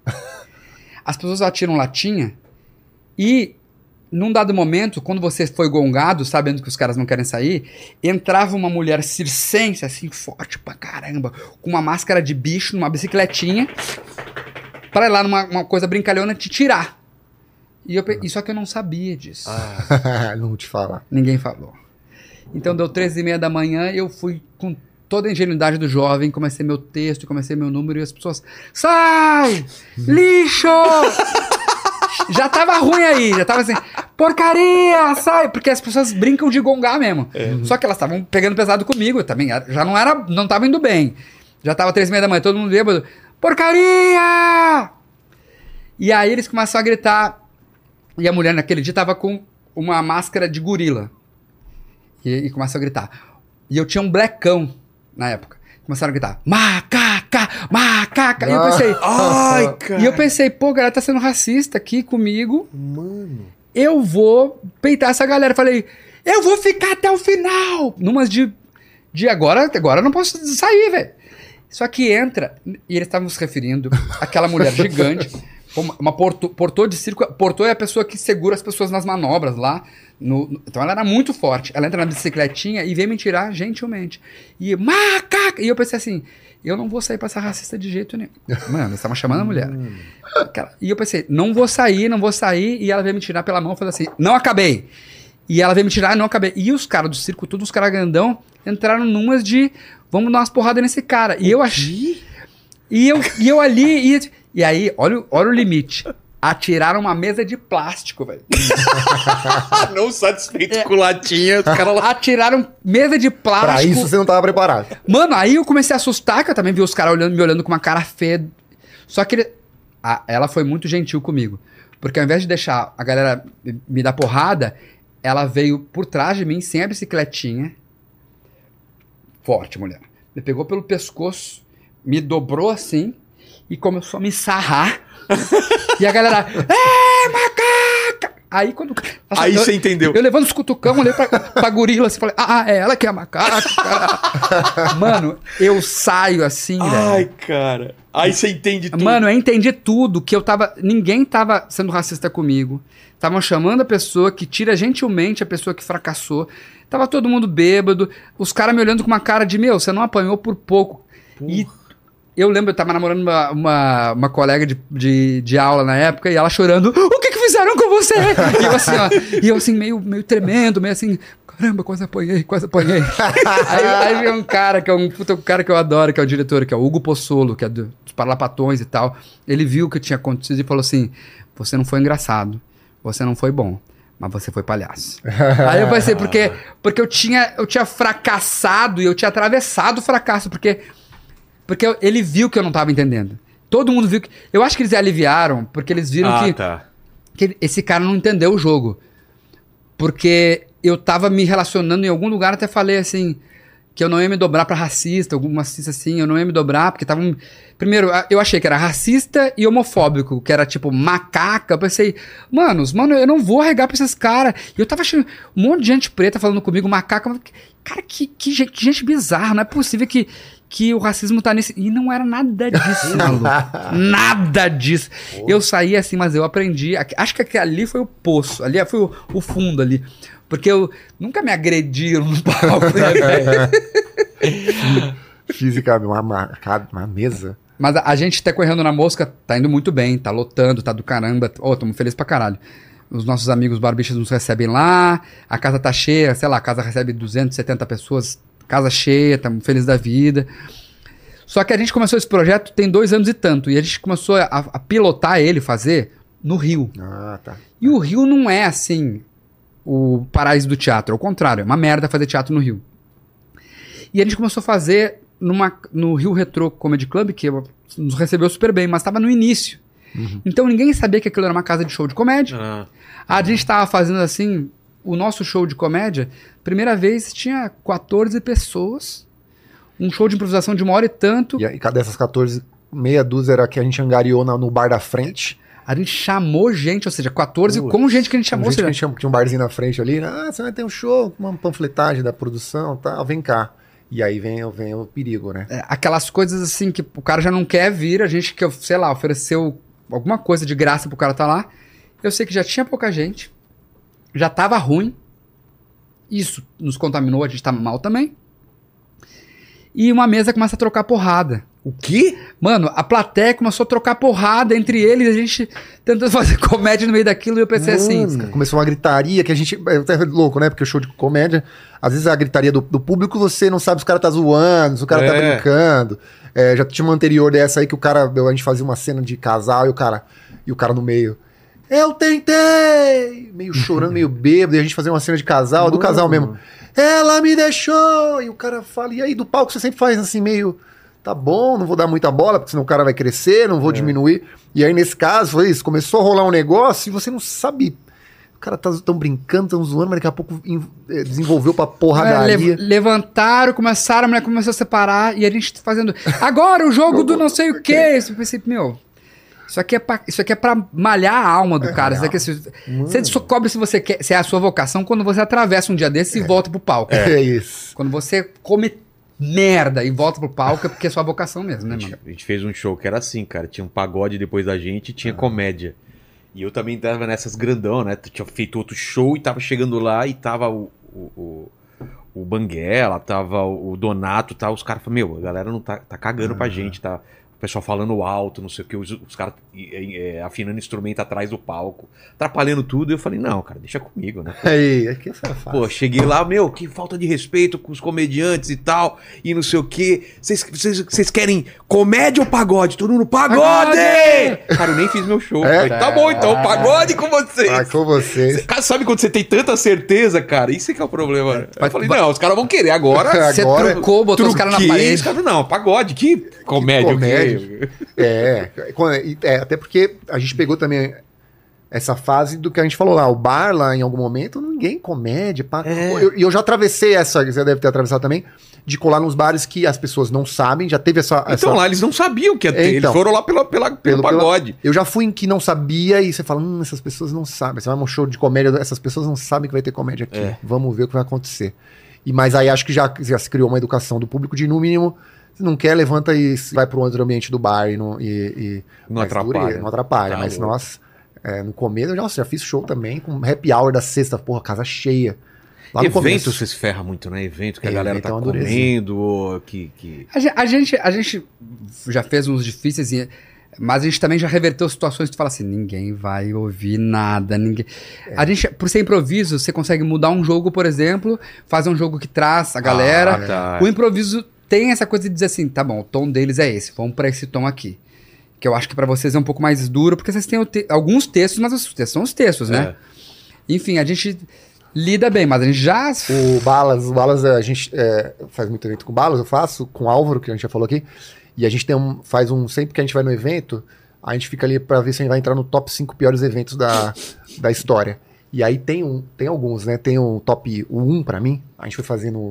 As pessoas atiram latinha e... Num dado momento, quando você foi gongado, sabendo que os caras não querem sair, entrava uma mulher circense, assim, forte pra caramba, com uma máscara de bicho, numa bicicletinha, pra ir lá numa coisa brincalhona te tirar. E só que eu não sabia disso. Não vou te falar. Ninguém falou. Então deu 13h30 da manhã, eu fui com toda a ingenuidade do jovem, comecei meu texto, comecei meu número, e as pessoas, sai! Lixo! Já tava ruim aí, já tava assim, porcaria, sai, porque as pessoas brincam de gongar mesmo. Só que elas estavam pegando pesado comigo, também já não tava indo bem. Já tava 3h30 da manhã, todo mundo bêbado, porcaria! E aí eles começaram a gritar, e a mulher naquele dia tava com uma máscara de gorila. E começou a gritar. E eu tinha um blackão na época. Começaram a gritar, macaca, macaca. E eu pensei, Ai, cara. E eu pensei, pô, a galera tá sendo racista aqui comigo. Mano. Eu vou peitar essa galera. Falei, eu vou ficar até o final. Numas de agora eu não posso sair, velho. Só que entra, e eles estavam se referindo àquela mulher gigante, uma portô de circo. Portô é a pessoa que segura as pessoas nas manobras lá. Então ela era muito forte. Ela entra na bicicletinha e vem me tirar gentilmente. E macaca! E eu pensei assim, eu não vou sair pra ser racista de jeito nenhum. Mano, eles estavam chamando a mulher. E eu pensei, não vou sair. E ela veio me tirar pela mão e falou assim, não acabei. E ela veio me tirar e não acabei. E os caras do circo, todos os caras grandão, entraram numas de, vamos dar umas porradas nesse cara. E eu achei... E eu ali... E aí, olha o limite. Atiraram uma mesa de plástico, velho. Não satisfeito com latinha, os caras lá. Atiraram mesa de plástico. Pra isso você não tava preparado. Mano, aí eu comecei a assustar, que eu também vi os caras me olhando com uma cara feia. Só que ela foi muito gentil comigo. Porque ao invés de deixar a galera me dar porrada, ela veio por trás de mim, sem a bicicletinha. Forte, mulher. Me pegou pelo pescoço, me dobrou assim e começou a me sarrar. E a galera, macaca! Aí quando... Aí você entendeu. Eu levando os cutucão, olhei pra gorila assim, falei, é ela que é a macaca. Mano, eu saio assim, velho. Ai, cara. Aí você entende tudo. Mano, eu entendi tudo, que ninguém tava sendo racista comigo. Estavam chamando a pessoa que tira gentilmente a pessoa que fracassou. Tava todo mundo bêbado. Os caras me olhando com uma cara de, você não apanhou por pouco. Porra. E eu lembro, eu tava namorando uma colega de aula na época, e ela chorando, o que fizeram com você? E eu assim, meio tremendo, meio assim, caramba, quase apanhei. aí veio um cara, que é um cara que eu adoro, que é o diretor, que é o Hugo Pozzolo, que é dos Parlapatões e tal. Ele viu o que tinha acontecido e falou assim, você não foi engraçado, você não foi bom, mas você foi palhaço. Aí eu pensei, porque eu tinha fracassado e eu tinha atravessado o fracasso, porque ele viu que eu não tava entendendo. Todo mundo viu que... Eu acho que eles aliviaram, porque eles viram que esse cara não entendeu o jogo. Porque eu tava me relacionando em algum lugar, até falei assim... que eu não ia me dobrar pra racista, alguma racista assim, eu não ia me dobrar, porque tava... Primeiro, eu achei que era racista e homofóbico, que era tipo macaca. Eu pensei, mano, eu não vou arregar pra esses caras. E eu tava achando um monte de gente preta falando comigo, macaca. Cara, que gente bizarra, não é possível que o racismo tá nesse... E não era nada disso, maluco. Nada disso. Eu saí assim, mas eu aprendi. Acho que ali foi o poço, ali foi o fundo ali. Porque eu nunca me agrediram no palco, né, velho? Fisicamente, uma mesa. Mas a gente tá correndo na mosca, tá indo muito bem, tá lotando, tá do caramba. Tamo feliz pra caralho. Os nossos amigos barbichas nos recebem lá, a casa tá cheia, sei lá, a casa recebe 270 pessoas, casa cheia, tamo feliz da vida. Só que a gente começou esse projeto tem 2 anos e tanto, e a gente começou a pilotar ele, fazer no Rio. Ah, tá. E o Rio não é assim... o paraíso do teatro, ao contrário, é uma merda fazer teatro no Rio. E a gente começou a fazer no Rio Retro Comedy Club, que nos recebeu super bem, mas estava no início. Uhum. Então ninguém sabia que aquilo era uma casa de show de comédia. A gente estava fazendo assim, o nosso show de comédia, primeira vez tinha 14 pessoas, um show de improvisação de 1 hora e tanto. E cada dessas 14, meia dúzia era que a gente angariou no bar da frente. A gente chamou gente, ou seja, 14 com gente que a gente chamou. Gente que a gente tinha um barzinho na frente ali, você vai ter um show, uma panfletagem da produção, tá? Vem cá. E aí vem o perigo, né? Aquelas coisas assim que o cara já não quer vir, a gente que, sei lá, ofereceu alguma coisa de graça pro cara tá lá. Eu sei que já tinha pouca gente, já tava ruim, isso nos contaminou, a gente tá mal também. E uma mesa começa a trocar porrada. O quê? Mano, a plateia começou a trocar porrada entre eles, a gente tentando fazer comédia no meio daquilo, e eu pensei assim... Começou uma gritaria que a gente... É até louco, né? Porque o show de comédia, às vezes a gritaria do público, você não sabe se o cara tá zoando, se o cara tá brincando. Já tinha uma anterior dessa aí que a gente fazia uma cena de casal e o cara no meio... Eu tentei! Meio chorando, meio bêbado, e a gente fazia uma cena de casal, do casal mesmo. Ela me deixou! E o cara fala, e aí do palco você sempre faz assim meio... Tá bom, não vou dar muita bola, porque senão o cara vai crescer, não vou diminuir. E aí, nesse caso, foi isso. Começou a rolar um negócio e você não sabe. O cara tão brincando, tão zoando, mas daqui a pouco desenvolveu pra porradaria. Levantaram, começaram, a mulher começou a separar e a gente fazendo... Agora o jogo do não sei o quê. Eu pensei, isso aqui é pra malhar a alma do cara. Isso aqui, você descobre se é a sua vocação quando você atravessa um dia desse e volta pro palco. É isso. Quando você come... merda e volta pro palco, porque é sua vocação mesmo, né, mano? A gente fez um show que era assim, cara. Tinha um pagode depois da gente e tinha comédia. E eu também tava nessas grandão, né? Tinha feito outro show e tava chegando lá e tava o Banguela, tava o Donato, tá? Os caras falaram, a galera não tá cagando pra gente, tá? O pessoal falando alto, não sei o que, os caras afinando instrumento atrás do palco, atrapalhando tudo. E eu falei, não, cara, deixa comigo, né? Aí, aqui é fácil. Pô, cheguei lá, que falta de respeito com os comediantes e tal, e não sei o que. Vocês querem comédia ou pagode? Todo mundo, pagode! Cara, eu nem fiz meu show. Falei, tá bom, então, pagode com vocês. Com vocês. Cara, sabe quando você tem tanta certeza, cara? Isso é que é o problema. Né? Eu falei, não, os caras vão querer agora. Você trucou, botou os caras na parede. Cara, não, pagode, que comédia. Até porque a gente pegou também essa fase do que a gente falou lá, o bar lá em algum momento, ninguém comédia. Eu já atravessei essa, você deve ter atravessado também, de colar nos bares que as pessoas não sabem, já teve essa... Então lá eles não sabiam que ia ter, eles foram lá pelo pagode. Eu já fui em que não sabia e você fala, essas pessoas não sabem, você vai num show de comédia, essas pessoas não sabem que vai ter comédia aqui, vamos ver o que vai acontecer. Mas aí acho que já se criou uma educação do público de, no mínimo... Se não quer, levanta e vai para o outro ambiente do bar e não atrapalha. Não atrapalha, Tá, mas nós, no começo, já fiz show também com happy hour da sexta, casa cheia. Lá no evento você se ferra muito, né? Evento que a galera tá comendo, A gente já fez uns difíceis, mas a gente também já reverteu situações que tu fala assim, ninguém vai ouvir nada, A gente, por ser improviso, você consegue mudar um jogo, por exemplo, fazer um jogo que traz a galera. Tá. O improviso tem essa coisa de dizer assim, tá bom, o tom deles é esse, vamos pra esse tom aqui. Que eu acho que pra vocês é um pouco mais duro, porque vocês têm alguns textos, mas os textos são os textos, né? Enfim, a gente lida bem, mas a gente já... O Balas a gente faz muito evento com Balas, eu faço, com o Álvaro, que a gente já falou aqui, e a gente faz sempre que a gente vai no evento, a gente fica ali pra ver se a gente vai entrar no top 5 piores eventos da história. E aí tem alguns, né? Tem o top 1 pra mim, a gente foi fazendo...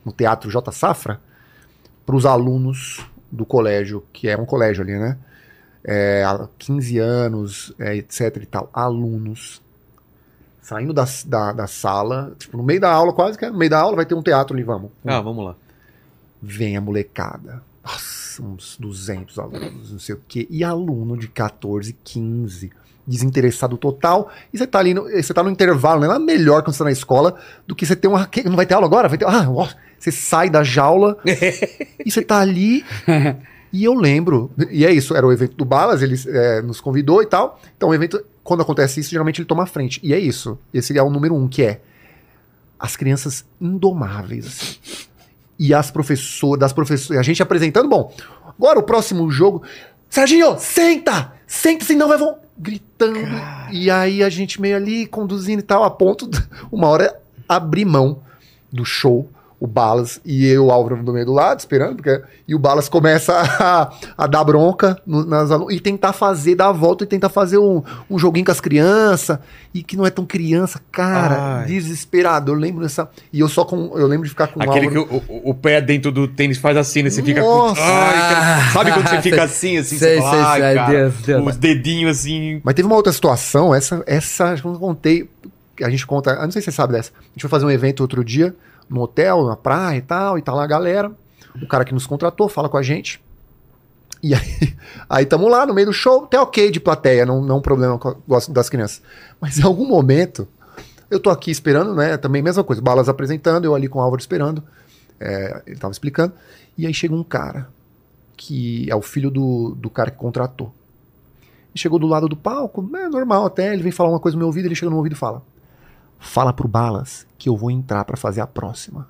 no Teatro J. Safra, para os alunos do colégio, que é um colégio ali, né? Há 15 anos, etc e tal. Alunos saindo da sala, tipo, no meio da aula, quase que no meio da aula vai ter um teatro ali, vamos. Vamos lá. Vem a molecada. Nossa, uns 200 alunos, não sei o quê. E aluno de 14, 15, desinteressado total. E você tá ali, você tá no intervalo, não é nada melhor quando você tá na escola do que você ter uma... Não vai ter aula agora? Vai ter... Você sai da jaula e você tá ali... E eu lembro, e é isso, era o evento do Balas, ele nos convidou e tal. Então o evento, quando acontece isso, geralmente ele toma a frente. E é isso, esse é o número 1, que é as crianças indomáveis, assim. E das professoras, a gente apresentando, bom, agora o próximo jogo, Serginho, senta, senão vão gritando. Cara. E aí a gente meio ali, conduzindo e tal, a ponto de uma hora abrir mão do show, o Balas e eu, o Álvaro, do meio do lado, esperando, e o Balas começa a dar bronca e tentar dar a volta e tentar fazer um joguinho com as crianças, e que não é tão criança, cara, desesperado. Eu lembro dessa. E eu lembro de ficar com aquele Álvaro. Que o pé dentro do tênis faz assim, né? Você fica Nossa! Sabe quando você fica assim, você fala, cara, Deus. Os dedinhos assim. Mas teve uma outra situação, essa acho que eu não contei, a gente conta, eu não sei se você sabe dessa. A gente foi fazer um evento outro dia, no hotel, na praia e tá lá a galera. O cara que nos contratou fala com a gente. E aí tamo lá no meio do show, até ok de plateia, não problema, gosto das crianças. Mas em algum momento, eu tô aqui esperando, né? Também mesma coisa, Balas apresentando, eu ali com o Álvaro esperando. Ele tava explicando. E aí chega um cara, que é o filho do cara que contratou. Ele chegou do lado do palco, normal até, ele vem falar uma coisa no meu ouvido, ele chega no meu ouvido e fala pro Balas que eu vou entrar pra fazer a próxima.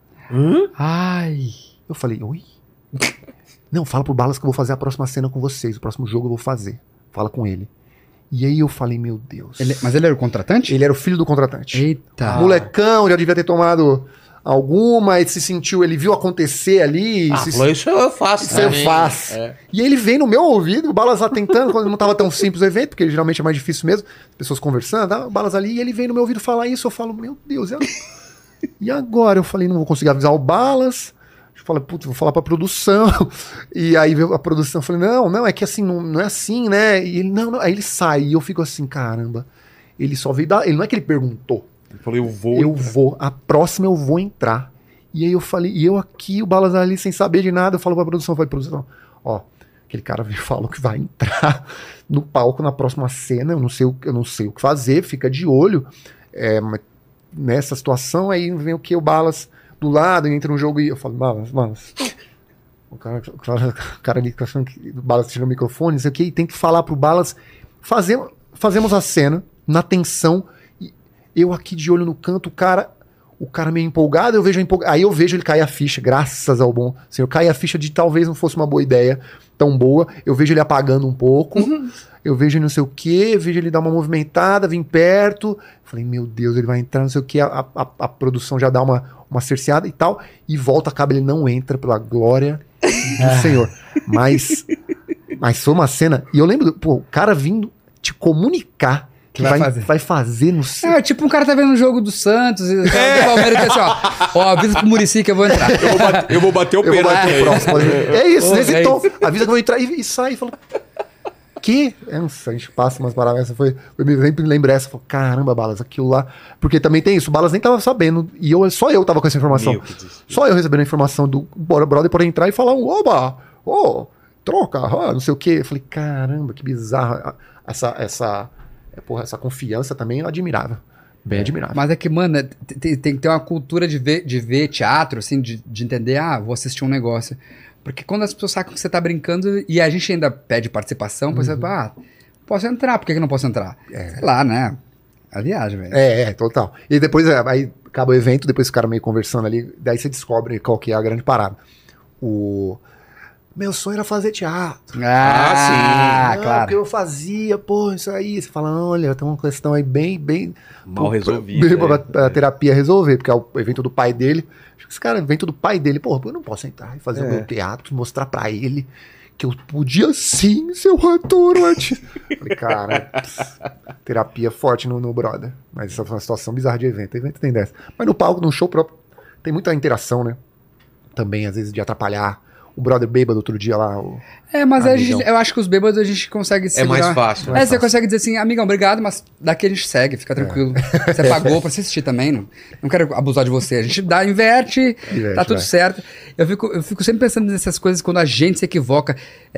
Ai. Eu falei, oi? Não, fala pro Balas que eu vou fazer a próxima cena com vocês, o próximo jogo eu vou fazer. Fala com ele. E aí eu falei, meu Deus. Mas ele era o contratante? Ele era o filho do contratante. Eita. Molecão, já devia ter tomado alguma, ele se sentiu, ele viu acontecer ali. Falou, isso eu faço. Isso eu faço. E aí ele vem no meu ouvido, o Balas lá tentando, quando não tava tão simples o evento, porque geralmente é mais difícil mesmo, pessoas conversando, o Balas ali, e ele vem no meu ouvido falar isso, eu falo, meu Deus, e agora? Eu falei, não vou conseguir avisar o Balas. Eu falei, putz, vou falar pra produção. E aí veio a produção, eu falei, não, é que assim, não é assim, né? E ele, não, aí ele sai, e eu fico assim, caramba, ele só veio ele não é que ele perguntou. Ele falou, eu vou. A próxima eu vou entrar. E aí eu falei, e eu aqui, o Balas ali sem saber de nada, eu falo pra produção, produção, aquele cara falou que vai entrar no palco na próxima cena, eu não sei o que fazer, fica de olho. Mas nessa situação, aí vem o Balas do lado, entra no jogo e eu falo, Balas. O cara ali achando que o Balas tira o microfone, não sei o que, e tem que falar pro Balas, fazemos a cena, na tensão, eu aqui de olho no canto, o cara meio empolgado, aí eu vejo ele cair a ficha, graças ao bom Senhor, cair a ficha de talvez não fosse uma boa ideia, tão boa, eu vejo ele apagando um pouco, eu vejo ele não sei o que, vejo ele dar uma movimentada, vim perto, falei, meu Deus, ele vai entrar, não sei o que, a produção já dá uma cerceada e tal, e volta, acaba, ele não entra, pela glória do Senhor, mas foi uma cena, e eu lembro, o cara vindo te comunicar que vai fazer no seu... tipo um cara tá vendo um jogo do Santos e do Palmeiras e assim, avisa pro Muricy que eu vou entrar. Eu vou bater o pênalti. É isso, nesse tom. Avisa que eu vou entrar e sai e fala... Que? Nossa, a gente passa umas paradas. Eu sempre lembro essa. Caramba, Balas, aquilo lá... Porque também tem isso, o Balas nem tava sabendo. E só eu tava com essa informação. Só eu recebendo a informação do brother por entrar e falar, oba, troca, não sei o quê. Eu falei, caramba, que bizarro. Essa confiança também é admirável. Bem admirável. Mas é que, mano, tem que ter uma cultura de ver teatro, assim, de entender, vou assistir um negócio. Porque quando as pessoas sacam que você tá brincando e a gente ainda pede participação, você posso entrar, por que não posso entrar? Sei lá, né? A viagem, velho. Total. E depois, aí acaba o evento, depois o cara meio conversando ali, daí você descobre qual que é a grande parada. Meu sonho era fazer teatro. Sim. Claro. Porque eu fazia, isso aí. Você fala, olha, tem uma questão aí bem... mal resolvida. Pra terapia resolver, porque é o evento do pai dele. Esse cara, o evento do pai dele, eu não posso entrar e fazer o meu teatro, mostrar pra ele que eu podia sim ser o ator. Falei, cara, terapia forte no brother. Mas essa foi uma situação bizarra de evento. Evento tem dessa. Mas no palco, no show próprio, tem muita interação, né? Também, às vezes, de atrapalhar o brother bêbado outro dia lá. Mas eu acho que os bêbados a gente consegue segurar. É mais fácil. Você consegue dizer assim, amigão, obrigado, mas daqui a gente segue, fica tranquilo. Você pagou pra assistir também, não quero abusar de você. A gente inverte, tá tudo certo. Eu fico sempre pensando nessas coisas quando a gente se equivoca.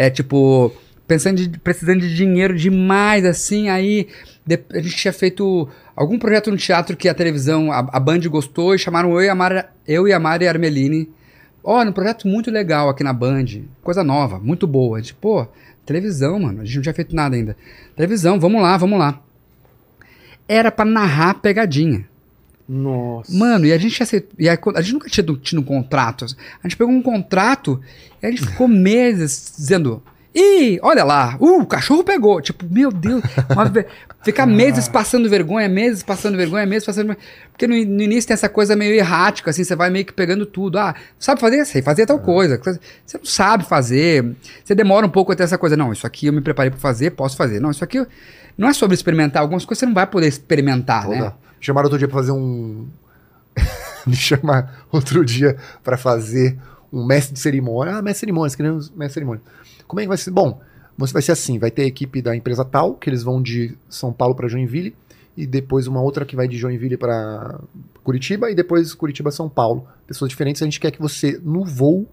Precisando de dinheiro demais, assim, aí a gente tinha feito algum projeto no teatro que a televisão, a Band gostou e chamaram eu e a Mari Armelini. Olha, um projeto muito legal aqui na Band, coisa nova, muito boa. A gente, televisão, mano, a gente não tinha feito nada ainda. Televisão, vamos lá. Era pra narrar pegadinha. Nossa. Mano, e a gente a gente nunca tinha tido um contrato. A gente pegou um contrato e a gente ficou meses dizendo... Ih, olha lá, o cachorro pegou. Tipo, meu Deus, ficar meses passando vergonha. Porque no início tem essa coisa meio errática, assim, você vai meio que pegando tudo. Sabe fazer? Sei fazer tal coisa. Você não sabe fazer, você demora um pouco até essa coisa. Não, isso aqui eu me preparei pra fazer, posso fazer. Não, isso aqui não é sobre experimentar. Algumas coisas você não vai poder experimentar, né? Me chamaram outro dia pra fazer Me chamaram outro dia pra fazer um mestre de cerimônia. Mestre de cerimônia, queremos mestre de cerimônia. Como é que vai ser? Bom, vai ser assim, vai ter a equipe da empresa tal, que eles vão de São Paulo para Joinville, e depois uma outra que vai de Joinville para Curitiba, e depois Curitiba-São Paulo. Pessoas diferentes, a gente quer que você, no voo,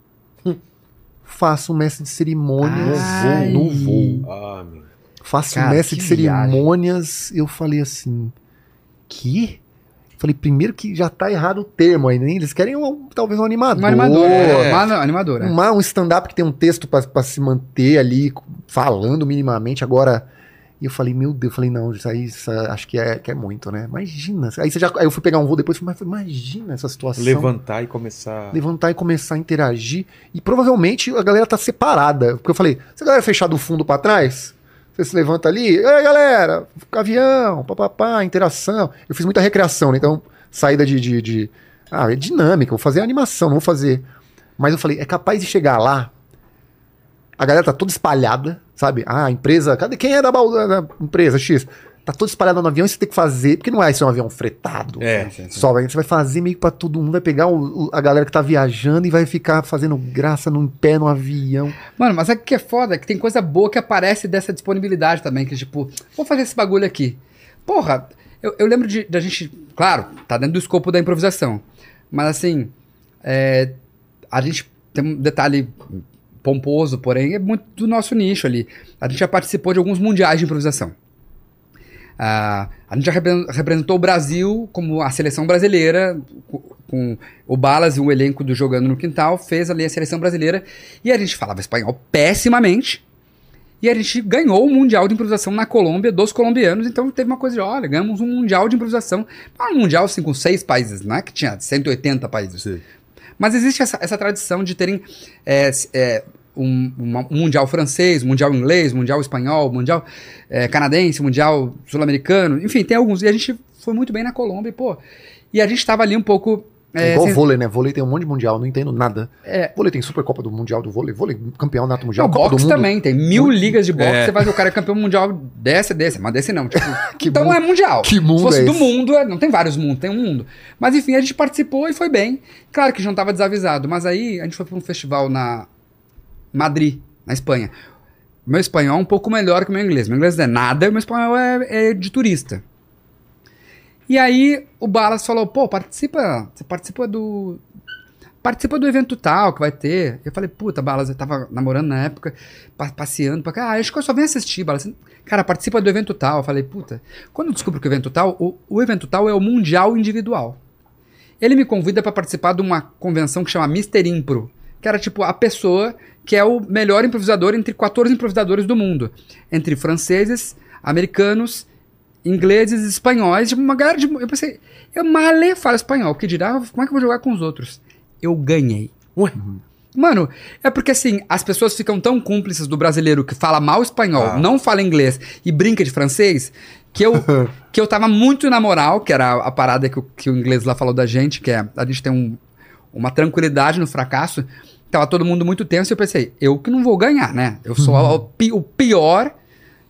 faça um mestre de cerimônias no voo. Faça um mestre de cerimônias. Eu falei assim, que? Falei, primeiro que já tá errado o termo aí, né? Eles querem talvez um animador. Animador. Um stand-up que tem um texto pra se manter ali, falando minimamente. Agora, e eu falei, meu Deus, não, isso aí acho que é muito, né? Imagina. Aí eu fui pegar um voo depois e falei, mas imagina essa situação. Levantar e começar a interagir. E provavelmente a galera tá separada. Porque eu falei, se a galera fechar do fundo pra trás... Você se levanta ali, ei galera, avião, papapá, interação. Eu fiz muita recreação, né? Então, saída é dinâmica, vou fazer animação, não vou fazer. Mas eu falei, é capaz de chegar lá, a galera tá toda espalhada, sabe? A empresa, quem é da empresa X? Tá toda espalhada no avião e você tem que fazer, porque não é isso, é um avião fretado. Só você vai fazer meio que pra todo mundo, vai pegar a galera que tá viajando e vai ficar fazendo graça em pé no avião. Mano, mas é que é foda, é que tem coisa boa que aparece dessa disponibilidade também, que tipo, vou fazer esse bagulho aqui. Porra, eu lembro da gente, claro, tá dentro do escopo da improvisação, mas assim, a gente tem um detalhe pomposo, porém, é muito do nosso nicho ali. A gente já participou de alguns mundiais de improvisação. A gente já representou o Brasil como a seleção brasileira, com o Balas e o elenco do Jogando no Quintal, fez ali a seleção brasileira, e a gente falava espanhol pessimamente, e a gente ganhou o Mundial de Improvisação na Colômbia, dos colombianos, então teve uma coisa de, olha, ganhamos um Mundial de Improvisação, um Mundial assim com 6 países, não é que tinha 180 países. Sim. Mas existe essa tradição de terem um mundial francês, mundial inglês, mundial espanhol, mundial canadense, mundial sul-americano, enfim, tem alguns. E a gente foi muito bem na Colômbia, e a gente tava ali um pouco... igual vôlei, né? Vôlei tem um monte de mundial, não entendo nada. Vôlei tem Supercopa do Mundial do vôlei, campeonato mundial, Copa boxe do Mundo. Também, tem 1000 ligas de boxe, você vai ver o cara é campeão mundial desse, mas desse não. Tipo, então é mundial. Que mundo. Se fosse do mundo, não tem vários mundos, tem um mundo. Mas enfim, a gente participou e foi bem. Claro que a gente não tava desavisado, mas aí a gente foi pra um festival na Madrid, na Espanha. Meu espanhol é um pouco melhor que o meu inglês. Meu inglês não é nada, meu espanhol é de turista. E aí o Balas falou, você participa do evento tal que vai ter. Eu falei, puta, Balas, eu tava namorando na época, passeando pra cá. Acho que eu só venho assistir, Balas. Cara, participa do evento tal. Eu falei, puta, quando eu descubro que o evento tal, o evento tal é o Mundial Individual. Ele me convida pra participar de uma convenção que chama Mr. Impro, que era tipo a pessoa que é o melhor improvisador entre 14 improvisadores do mundo. Entre franceses, americanos, ingleses, espanhóis, tipo uma galera de... Eu pensei, eu mal falo espanhol, que dirá, como é que eu vou jogar com os outros? Eu ganhei. Ué? Mano, é porque assim, as pessoas ficam tão cúmplices do brasileiro que fala mal espanhol, não fala inglês e brinca de francês, que eu tava muito na moral, que era a parada que o inglês lá falou da gente, que é, a gente tem uma tranquilidade no fracasso. Tava todo mundo muito tenso e eu pensei, eu que não vou ganhar, né? Eu sou o pior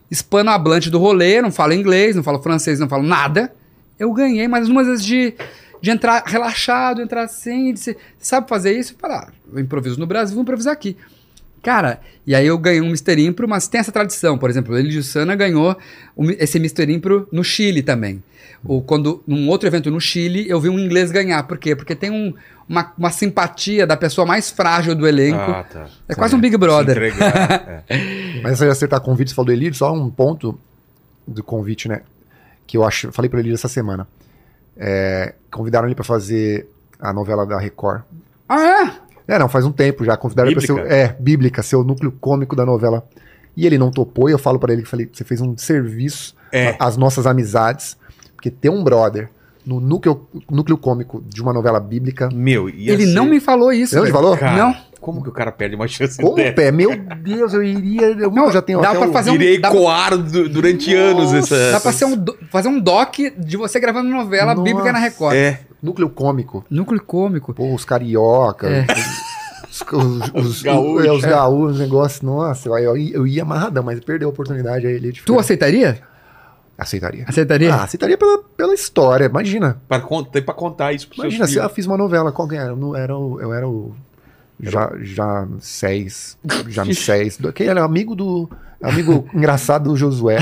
hispanohablante do rolê, não falo inglês, não falo francês, não falo nada. Eu ganhei, mas umas vezes de entrar relaxado, entrar assim, de você sabe fazer isso? Fala, eu improviso no Brasil, vou improvisar aqui. Cara, e aí eu ganhei um Mr. Impro, mas tem essa tradição. Por exemplo, o Elidio Sana ganhou esse Mr. Impro no Chile também. Quando, num outro evento no Chile, eu vi um inglês ganhar. Por quê? Porque tem uma simpatia da pessoa mais frágil do elenco. Tá. É quase um Big Brother. Se entregar, Mas você acertar convite, você falou do Elidio, só um ponto do convite, né? Que eu falei pro Elidio essa semana. Convidaram ele pra fazer a novela da Record. Ah, é? Não, faz um tempo já. Convidaram ele pra ser bíblica, ser o núcleo cômico da novela. E ele não topou, e eu falo pra ele que você fez um serviço às nossas amizades, porque ter um brother no núcleo cômico de uma novela bíblica... Ele não me falou isso. Não te falou? Cara, não. Como que o cara perde uma chance Como, dessa? pé? Meu Deus, eu iria... Eu já tenho dá até pra fazer Irei coar durante anos essa... Dá pra fazer um doc de você gravando novela bíblica na Record. Núcleo cômico. Núcleo cômico. Pô, os carioca, os gaúchos, os gaúchos, negócio. Nossa, eu ia amarradão, mas perdeu a oportunidade aí. Ele Tu aceitaria? Aceitaria. Aceitaria? Aceitaria pela história, imagina. Pra contar isso pro Imagina, seu se eu filho. fiz uma novela, qual que era? Eu era o Jamsés. Que era amigo engraçado do Josué.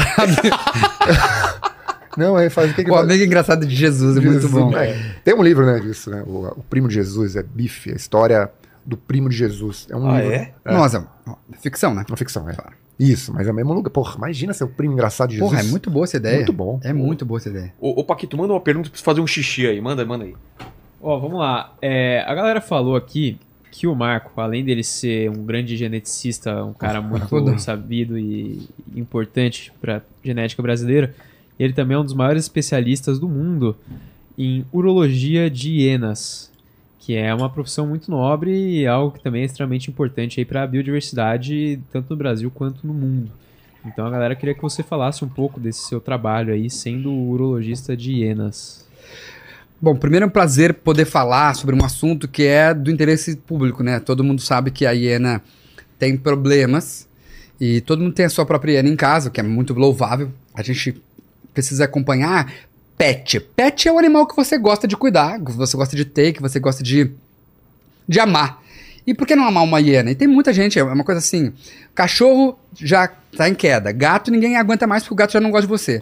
Não, aí faz o que O amigo engraçado de Jesus é muito bom. Tem um livro, né, disso, né? O Primo de Jesus, Bife, a história do Primo de Jesus. É um livro. Nossa, ficção, né? Uma ficção, Claro. Isso, mas é o mesmo lugar. Porra, imagina ser o primo engraçado de Jesus. Porra, é muito boa essa ideia. Muito bom. É muito boa essa ideia. Ô, Paquito, manda uma pergunta pra você fazer um xixi aí. Manda aí. Ó, vamos lá. A galera falou aqui que o Marco, além dele ser um grande geneticista, um cara muito sabido e importante pra genética brasileira, ele também é um dos maiores especialistas do mundo em urologia de hienas, que é uma profissão muito nobre e algo que também é extremamente importante aí para a biodiversidade, tanto no Brasil quanto no mundo. Então a galera queria que você falasse um pouco desse seu trabalho aí, sendo urologista de hienas. Bom, primeiro é um prazer poder falar sobre um assunto que é do interesse público, né? Todo mundo sabe que a hiena tem problemas e todo mundo tem a sua própria hiena em casa, o que é muito louvável. A gente precisa acompanhar pet. Pet é o animal que você gosta de cuidar, que você gosta de ter, que você gosta de amar. E por que não amar uma hiena? E tem muita gente, é uma coisa assim, cachorro já tá em queda, gato ninguém aguenta mais porque o gato já não gosta de você.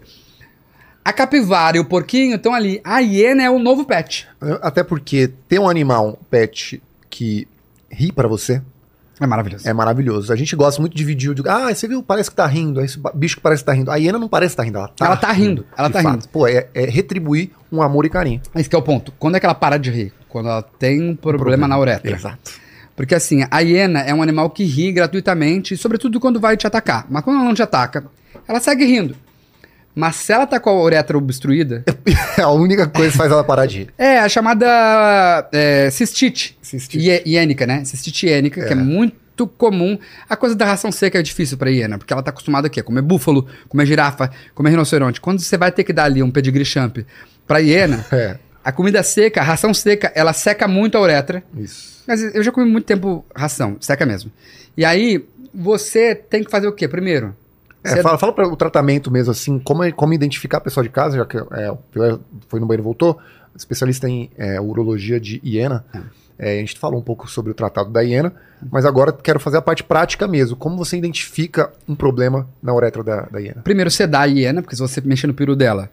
A capivara e o porquinho estão ali. A hiena é o novo pet. Até porque ter um animal, um pet, que ri pra você... É maravilhoso. É maravilhoso. A gente gosta muito de dividir. Você viu? Parece que tá rindo. Esse bicho que parece que tá rindo. A hiena não parece que tá rindo. Ela tá rindo. Ela tá rindo. Pô, é retribuir um amor e carinho. Esse que é o ponto. Quando é que ela para de rir? Quando ela tem um problema na uretra. Exato. Porque assim, a hiena é um animal que ri gratuitamente, sobretudo quando vai te atacar. Mas quando ela não te ataca, ela segue rindo. Mas se ela tá com a uretra obstruída... É a única coisa que faz ela parar de rir. É a chamada cistite. Hiênica, né? Cistite hiênica, que é muito comum. A coisa da ração seca é difícil pra hiena, porque ela tá acostumada aqui a comer búfalo, comer girafa, comer rinoceronte. Quando você vai ter que dar ali um pedigree champ pra hiena, a comida seca, a ração seca, ela seca muito a uretra. Isso. Mas eu já comi muito tempo ração, seca mesmo. E aí, você tem que fazer o quê? Primeiro... Fala para o tratamento mesmo, assim, como identificar a pessoa de casa, já que foi no banheiro e voltou, especialista em urologia de hiena. A gente falou um pouco sobre o tratado da hiena, mas agora quero fazer a parte prática mesmo. Como você identifica um problema na uretra da hiena? Primeiro, sedar a hiena, porque se você mexer no peru dela,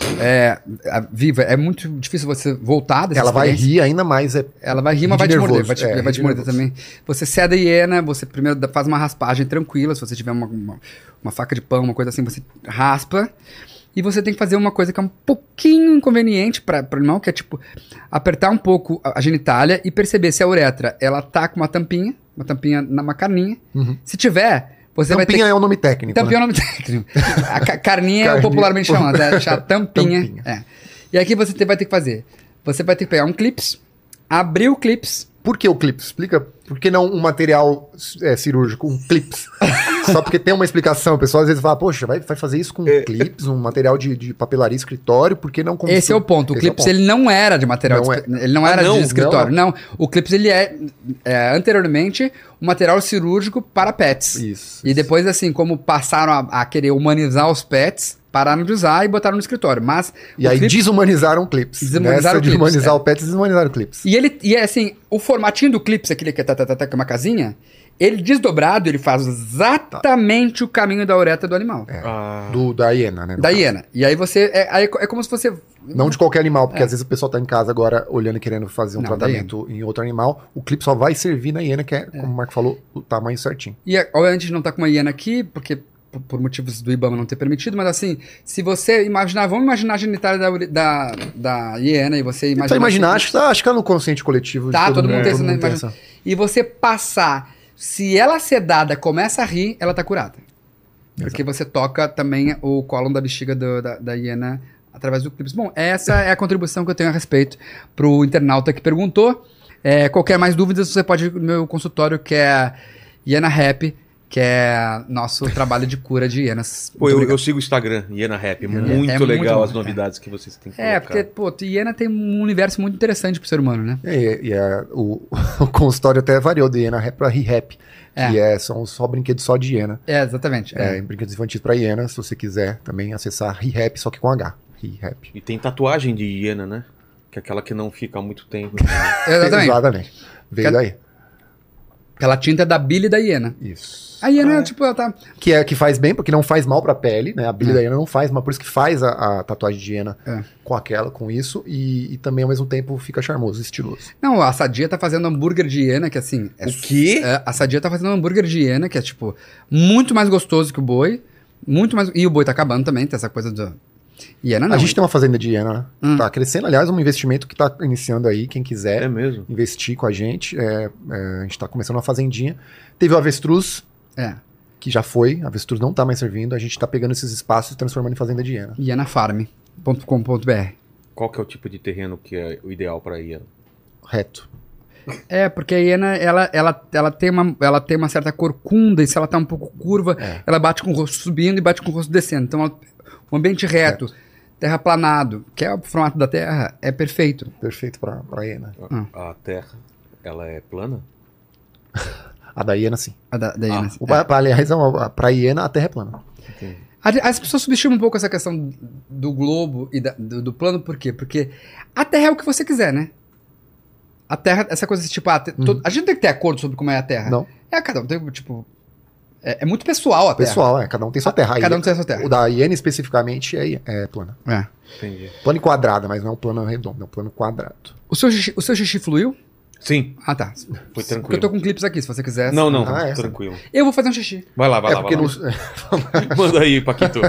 viva, é muito difícil você voltar dessa Ela vai rir ainda mais. Ela vai rir, mas vai te morder. Vai te morder também. Você seda a hiena, você primeiro faz uma raspagem tranquila. Se você tiver uma faca de pão, uma coisa assim, você raspa. E você tem que fazer uma coisa que é um pouquinho inconveniente para o animal, que é tipo apertar um pouco a genitália e perceber se a uretra ela tá com uma tampinha na carninha. Uhum. Se tiver... Tampinha é o nome técnico. Tampinha é o nome técnico. A carninha é popularmente chamada, tampinha. E aqui você vai ter que fazer. Você vai ter que pegar um clips, abrir o clips. Por que o clips? Explica. Por que não um material cirúrgico, um clips? Só porque tem uma explicação. O pessoal às vezes fala, poxa, vai fazer isso com clips, um material de papelaria escritório, por que não com... Esse é o ponto. O clips, ele não era de material... Ele não era de escritório. Não. O clips, ele é anteriormente um material cirúrgico para pets. Isso. E depois, assim, como passaram a querer humanizar os pets, pararam de usar e botaram no escritório. Mas E aí desumanizaram o Clips. Desumanizaram o de Clips, humanizar o Pets, desumanizaram o Clips. E é assim, o formatinho do Clips, aquele que é que é uma casinha, ele desdobrado, ele faz exatamente o caminho da uretra do animal. Da hiena, né? no Da caso. hiena. E aí você. É como se você. Não de qualquer animal, porque às vezes o pessoal tá em casa agora olhando e querendo fazer um Não, tratamento em outro animal. O clipe só vai servir na hiena, que é, como o Marco falou, o tamanho certinho. E obviamente a gente não tá com uma hiena aqui, porque por motivos do IBAMA não ter permitido, mas assim, se você imaginar, vamos imaginar a genitália da hiena e você Então imaginar, acho que tá no consciente coletivo. Tá, de todo mundo tem essa, mundo tem imagina. E você passar, se ela sedada começa a rir, ela tá curada. Porque você toca também o cólon da bexiga da hiena através do clips. Bom, essa é a contribuição que eu tenho a respeito pro internauta que perguntou. Qualquer mais dúvidas, você pode ir no meu consultório, que é Hiena Rap, que é nosso trabalho de cura de hienas. Pô, eu sigo o Instagram, Hiena Rap. Muito legal bom, as novidades que vocês têm colocado. porque, pô, hiena tem um universo muito interessante pro ser humano, né? O consultório até variou de hiena rap pra re-rap. Que são só brinquedos só de hiena. Exatamente. Brinquedos infantis pra hiena, se você quiser também acessar re-rap, só que com H. Re-rap. E tem tatuagem de hiena, né? Que é aquela que não fica há muito tempo. Exatamente. Veio daí. Aquela tinta é da bile da hiena. Isso. A hiena, tipo, ela tá... Que faz bem, porque não faz mal pra pele, né? A bile da hiena não faz, mas por isso que faz a tatuagem de hiena com isso, e também ao mesmo tempo fica charmoso, estiloso. Não, a Sadia tá fazendo hambúrguer de hiena, que assim... O quê? A Sadia tá fazendo hambúrguer de hiena, que é, tipo, muito mais gostoso que o boi, muito mais... E o boi tá acabando também, tem essa coisa do... Hiena não. A gente tem uma fazenda de hiena, né? Tá crescendo, aliás, um investimento que tá iniciando aí, quem quiser mesmo? investir com a gente. A gente tá começando uma fazendinha. Teve o avestruz, que já foi, avestruz não tá mais servindo, a gente tá pegando esses espaços e transformando em fazenda de hiena. hienafarm.com.br. Qual que é o tipo de terreno que é o ideal pra hiena? Reto. Porque a hiena, ela tem uma certa corcunda, e se ela tá um pouco curva, ela bate com o rosto subindo e bate com o rosto descendo. Então, um ambiente reto, terraplanado, que é o formato da Terra, é perfeito. Perfeito pra hiena. A terra, ela é plana? A da hiena, sim. A da hiena. Aliás, pra hiena, a terra é plana. Entendi. As pessoas subestimam um pouco essa questão do globo e do plano, por quê? Porque a Terra é o que você quiser, né? A Terra, essa coisa tipo, a gente tem que ter acordo sobre como é a Terra. Não. Cada um tem, tipo... É muito pessoal a Terra. Pessoal, cada um tem sua terra. Cada um tem sua terra. O da hiena, especificamente, é plana. Entendi. Plano e quadrada, mas não é um plano redondo, é um plano quadrado. O seu xixi fluiu? Sim. Ah, tá. Foi Porque tranquilo. eu tô com clipes aqui, se você quiser. Não, tranquilo. Eu vou fazer um xixi. Vai lá. porque Manda aí, Paquito.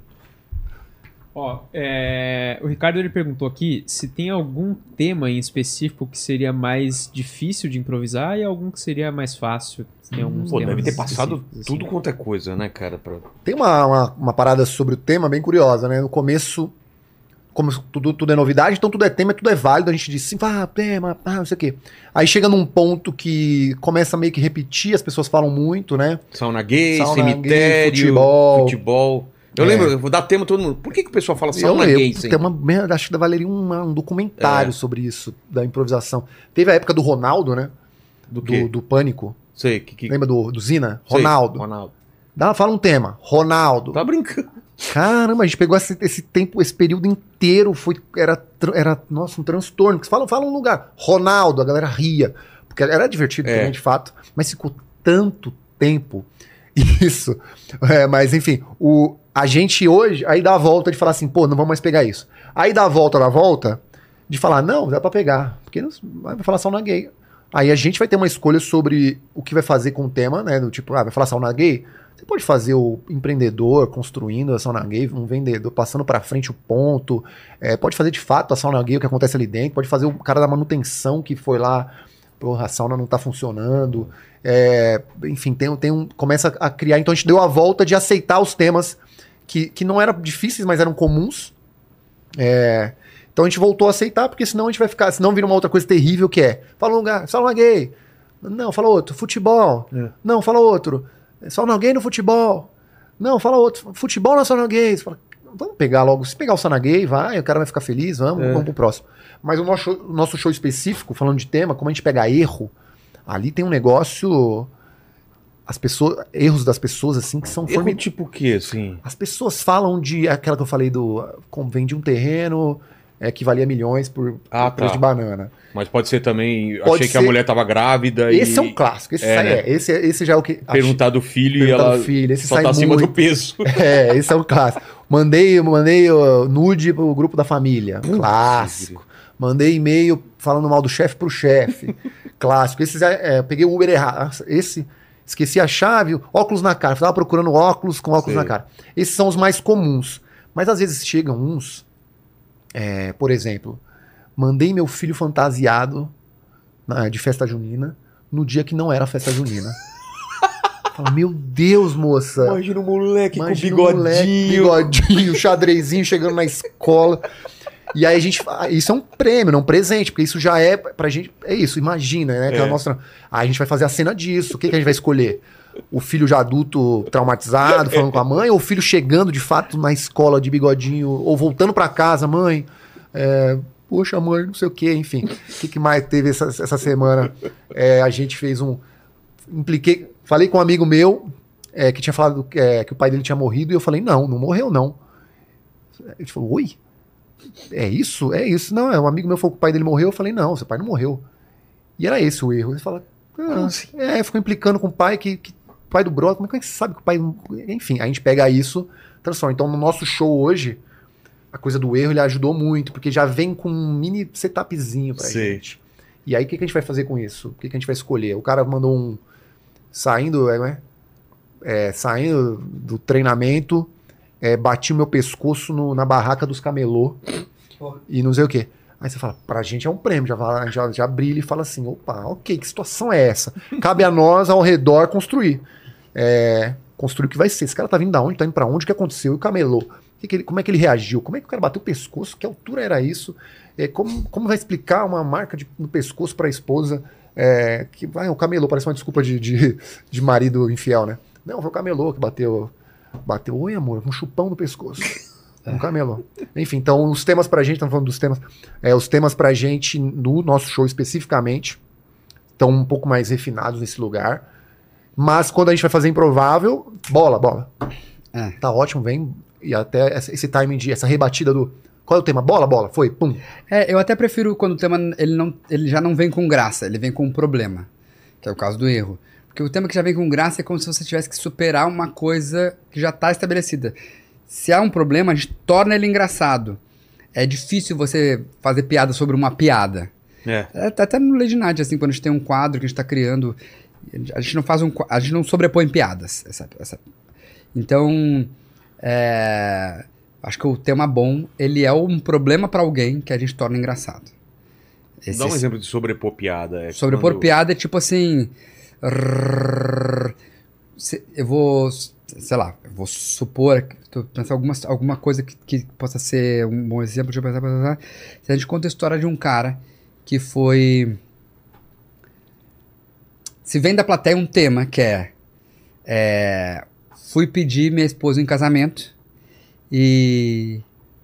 Ó, o Ricardo ele perguntou aqui se tem algum tema em específico que seria mais difícil de improvisar e algum que seria mais fácil. Tem alguns temas deve ter passado específicos, tudo assim. quanto é coisa, né, cara? Tem uma parada sobre o tema bem curiosa, né? No começo, como tudo é novidade, então tudo é tema, tudo é válido. A gente diz assim, tema, não sei o quê. Aí chega num ponto que começa a meio que repetir, as pessoas falam muito, né? Sauna gay, Sauna cemitério, gay, futebol. Eu lembro, eu vou dar tema todo mundo. Por que o pessoal fala sauna gay? Tem acho que valeria um documentário sobre isso, da improvisação. Teve a época do Ronaldo, né? Do Pânico. Sei. Lembra do Zina? Sei, Ronaldo. Fala um tema. Ronaldo. Tá brincando. Caramba, a gente pegou esse tempo, esse período inteiro, era nossa, um transtorno. Fala um lugar. Ronaldo, a galera ria. Porque era divertido também, de fato. Mas ficou tanto tempo isso. Mas enfim, a gente hoje, aí dá a volta de falar assim, não vamos mais pegar isso. Aí dá a volta na volta de falar, não, dá pra pegar. Porque vai falar sauna gay. Aí a gente vai ter uma escolha sobre o que vai fazer com o tema, né? Do tipo, vai falar sauna gay? Você pode fazer o empreendedor construindo a sauna gay, um vendedor passando pra frente o ponto. Pode fazer de fato a sauna gay, o que acontece ali dentro. Pode fazer o cara da manutenção que foi lá, a sauna não tá funcionando. Enfim, começa a criar. Então a gente deu a volta de aceitar os temas que não eram difíceis, mas eram comuns. Então a gente voltou a aceitar, porque senão a gente vai ficar. Senão vira uma outra coisa terrível que fala um lugar, sauna gay. Não, fala outro. Futebol. Não, fala outro. Sauna gay no futebol. Não, fala outro. Futebol na sauna gay. Você fala, vamos pegar logo. Se pegar o sauna gay, o cara vai ficar feliz, vamos pro próximo. Mas o nosso show específico, falando de tema, como a gente pega erro, ali tem um negócio erros das pessoas, assim, que são Erro tipo o quê, assim? As pessoas falam de aquela que eu falei como vendi um terreno que valia milhões por preço de banana. Mas pode ser também, Pode achei que a ser- mulher tava grávida Esse é um clássico, esse já é o que... perguntar do filho e Perguntar ela do filho, esse só sai tá acima do muito. peso. Esse é um clássico. Mandei nude pro grupo da família. Clássico. Mandei e-mail falando mal do chefe pro chefe. Clássico. Peguei o Uber errado. Esqueci a chave, óculos na cara. Tava procurando óculos com óculos Sei. na cara. Esses são os mais comuns. Mas às vezes chegam uns, por exemplo, mandei meu filho fantasiado de festa junina no dia que não era festa junina. Fala, meu Deus, moça. Imagina o moleque Imagina com o moleque, bigodinho, xadrezinho, chegando na escola. E aí isso é um prêmio, não um presente, porque isso já é pra gente, é isso, imagina, né? Aquela nossa, aí a gente vai fazer a cena disso, o que a gente vai escolher? O filho já adulto traumatizado, falando com a mãe, ou o filho chegando de fato na escola de bigodinho, ou voltando pra casa, mãe, poxa mãe, não sei o que, enfim. O que mais teve essa semana? A gente fez falei com um amigo meu, que tinha falado que o pai dele tinha morrido, e eu falei, não morreu não. Ele falou, oi? É isso? É isso. Não, um amigo meu falou que o pai dele morreu. Eu falei, não, seu pai não morreu. E era esse o erro. Ele fala, ficou implicando com o pai, que o pai do brother, como é que você sabe que o pai... Enfim, a gente pega isso, transforma. Então, no nosso show hoje, a coisa do erro, ele ajudou muito, porque já vem com um mini setupzinho pra gente. E aí, o que a gente vai fazer com isso? O que a gente vai escolher? O cara mandou saindo do treinamento... bati o meu pescoço na barraca dos camelô e não sei o que. Aí você fala, pra gente é um prêmio, já brilha e fala assim, opa, ok, que situação é essa? Cabe a nós, ao redor, construir. Construir o que vai ser. Esse cara tá vindo da onde? Tá indo pra onde? O que aconteceu? E o camelô? Como é que ele reagiu? Como é que o cara bateu o pescoço? Que altura era isso? Como vai explicar uma marca no pescoço pra esposa? O camelô, parece uma desculpa de marido infiel, né? Não, foi o camelô que bateu, oi amor, um chupão no pescoço. Um camelô. Enfim, então os temas pra gente, estamos falando dos temas, os temas pra gente no nosso show especificamente estão um pouco mais refinados nesse lugar. Mas quando a gente vai fazer improvável, bola. Tá ótimo, vem. E até esse timing essa rebatida do... Qual é o tema? Bola, foi, pum. Eu até prefiro quando o tema ele já não vem com graça, ele vem com um problema, que é o caso do erro. Porque o tema que já vem com graça é como se você tivesse que superar uma coisa que já está estabelecida. Se há um problema, a gente torna ele engraçado. É difícil você fazer piada sobre uma piada. Até no Lady Night, assim, quando a gente tem um quadro que a gente está criando, a gente não sobrepõe piadas. Então, acho que o tema bom, ele é um problema para alguém que a gente torna engraçado. Dá um exemplo de sobrepor piada. Sobrepor piada é tipo assim... Eu vou supor, estou pensando alguma coisa que possa ser um bom exemplo. Deixa eu pensar. Se a gente conta a história de um cara que foi... Se vem da plateia um tema que fui pedir minha esposa em casamento e...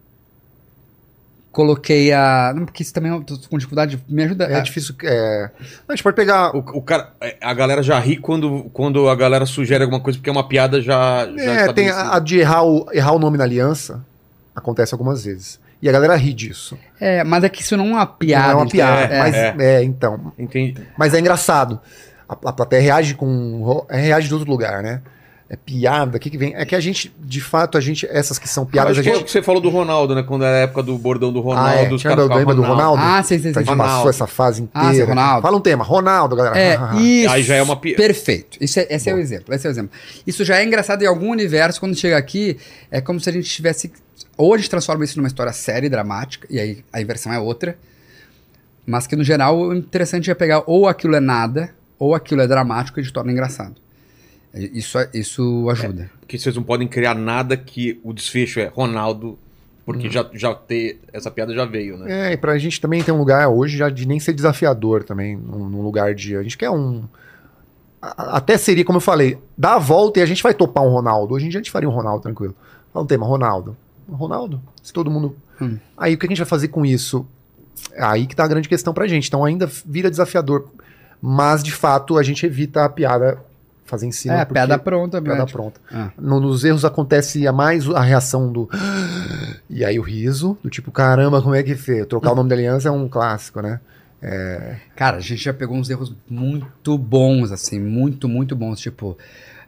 Coloquei não, porque isso também eu tô com dificuldade. Me ajuda. É difícil. A gente pode pegar. O cara, a galera já ri quando a galera sugere alguma coisa, porque é uma piada já tem a de errar o nome na aliança. Acontece algumas vezes. E a galera ri disso. Mas é que isso não é uma piada. Não é uma piada. Então. Entendi. Mas é engraçado. A plateia reage reage de outro lugar, né? Piada, o que vem? É que a gente, de fato, essas que são piadas... Acho que você falou do Ronaldo, né? Quando era a época do bordão do Ronaldo. Os caras lembra do Ronaldo? Sim. A gente passou essa fase inteira. Ronaldo. Fala um tema. Ronaldo, galera. Isso. Aí já é uma piada. Perfeito. Esse é o exemplo. Isso já é engraçado em algum universo. Quando chega aqui, é como se a gente tivesse... Ou a gente transforma isso numa história séria e dramática, e aí a inversão é outra. Mas que, no geral, o interessante é pegar ou aquilo é nada, ou aquilo é dramático e a gente torna engraçado. Isso ajuda. Porque vocês não podem criar nada que o desfecho é Ronaldo, porque essa piada já veio, né? E pra gente também tem um lugar hoje já de nem ser desafiador também, num lugar de... A gente quer até seria, como eu falei, dar a volta e a gente vai topar um Ronaldo. Hoje em dia a gente faria um Ronaldo tranquilo. Fala um tema, Ronaldo, se todo mundo... Aí o que a gente vai fazer com isso? Aí que tá a grande questão pra gente. Então ainda vira desafiador. Mas, de fato, a gente evita a piada fazer em cima. porque piada pronta. piada mesmo. pronta. Ah. Nos erros acontece mais a reação do... E aí o riso, do tipo, caramba, como é que fez? Trocar o nome da aliança é um clássico, né? Cara, a gente já pegou uns erros muito bons, assim, muito, muito bons. Tipo,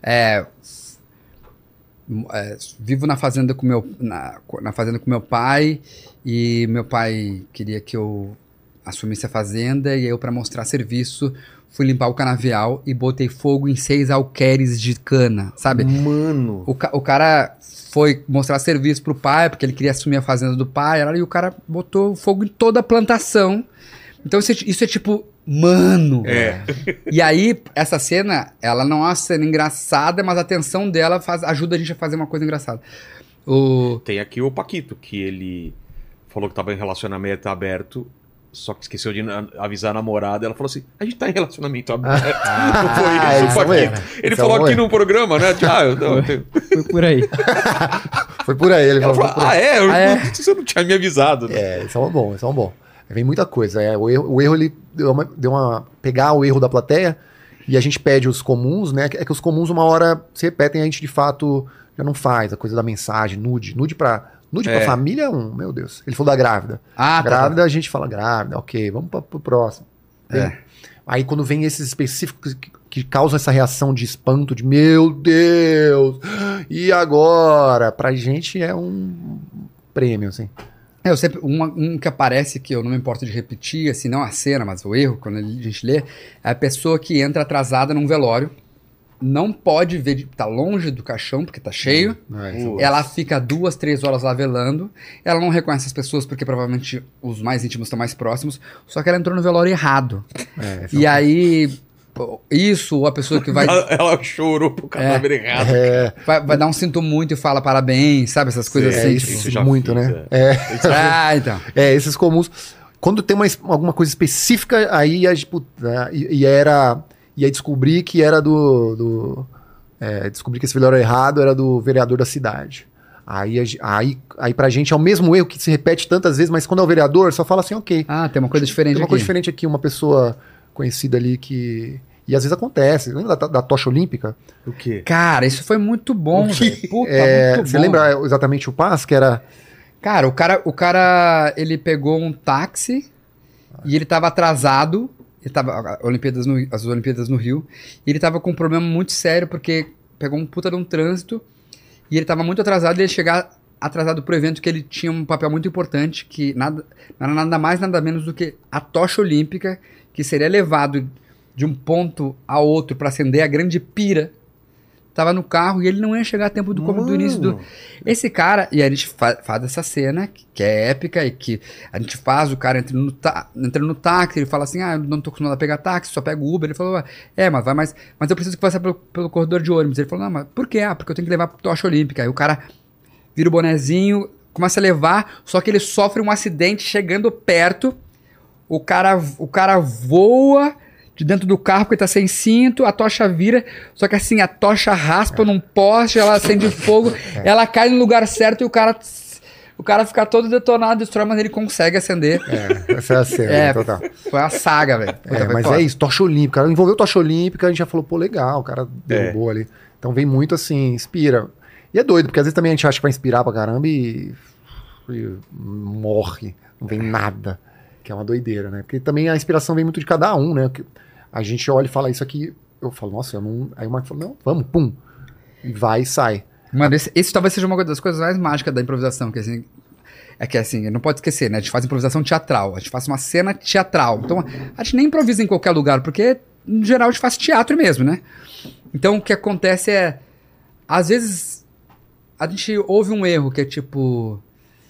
vivo na fazenda com na fazenda com meu pai, e meu pai queria que eu assumisse a fazenda, e eu, pra mostrar serviço, fui limpar o canavial e botei fogo em 6 alqueires de cana, sabe? Mano. O cara foi mostrar serviço pro pai, porque ele queria assumir a fazenda do pai, e o cara botou fogo em toda a plantação. Então isso é tipo, mano. E aí, essa cena, ela não é uma cena engraçada, mas a tensão dela ajuda a gente a fazer uma coisa engraçada. Tem aqui o Paquito, que ele falou que tava em relacionamento aberto, só que esqueceu de avisar a namorada. Ela falou assim: a gente tá em relacionamento aberto. Não foi isso, Paquito. Ele falou aqui no programa, né? Foi por aí. Foi por aí. Ele Ela falou, falou: você não tinha me avisado. Né? Isso é um bom. Vem muita coisa. O erro ele deu uma pegar o erro da plateia, e a gente pede os comuns, né? É que os comuns uma hora se repetem, a gente de fato já não faz a coisa da mensagem, nude pra família é meu Deus. Ele falou da grávida. Grávida, a gente fala grávida, ok, vamos pro próximo. Aí quando vem esses específicos que causam essa reação de espanto, de meu Deus, e agora? Pra gente é um prêmio, assim. Eu sempre, um que aparece que eu não me importo de repetir, assim, não a cena, mas o erro, quando a gente lê, é a pessoa que entra atrasada num velório, não pode ver, tá longe do caixão porque tá cheio, ela fica 2, 3 horas lá velando, ela não reconhece as pessoas porque provavelmente os mais íntimos estão mais próximos, só que ela entrou no velório errado. E aí, isso, ou a pessoa que vai... Ela chorou pro cadáver errado. Vai dar um sinto muito e fala parabéns, sabe? Essas coisas assim. Isso já muito, fiz, né? Então. Esses comuns. Quando tem alguma coisa específica, aí ia descobrir que era descobrir que esse velório errado era do vereador da cidade. Aí pra gente é o mesmo erro que se repete tantas vezes, mas quando é o vereador, só fala assim, ok. Tem uma coisa diferente aqui. Tem uma coisa diferente aqui, uma pessoa conhecida ali que... E às vezes acontece. Lembra da tocha olímpica? O quê? Cara, isso foi muito bom, velho. Puta, muito bom. Você lembra exatamente o passo que era... Cara, o cara, ele pegou um táxi e ele tava atrasado. Ele tava... As Olimpíadas no Rio. E ele tava com um problema muito sério, porque pegou um puta de um trânsito. E ele tava muito atrasado, e ele chegar atrasado pro evento que ele tinha um papel muito importante, que nada mais, nada menos do que a tocha olímpica, que seria levado de um ponto a outro para acender a grande pira. Tava no carro e ele não ia chegar a tempo do início do... Esse cara, e a gente faz essa cena, que é épica, e que a gente faz, o cara entra no táxi, ele fala assim, eu não tô acostumado a pegar táxi, só pego Uber. Ele falou, mas eu preciso que você pelo corredor de ônibus. Ele falou, não, mas por quê? Porque eu tenho que levar pra tocha olímpica. Aí o cara vira o bonezinho, começa a levar, só que ele sofre um acidente chegando perto, o cara voa de dentro do carro porque tá sem cinto, a tocha vira, só que assim, a tocha raspa num poste, ela acende fogo, ela cai no lugar certo e o cara fica todo detonado, destrói, mas ele consegue acender. Essa é a cena, total. Foi uma saga, velho. Mas é isso, tocha olímpica. Envolveu tocha olímpica, a gente já falou, pô, legal, o cara derrubou ali. Então vem muito assim, inspira. E é doido, porque às vezes também a gente acha que vai inspirar pra caramba e morre, não vem nada. Que é uma doideira, né? Porque também a inspiração vem muito de cada um, né? A gente olha e fala isso aqui, eu falo, nossa, eu não... Aí o Marco fala, não, vamos, pum. E vai e sai. Mano, esse talvez seja uma das coisas mais mágicas da improvisação, que assim, não pode esquecer, né? A gente faz improvisação teatral, a gente faz uma cena teatral. Então, a gente nem improvisa em qualquer lugar, porque, em geral, a gente faz teatro mesmo, né? Então, o que acontece é, às vezes, a gente ouve um erro que é tipo...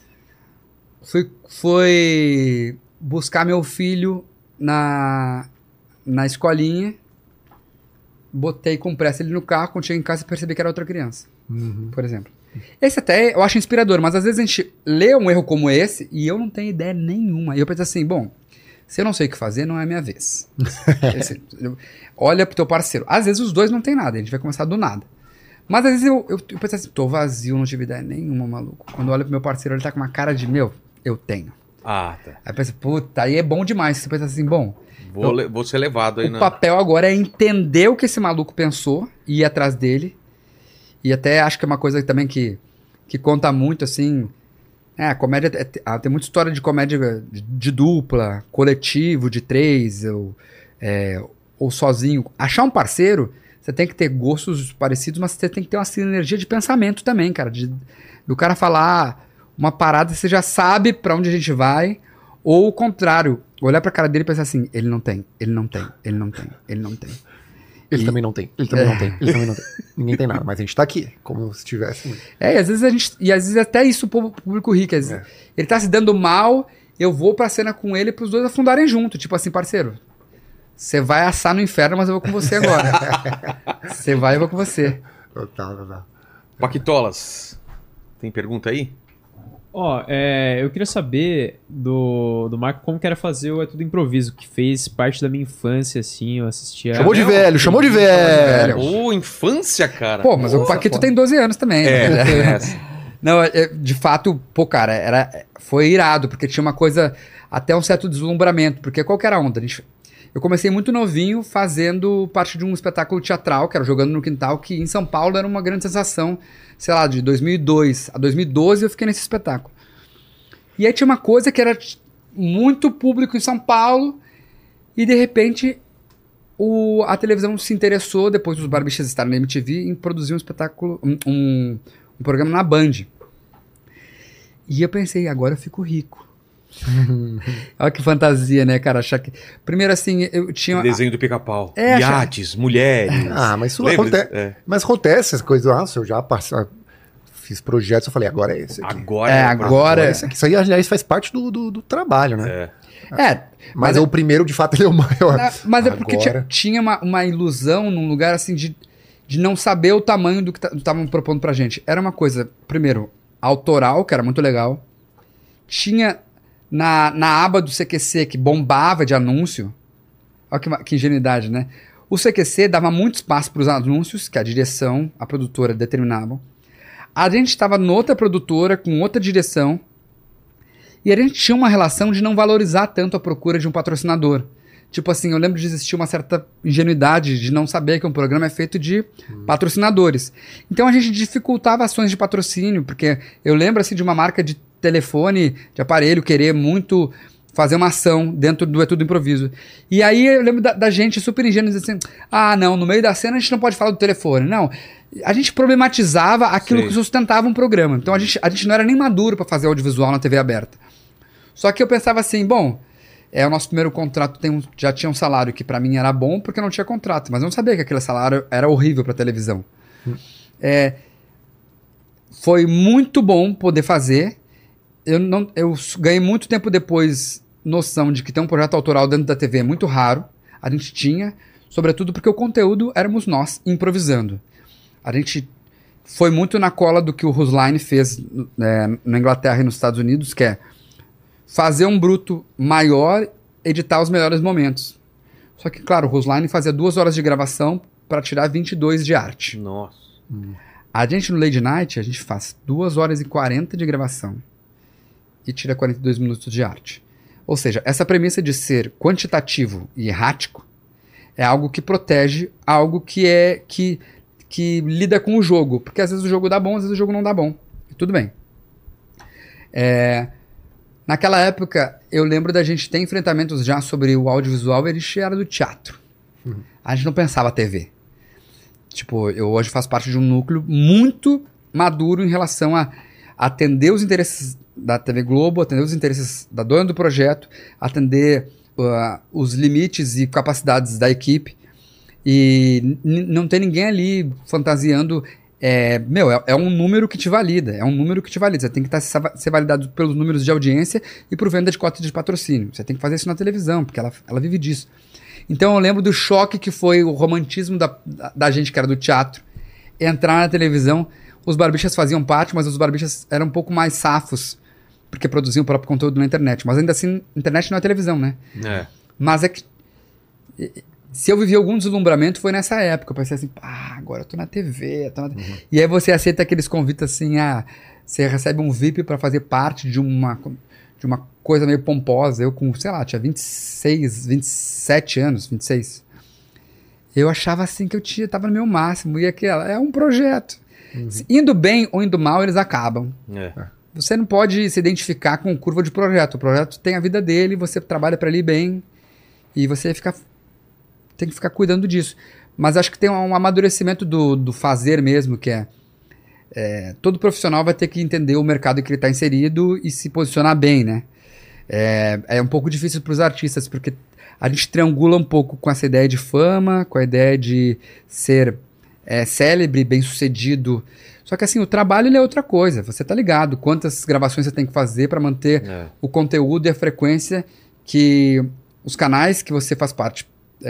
Foi buscar meu filho na escolinha, botei com pressa ele no carro, quando cheguei em casa e percebi que era outra criança, por exemplo. Esse até eu acho inspirador, mas às vezes a gente lê um erro como esse e eu não tenho ideia nenhuma. E eu penso assim, bom, se eu não sei o que fazer, não é a minha vez. Olha pro teu parceiro. Às vezes os dois não tem nada, a gente vai começar do nada. Mas às vezes eu penso assim, tô vazio, não tive ideia nenhuma, maluco. Quando eu olho pro meu parceiro, ele tá com uma cara de, eu tenho. Ah, tá. Aí pensa, puta, aí é bom demais. Você pensa assim, bom, Vou ser levado aí o papel agora é entender o que esse maluco pensou e ir atrás dele. E até acho que é uma coisa também que conta muito, assim. A comédia. Tem muita história de comédia de dupla, coletivo, de 3, ou sozinho. Achar um parceiro, você tem que ter gostos parecidos, mas você tem que ter uma sinergia de pensamento também, cara. Do cara falar uma parada, você já sabe pra onde a gente vai. Ou o contrário, olhar pra cara dele e pensar assim, ele não tem, ele não tem, ele não tem, ele não tem. Ele também não tem, ele também não tem, ele também não tem. Ninguém tem nada, mas a gente tá aqui, como se tivesse. E às vezes até isso o público rico, às vezes, ele tá se dando mal, eu vou pra cena com ele pros dois afundarem junto, tipo assim, parceiro, você vai assar no inferno, mas eu vou com você agora. Você vai, eu vou com você. Tá. Paquitolas, tem pergunta aí? Eu queria saber do Marco como que era fazer o É Tudo Improviso, que fez parte da minha infância, assim, eu assistia... Chamou de velho. Ô, infância, cara. Pô, mas o Paquito tem 12 anos também. Né? Não, de fato, pô, cara, foi irado, porque tinha uma coisa, até um certo deslumbramento, porque qual que era a onda? Eu comecei muito novinho fazendo parte de um espetáculo teatral, que era Jogando no Quintal, que em São Paulo era uma grande sensação, sei lá, de 2002 a 2012 eu fiquei nesse espetáculo. E aí tinha uma coisa que era muito público em São Paulo, e de repente a televisão se interessou, depois dos Barbichas estarem na MTV, em produzir um espetáculo, um programa na Band. E eu pensei, agora eu fico rico. Olha que fantasia, né, cara? Achar que... Primeiro, assim, eu tinha... Desenho do Pica-Pau. Iates, mulheres. Mas isso acontece. Mas acontece essas coisas. Eu já fiz projetos, eu falei, agora é esse aqui. Agora é esse aqui. Isso aí, aliás, faz parte do trabalho, né? Mas o primeiro, de fato, ele é o maior. Mas é porque tinha uma ilusão num lugar, assim, de não saber o tamanho do que estavam propondo pra gente. Era uma coisa, primeiro, autoral, que era muito legal. Tinha... Na aba do CQC, que bombava de anúncio, olha que ingenuidade, né? O CQC dava muito espaço para os anúncios, que a direção, a produtora determinavam. A gente estava noutra produtora, com outra direção, e a gente tinha uma relação de não valorizar tanto a procura de um patrocinador. Tipo assim, eu lembro de existir uma certa ingenuidade de não saber que um programa é feito de patrocinadores. Então a gente dificultava ações de patrocínio, porque eu lembro assim de uma marca de telefone, de aparelho, querer muito fazer uma ação dentro do É Tudo Improviso. E aí eu lembro da gente super ingênua, dizendo assim, não, no meio da cena a gente não pode falar do telefone. Não, a gente problematizava aquilo que sustentava um programa. Então a gente não era nem maduro para fazer audiovisual na TV aberta. Só que eu pensava assim, bom, o nosso primeiro contrato já tinha um salário que para mim era bom porque não tinha contrato, mas eu não sabia que aquele salário era horrível para televisão. Foi muito bom poder fazer. Eu ganhei muito tempo depois noção de que ter um projeto autoral dentro da TV é muito raro. A gente tinha, sobretudo porque o conteúdo éramos nós, improvisando. A gente foi muito na cola do que o Rusline fez na Inglaterra e nos Estados Unidos, que é fazer um bruto maior, editar os melhores momentos. Só que, claro, o Rusline fazia 2 horas de gravação para tirar 22 de arte. Nossa. A gente no Late Night, a gente faz 2 horas e 40 de gravação e tira 42 minutos de arte. Ou seja, essa premissa de ser quantitativo e errático é algo que protege algo que lida com o jogo. Porque às vezes o jogo dá bom, às vezes o jogo não dá bom. E tudo bem. Naquela época, eu lembro da gente ter enfrentamentos já sobre o audiovisual, ele era do teatro. A gente não pensava TV. Tipo, eu hoje faço parte de um núcleo muito maduro em relação a atender os interesses da TV Globo, atender os interesses da dona do projeto, atender os limites e capacidades da equipe. E não tem ninguém ali fantasiando... É um número que te valida. É um número que te valida. Você tem que ser validado pelos números de audiência e por venda de cota de patrocínio. Você tem que fazer isso na televisão, porque ela vive disso. Então eu lembro do choque que foi o romantismo da gente que era do teatro. Entrar na televisão, os Barbichas faziam parte, mas os Barbichas eram um pouco mais safos, porque produziam o próprio conteúdo na internet. Mas ainda assim, internet não é televisão, né? Mas é que... Se eu vivi algum deslumbramento, foi nessa época. Eu pensei assim, agora eu tô na TV. E aí você aceita aqueles convites assim, você recebe um VIP para fazer parte de de uma coisa meio pomposa. Eu com, sei lá, tinha 26, 27 anos, 26. Eu achava assim que eu tava no meu máximo. E aquela, é um projeto. Indo bem ou indo mal, eles acabam. Você não pode se identificar com curva de projeto. O projeto tem a vida dele, você trabalha para ele bem e você tem que ficar cuidando disso. Mas acho que tem um amadurecimento do fazer mesmo, que todo profissional vai ter que entender o mercado que ele está inserido e se posicionar bem, né? É um pouco difícil para os artistas, porque a gente triangula um pouco com essa ideia de fama, com a ideia de ser célebre, bem-sucedido. Só que assim, o trabalho ele é outra coisa. Você tá ligado quantas gravações você tem que fazer para manter o conteúdo e a frequência que os canais que você faz parte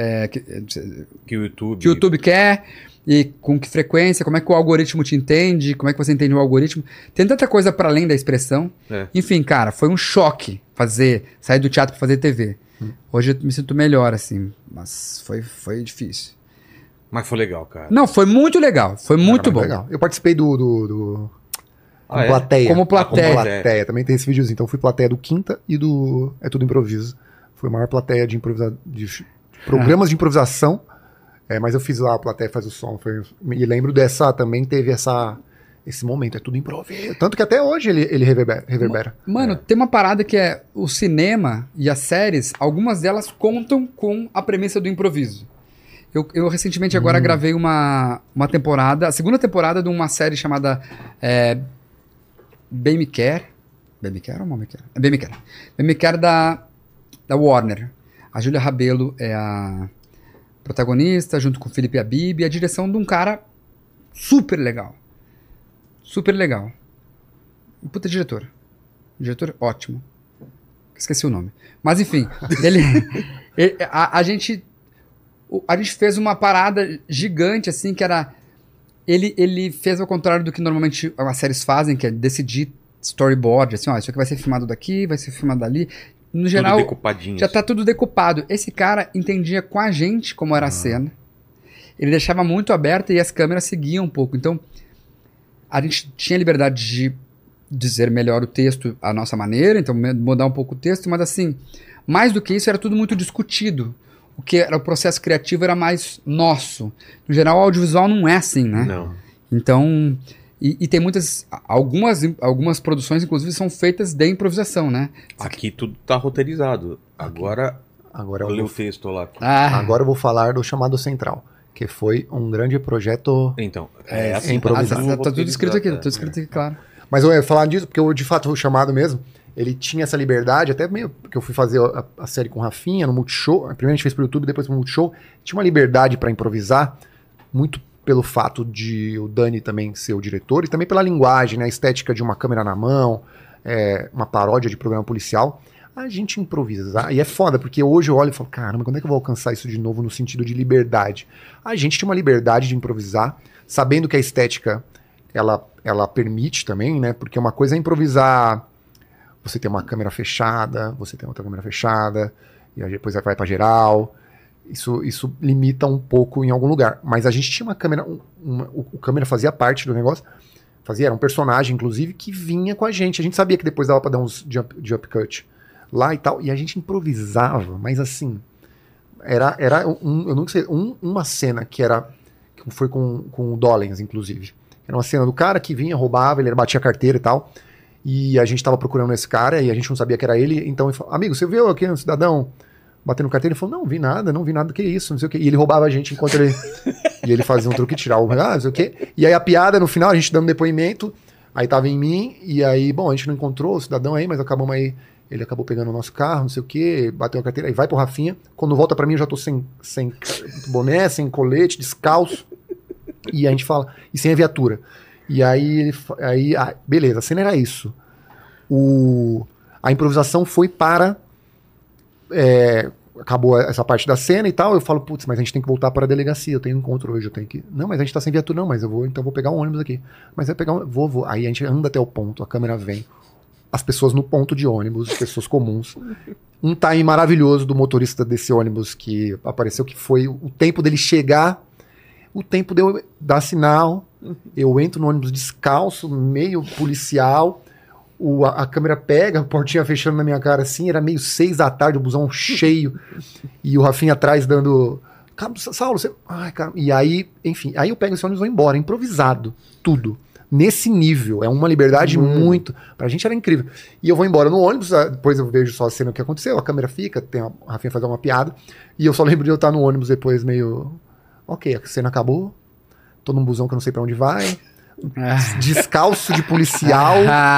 que o YouTube quer, e com que frequência, como é que o algoritmo te entende, como é que você entende o algoritmo. Tem tanta coisa para além da expressão. Enfim, cara, foi um choque sair do teatro para fazer TV. Hoje eu me sinto melhor, assim, mas foi difícil. Mas foi legal, cara. Não, foi muito legal. Foi muito bom. Legal. Eu participei como plateia. Como plateia. Como plateia. Também tem esse videozinho. Então fui plateia do Quinta e do É Tudo Improviso. Foi a maior plateia de programas de improvisação. Mas eu fiz lá, a plateia faz o som. E lembro também teve esse momento. É tudo improviso. Tanto que até hoje ele reverbera. Mano, tem uma parada que é o cinema e as séries, algumas delas contam com a premissa do improviso. Eu recentemente agora gravei uma temporada, a segunda temporada de uma série chamada Bem Me Quer. Bem Me Quer ou Mal Me Quer? Bem Me Quer. Bem Me Quer da Warner. A Júlia Rabelo é a protagonista, junto com o Felipe Abib, e a direção de um cara super legal. Super legal. Um puta diretor. Diretor ótimo. Esqueci o nome. Mas enfim, a gente fez uma parada gigante, assim, que era... Ele fez ao contrário do que normalmente as séries fazem, que é decidir storyboard, assim, isso aqui vai ser filmado daqui, vai ser filmado dali. No geral, tudo decupadinho, já tá tudo decupado. Esse cara entendia com a gente como era a cena. Ele deixava muito aberto e as câmeras seguiam um pouco. Então, a gente tinha liberdade de dizer melhor o texto à nossa maneira, então mudar um pouco o texto, mas assim, mais do que isso, era tudo muito discutido. O que era o processo criativo era mais nosso. No geral, o audiovisual não é assim, né? Não. Então, e tem algumas produções, inclusive, são feitas de improvisação, né? Aqui tudo tá roteirizado. Agora eu li o texto lá. Agora eu vou falar do Chamado Central, que foi um grande projeto. Então, assim, improvisado. Tá tudo escrito aqui, claro. Mas eu ia falar disso, porque eu, de fato, o Chamado mesmo, ele tinha essa liberdade, até meio porque eu fui fazer a série com o Rafinha no Multishow. Primeiro a gente fez pro YouTube, depois pro Multishow. Tinha uma liberdade para improvisar, muito pelo fato de o Dani também ser o diretor, e também pela linguagem, né, a estética de uma câmera na mão, uma paródia de programa policial. A gente improvisa. E é foda, porque hoje eu olho e falo, caramba, quando é que eu vou alcançar isso de novo no sentido de liberdade? A gente tinha uma liberdade de improvisar, sabendo que a estética, ela permite também, né? Porque uma coisa é improvisar, você tem uma câmera fechada, você tem outra câmera fechada, e aí depois vai pra geral. Isso limita um pouco em algum lugar. Mas a gente tinha uma câmera, o câmera fazia parte do negócio, era um personagem, inclusive, que vinha com a gente. A gente sabia que depois dava pra dar uns jump cut lá e tal, e a gente improvisava, mas assim, eu não sei, uma cena que foi com o Dollens, inclusive. Era uma cena do cara que vinha, roubava, ele batia a carteira e tal, e a gente tava procurando esse cara, e a gente não sabia que era ele, então ele falou, amigo, você viu aqui um cidadão batendo carteira? Ele falou, não vi nada, que isso, não sei o que, e ele roubava a gente enquanto ele... e ele fazia um truque, tirar não sei o que, e aí a piada, no final, a gente dando depoimento, aí tava em mim, e aí, bom, a gente não encontrou o cidadão aí, mas acabamos aí. Ele acabou pegando o nosso carro, não sei o que, bateu a carteira, aí vai pro Rafinha. Quando volta pra mim, eu já tô sem boné, sem colete, descalço. E a gente fala, e sem a viatura. E aí, beleza, a cena era isso. A improvisação foi para... acabou essa parte da cena e tal, eu falo, putz, mas a gente tem que voltar para a delegacia, eu tenho um encontro hoje, eu tenho que... Não, mas a gente tá sem viatura, não, mas eu vou pegar um ônibus aqui. Mas vai pegar vou. Aí a gente anda até o ponto, a câmera vem. As pessoas no ponto de ônibus, pessoas comuns. Um time maravilhoso do motorista desse ônibus que apareceu, que foi o tempo dele chegar, o tempo de eu dar sinal, eu entro no ônibus descalço, meio policial, a câmera pega, a portinha fechando na minha cara assim, era meio 6 da tarde, o busão cheio, e o Rafinha atrás dando... Saulo, você... Ai, cara... E aí, enfim, aí eu pego esse ônibus e vou embora, improvisado, tudo. Nesse nível, é uma liberdade muito... Pra gente era incrível. E eu vou embora no ônibus, depois eu vejo só a cena que aconteceu, a câmera fica, tem a Rafinha fazer uma piada, e eu só lembro de eu estar no ônibus depois meio... Ok, a cena acabou, tô num busão que eu não sei pra onde vai, descalço de policial,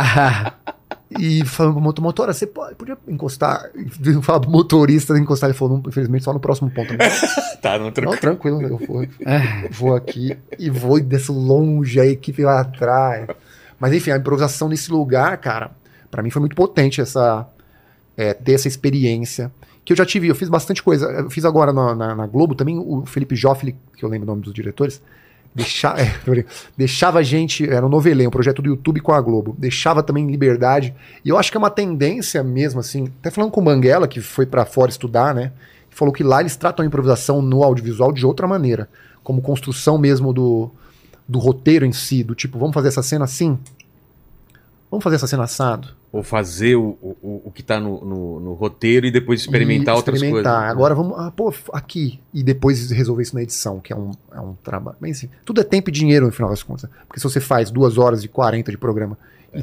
e falando pro motora, você podia encostar, falar pro motorista encostar, ele falou, não, infelizmente só no próximo ponto. Tá, não, tranquilo. Não, tranquilo, eu vou aqui e vou e desço longe, a equipe lá atrás. Mas enfim, a improvisação nesse lugar, cara, pra mim foi muito potente ter essa experiência, que eu já tive, eu fiz bastante coisa, eu fiz agora na Globo também, o Felipe Joffre, que eu lembro o nome dos diretores, deixava a gente, era um novelê, um projeto do YouTube com a Globo, deixava também liberdade, e eu acho que é uma tendência mesmo, assim, até falando com o Banguela, que foi pra fora estudar, né, falou que lá eles tratam a improvisação no audiovisual de outra maneira, como construção mesmo do roteiro em si, do tipo, vamos fazer essa cena assim? Vamos fazer essa cena assado? Ou fazer o que tá no roteiro e depois experimentar outras coisas. Agora vamos, aqui. E depois resolver isso na edição, que é um trabalho. Mas assim, tudo é tempo e dinheiro no final das contas. Porque se você faz 2 horas e 40 de programa e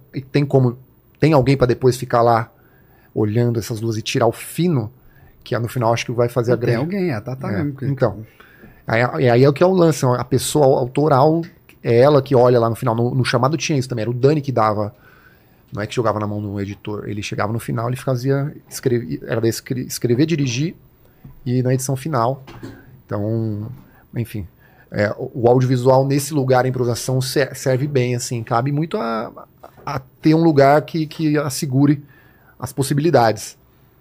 tem alguém pra depois ficar lá olhando essas duas e tirar o fino, que no final acho que vai fazer a grande. Tem alguém, tá mesmo. Então. Aí é o que é o lance, a pessoa autoral é ela que olha lá no final. No chamado tinha isso também, era o Dani que dava. Não é que jogava na mão do editor, ele chegava no final, ele fazia, era escrever, dirigir e na edição final. Então, enfim, o audiovisual nesse lugar, a improvisação serve bem, assim, cabe muito a ter um lugar que assegure as possibilidades.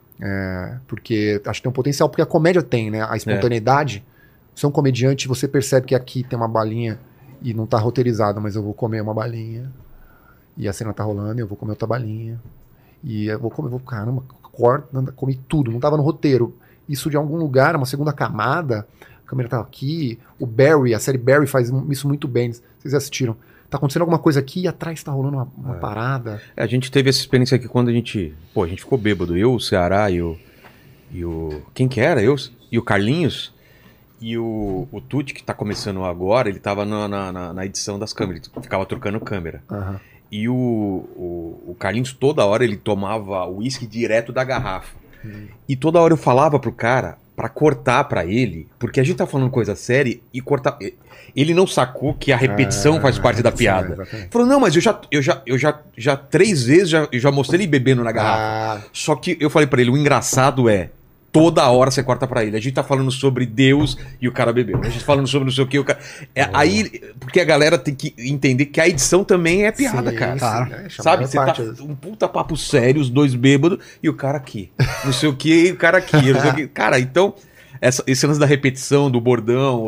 Porque acho que tem um potencial, porque a comédia tem, né? A espontaneidade. Você é um comediante, você percebe que aqui tem uma balinha e não tá roteirizado, mas eu vou comer uma balinha. E a cena tá rolando, eu vou comer outra balinha. E eu vou comer, caramba, comi tudo, não tava no roteiro. Isso de algum lugar, uma segunda camada, a câmera tá aqui. O Barry, a série Barry faz isso muito bem. Vocês assistiram. Tá acontecendo alguma coisa aqui e atrás tá rolando uma parada. A gente teve essa experiência aqui quando a gente ficou bêbado. Eu, o Ceará e o quem que era? Eu e o Carlinhos. E o Tuti, que tá começando agora, ele tava na edição das câmeras, ele ficava trocando câmera. E o Carlinhos, toda hora, ele tomava uísque direto da garrafa. E toda hora eu falava pro cara pra cortar pra ele, porque a gente tá falando coisa séria e cortar... Ele não sacou que a repetição faz parte da piada. Sim, falou, não, mas eu já 3 vezes eu já mostrei ele bebendo na garrafa. Só que eu falei pra ele, o engraçado toda hora você corta pra ele. A gente tá falando sobre Deus e o cara bebeu. A gente falando sobre não sei o que, o cara... Aí, porque a galera tem que entender que a edição também é piada, cara. Claro. Sabe? Você tá um puta papo sério, os dois bêbados e o cara aqui. Não sei o que, e o cara aqui. Não sei o que. Cara, então, esse lance da repetição, do bordão,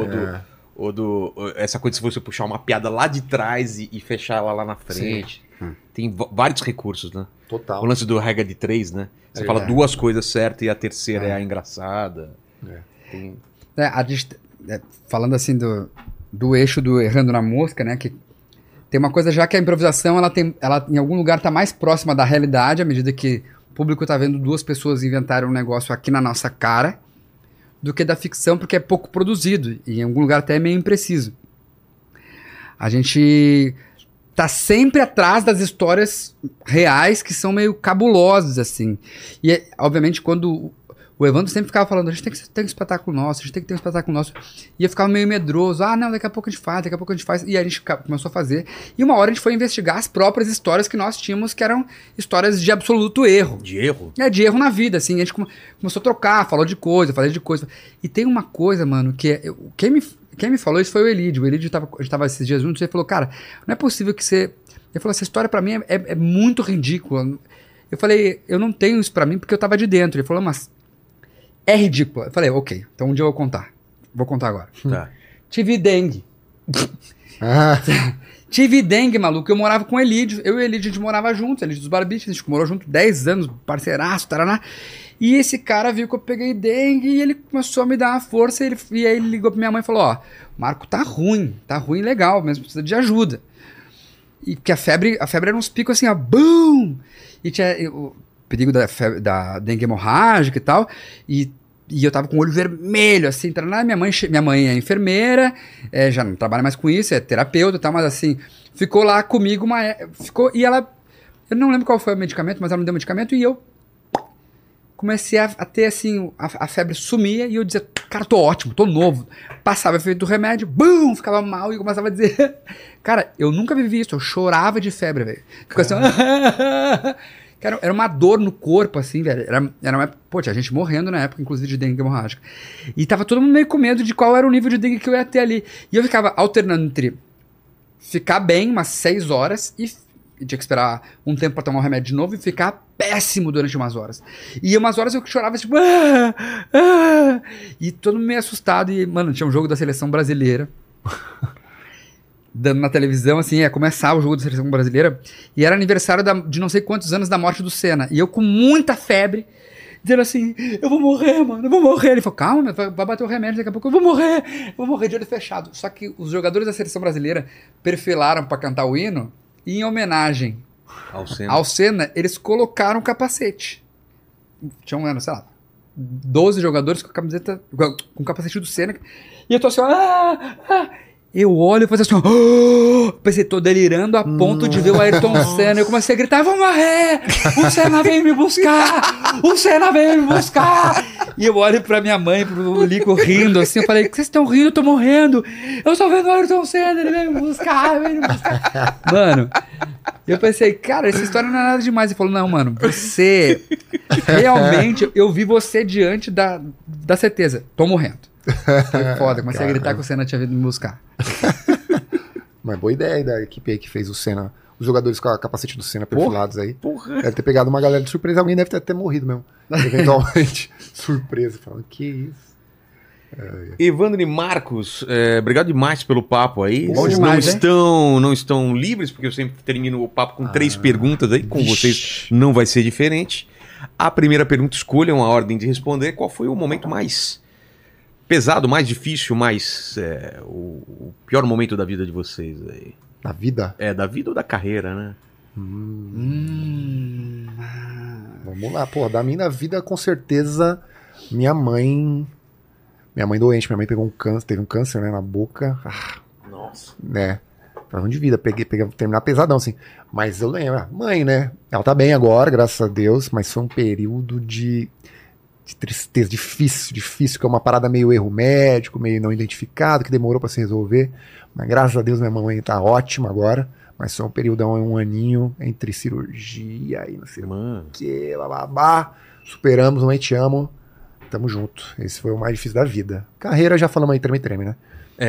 essa coisa de você puxar uma piada lá de trás e fechar ela lá na frente. Tem vários recursos, né? Total. O lance do regra de 3, né? Você fala 2 coisas certas e a terceira é a engraçada. Falando assim do eixo do errando na mosca, né? Que tem uma coisa já que a improvisação, ela em algum lugar tá mais próxima da realidade, à medida que o público tá vendo 2 pessoas inventarem um negócio aqui na nossa cara, do que da ficção, porque é pouco produzido. E em algum lugar até é meio impreciso. A gente... tá sempre atrás das histórias reais que são meio cabulosas, assim. E, obviamente, quando o Evandro sempre ficava falando, a gente tem que ter um espetáculo nosso, a gente tem que ter um espetáculo nosso. E eu ficava meio medroso, não, daqui a pouco a gente faz. E aí a gente começou a fazer. E uma hora a gente foi investigar as próprias histórias que nós tínhamos, que eram histórias de absoluto erro. De erro? De erro na vida, assim. A gente começou a trocar, falou de coisa, falei de coisa. E tem uma coisa, mano, que quem me falou isso foi o Elídio. A gente tava esses dias juntos e ele falou, cara, não é possível que você... Ele falou, essa história pra mim é muito ridícula. Eu falei, eu não tenho isso pra mim porque eu tava de dentro. Ele falou, mas é ridícula. Eu falei, ok, então um dia eu vou contar. Vou contar agora. Tá. Tive dengue. Tive dengue, maluco. Eu morava com o Elídio. Eu e o Elídio, a gente morava juntos. Elídio dos Barbichos, a gente morou junto 10 anos, parceiraço, taraná. E esse cara viu que eu peguei dengue e ele começou a me dar uma força. E aí ele ligou pra minha mãe e falou, Marco, tá ruim legal, mas precisa de ajuda. E que a febre era uns picos assim, ó, BUM! E tinha o perigo da dengue hemorrágica e tal, e eu tava com o olho vermelho, assim, entrando lá, minha mãe é enfermeira, já não trabalha mais com isso, é terapeuta e tal, mas assim, ficou lá comigo e ela, eu não lembro qual foi o medicamento, mas ela me deu o medicamento e eu comecei a ter, assim, a febre sumia e eu dizia, cara, tô ótimo, tô novo. Passava o efeito do remédio, bum, ficava mal e eu começava a dizer, cara, eu nunca vivi isso, eu chorava de febre, velho. Ficava assim, cara, era uma dor no corpo, assim, velho. Era uma... Pô, tinha gente morrendo na época, inclusive de dengue hemorrágica. E tava todo mundo meio com medo de qual era o nível de dengue que eu ia ter ali. E eu ficava alternando entre ficar bem umas 6 horas e tinha que esperar um tempo pra tomar o remédio de novo e ficar péssimo durante umas horas. E umas horas eu chorava, tipo... E todo mundo meio assustado. E, mano, tinha um jogo da seleção brasileira... dando na televisão, assim, ia começar o jogo da seleção brasileira, e era aniversário de não sei quantos anos da morte do Senna, e eu com muita febre, dizendo assim, eu vou morrer, mano, eu vou morrer. Ele falou, calma, vai bater o remédio, daqui a pouco eu vou morrer de olho fechado. Só que os jogadores da seleção brasileira perfilaram pra cantar o hino, e em homenagem ao Senna, eles colocaram o capacete. Tinham, sei lá, 12 jogadores com a camiseta, com o capacete do Senna, e eu tô assim, eu olho e faço assim, pensei, tô delirando a ponto de ver o Ayrton Senna. Eu comecei a gritar, eu vou morrer! O Senna veio me buscar! O Senna veio me buscar! E eu olho pra minha mãe, pro Lico rindo assim, eu falei, vocês estão rindo, eu tô morrendo! Eu tô vendo o Ayrton Senna, ele veio me buscar, Mano, eu pensei, cara, essa história não é nada demais. Ele falou, não, mano, você, realmente, eu vi você diante da certeza, tô morrendo. Foi foda, comecei a gritar que o Senna tinha vindo me buscar. Mas boa ideia da equipe aí que fez o Senna. Os jogadores com a capacete do Senna perfilados aí. Porra. Deve ter pegado uma galera de surpresa. Alguém deve ter até morrido mesmo. Eventualmente. Surpresa. Falando, que isso? Evandro e Marcos, obrigado demais pelo papo aí. Bom Vocês demais, não estão livres, porque eu sempre termino o papo com 3 perguntas aí. Com vocês não vai ser diferente. A primeira pergunta, escolham a ordem de responder. Qual foi o momento mais pesado, mais difícil, mais o pior momento da vida de vocês aí? Da vida? Da vida ou da carreira, né? Vamos lá, pô, da minha vida, com certeza, minha mãe doente, minha mãe pegou um câncer, teve um câncer, né, na boca. Nossa. Né, falando de vida, terminar pesadão, assim. Mas eu lembro, mãe, né, ela tá bem agora, graças a Deus, mas foi um período de tristeza, difícil, que é uma parada meio erro médico, meio não identificado, que demorou pra se resolver. Mas graças a Deus minha mamãe tá ótima agora, mas foi um período, um aninho entre cirurgia e não sei o que, bababá. Superamos, mãe, te amo, tamo junto. Esse foi o mais difícil da vida. Carreira, já falamos aí, treme, né?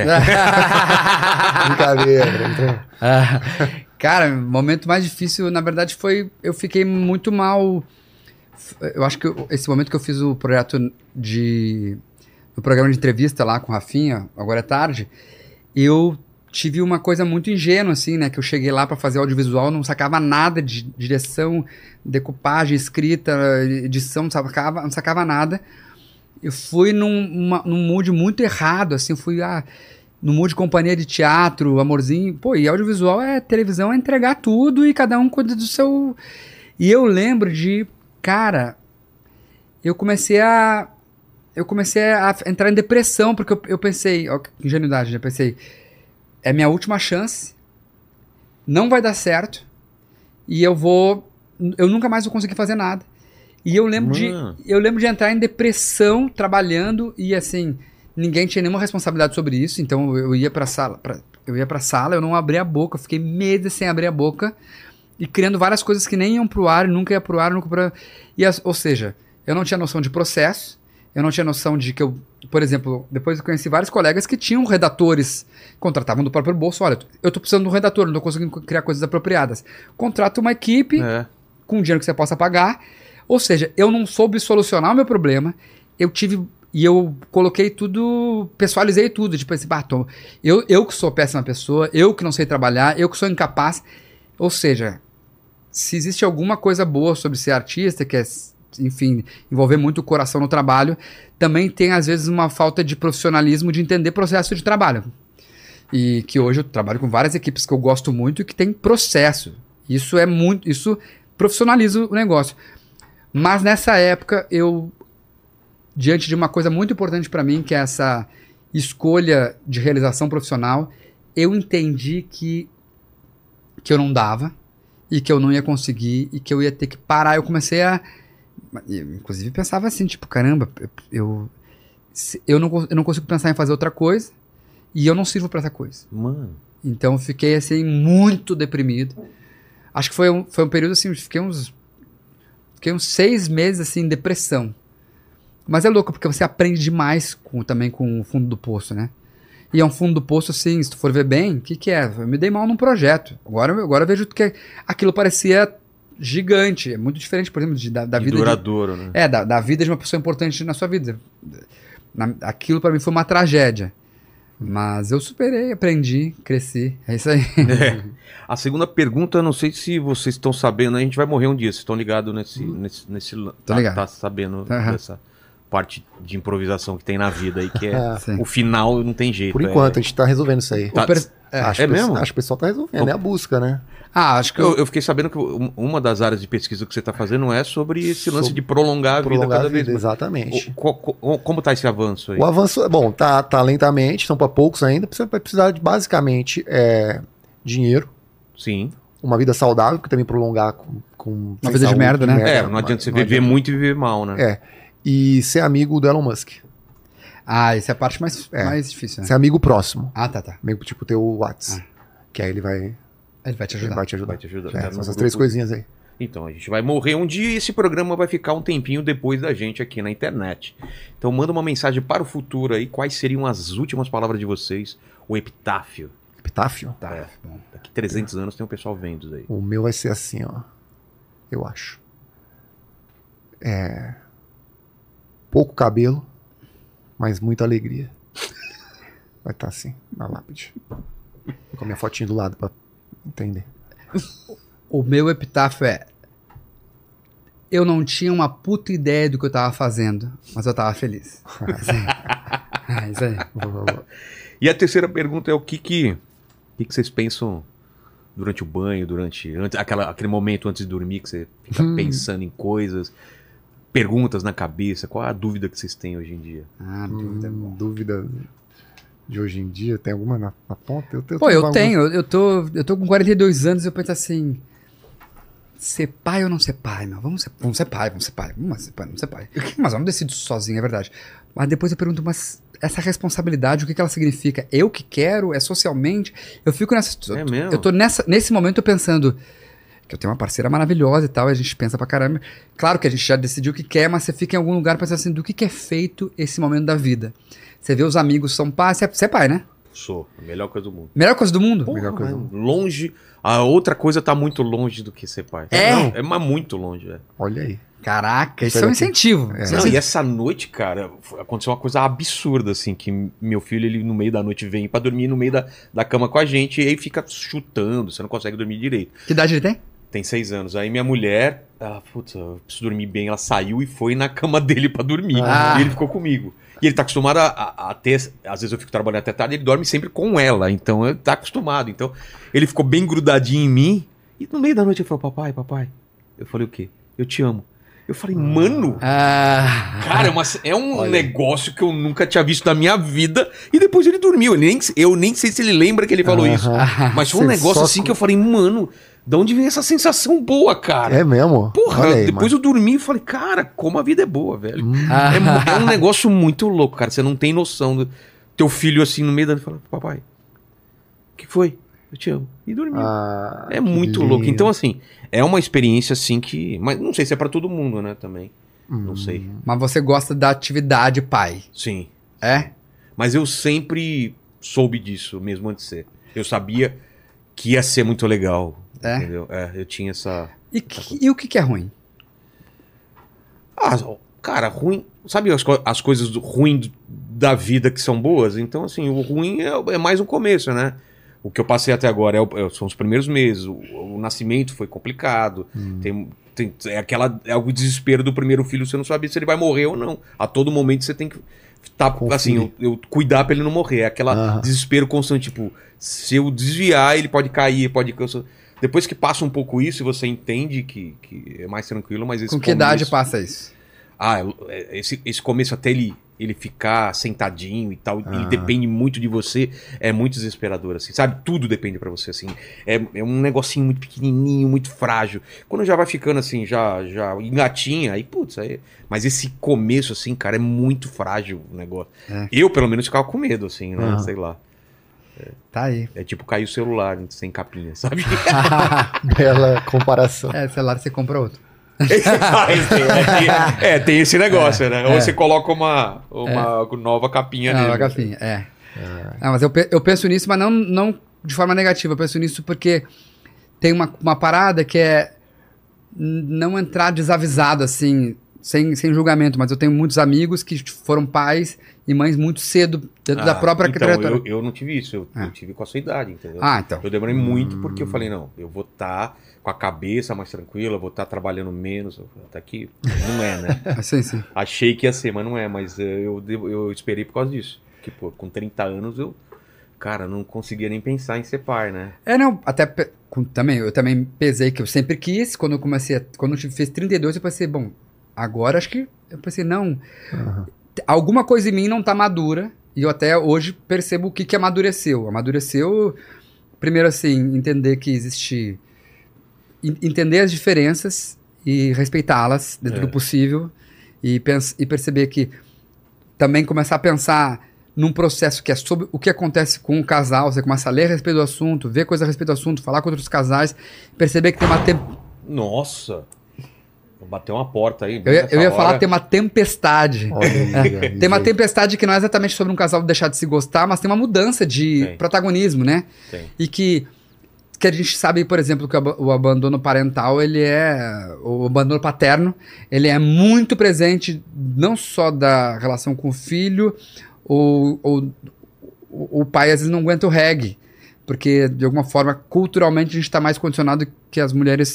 Brincadeira. Cara, o momento mais difícil, na verdade, eu fiquei muito mal. Eu acho que esse momento que eu fiz o projeto no programa de entrevista lá com o Rafinha, agora é tarde, eu tive uma coisa muito ingênua, assim, né? Que eu cheguei lá pra fazer audiovisual, não sacava nada de direção, decupagem, escrita, edição, não sacava nada. Eu fui num mood muito errado, assim, no mood de companhia de teatro, amorzinho. Pô, e audiovisual televisão, é entregar tudo e cada um cuida do seu... E eu lembro de... Cara, eu comecei a entrar em depressão, porque eu pensei, ó, que ingenuidade, né? Eu pensei, é minha última chance, não vai dar certo, e eu nunca mais vou conseguir fazer nada. E eu lembro de entrar em depressão trabalhando, e assim, ninguém tinha nenhuma responsabilidade sobre isso, então eu ia pra sala, eu não abria a boca, eu fiquei meses sem abrir a boca, e criando várias coisas que nem iam pro ar, nunca ia pro ar, ou seja, eu não tinha noção de processo, eu não tinha noção de que por exemplo, depois eu conheci vários colegas que tinham redatores, contratavam do próprio bolso, olha, eu tô precisando de um redator, não tô conseguindo criar coisas apropriadas. Contrata uma equipe com dinheiro que você possa pagar, ou seja, eu não soube solucionar o meu problema, eu coloquei tudo, pessoalizei tudo, tipo assim, eu que sou péssima pessoa, eu que não sei trabalhar, eu que sou incapaz. Ou seja, se existe alguma coisa boa sobre ser artista, que é, enfim, envolver muito o coração no trabalho, também tem às vezes uma falta de profissionalismo de entender processo de trabalho. E que hoje eu trabalho com várias equipes que eu gosto muito e que tem processo. Isso profissionaliza o negócio. Mas nessa época, diante de uma coisa muito importante para mim, que é essa escolha de realização profissional, eu entendi que eu não dava e que eu não ia conseguir e que eu ia ter que parar. Eu comecei eu, inclusive, pensava assim, tipo, caramba, eu não consigo pensar em fazer outra coisa e eu não sirvo para essa coisa. Mano. Então eu fiquei, assim, muito deprimido. Acho que foi um período, assim, fiquei uns 6 meses, assim, em depressão. Mas é louco, porque você aprende demais também com o fundo do poço, né? E é um fundo do poço, assim, se tu for ver bem, o que é? Eu me dei mal num projeto. Agora eu vejo que aquilo parecia gigante. É muito diferente, por exemplo, da vida... duradouro, né? Da vida de uma pessoa importante na sua vida. Aquilo pra mim foi uma tragédia. Mas eu superei, aprendi, cresci. É isso aí. É. A segunda pergunta, eu não sei se vocês estão sabendo, a gente vai morrer um dia, vocês estão ligados nesse Tô ligado. Tá sabendo dessa parte de improvisação que tem na vida aí, que é o final, não tem jeito. Por enquanto, a gente tá resolvendo isso aí. Mesmo? Acho que o pessoal tá resolvendo, é a busca, né? Acho que eu fiquei sabendo que uma das áreas de pesquisa que você está fazendo é sobre esse lance de prolongar a vida cada vez mais. Exatamente. Como está esse avanço aí? O avanço, tá lentamente, são para poucos ainda. Você vai precisar de, basicamente, dinheiro. Sim. Uma vida saudável, que também prolongar com uma vida de merda, né? Não adianta você viver muito e viver mal, né? E ser amigo do Elon Musk. Essa é a parte mais difícil, né? Ser amigo próximo. Tá. Amigo tipo teu WhatsApp. Que aí ele vai te ajudar. Vai te ajudar. São essas 3 coisinhas aí. Então, a gente vai morrer um dia e esse programa vai ficar um tempinho depois da gente aqui na internet. Então manda uma mensagem para o futuro aí, quais seriam as últimas palavras de vocês, o epitáfio. Epitáfio? Bom, daqui 300 anos tem um pessoal vendo isso aí. O meu vai ser assim, ó. Eu acho. Pouco cabelo, mas muita alegria. Vai estar assim, na lápide. Com a minha fotinha do lado pra entender. O meu epitáfio eu não tinha uma puta ideia do que eu tava fazendo, mas eu tava feliz. Isso aí. E a terceira pergunta é o que vocês pensam durante o banho, aquele momento antes de dormir, que você fica pensando em coisas, perguntas na cabeça. Qual a dúvida que vocês têm hoje em dia? Dúvida de hoje em dia? Tem alguma na ponta? Eu tenho. Eu tô com 42 anos e eu penso assim... Ser pai ou não ser pai, meu? Vamos ser pai. Vamos ser pai. Mas eu não decido sozinho, é verdade. Mas depois eu pergunto, mas essa responsabilidade, o que ela significa? Eu que quero? É socialmente? Eu fico nessa... mesmo? Eu tô nesse momento eu pensando... Que eu tenho uma parceira maravilhosa e tal, e a gente pensa pra caramba. Claro que a gente já decidiu o que quer, mas você fica em algum lugar pensando assim, do que é feito esse momento da vida. Você vê os amigos são pais, você é pai, né? Sou, a melhor coisa do mundo. Melhor coisa do mundo? Porra, melhor coisa do mundo. Longe, a outra coisa tá muito longe do que ser pai. Mas muito longe, Olha aí. Caraca, isso é um incentivo. E essa noite, cara, aconteceu uma coisa absurda, assim, que meu filho, ele no meio da noite vem pra dormir no meio da cama com a gente, e aí fica chutando, você não consegue dormir direito. Que idade ele tem? Tem 6 anos. Aí minha mulher, eu preciso dormir bem, ela saiu e foi na cama dele pra dormir. E ele ficou comigo. E ele tá acostumado a ter, às vezes eu fico trabalhando até tarde, ele dorme sempre com ela, então ele tá acostumado. Então ele ficou bem grudadinho em mim, e no meio da noite ele falou, papai. Eu falei, o quê? Eu te amo. Eu falei, mano, cara, é um negócio que eu nunca tinha visto na minha vida. E depois ele dormiu. Eu nem sei se ele lembra que ele falou isso. Mas foi um negócio assim que eu falei, mano, de onde vem essa sensação boa, cara? É mesmo? Porra, aí, depois eu dormi e falei, cara, como a vida é boa, velho. É um negócio muito louco, cara. Você não tem noção do teu filho assim no meio da noite fala, papai, o que foi? Eu te amo. E dormiu. É muito louco. Então, assim, é uma experiência assim que... Mas não sei se é pra todo mundo, né, também. Não sei. Mas você gosta da atividade pai? Sim. É? Mas eu sempre soube disso, mesmo antes de ser. Eu sabia que ia ser muito legal. Entendeu? Eu tinha essa... E o que é ruim? Cara, ruim... Sabe as coisas ruins da vida que são boas? Então, assim, o ruim é mais um começo, né? O que eu passei até agora são os primeiros meses. O nascimento foi complicado. É o desespero do primeiro filho. Você não sabe se ele vai morrer ou não. A todo momento você tem que tá, assim, eu cuidar pra ele não morrer. É aquela desespero constante, tipo, se eu desviar, ele pode cair, pode... Depois que passa um pouco isso, e você entende que é mais tranquilo, mas esse Com que idade passa isso? Esse começo até ele ficar sentadinho e tal, ele depende muito de você, é muito desesperador, assim, sabe? Tudo depende pra você, assim. É um negocinho muito pequenininho, muito frágil. Quando já vai ficando assim, já engatinha, aí, putz, aí... Mas esse começo, assim, cara, é muito frágil o negócio. Eu, pelo menos, ficava com medo, assim, né? Sei lá. Tá aí. É tipo cair o celular sem capinha, sabe? Bela comparação. Celular você compra outro. Tem esse negócio, né? Ou você coloca uma nova capinha nele. Nova capinha, mas eu penso nisso, mas não de forma negativa. Eu penso nisso porque tem uma parada que é não entrar desavisado, assim, sem julgamento. Mas eu tenho muitos amigos que foram pais e mães muito cedo, dentro da própria trajetória. Eu não tive isso, eu tive com a sua idade, entendeu? Então. Eu demorei muito porque eu falei, não, eu vou estar com a cabeça mais tranquila, vou estar trabalhando menos. Até aqui não é, né? Sim. Achei que ia ser, mas não é. Mas eu esperei por causa disso. Que, pô, com 30 anos cara, não conseguia nem pensar em ser pai, né? Eu também pesei que eu sempre quis. Quando eu fiz 32, eu pensei, bom, agora acho que... Eu pensei, não... Alguma coisa em mim não tá madura, e eu até hoje percebo o que amadureceu. Amadureceu, primeiro assim, entender que existe... Entender as diferenças e respeitá-las dentro do possível, e perceber que também começar a pensar num processo que é sobre o que acontece com o casal, você começa a ler a respeito do assunto, ver coisas a respeito do assunto, falar com outros casais, perceber que tem uma... Nossa! Bateu uma porta aí. Eu ia falar tem uma tempestade. Tem uma tempestade que não é exatamente sobre um casal deixar de se gostar, mas tem uma mudança de protagonismo, né? E que a gente sabe, por exemplo, que o abandono parental, o abandono paterno, ele é muito presente, não só da relação com o filho, o pai às vezes não aguenta o reggae, porque de alguma forma, culturalmente, a gente está mais condicionado que as mulheres...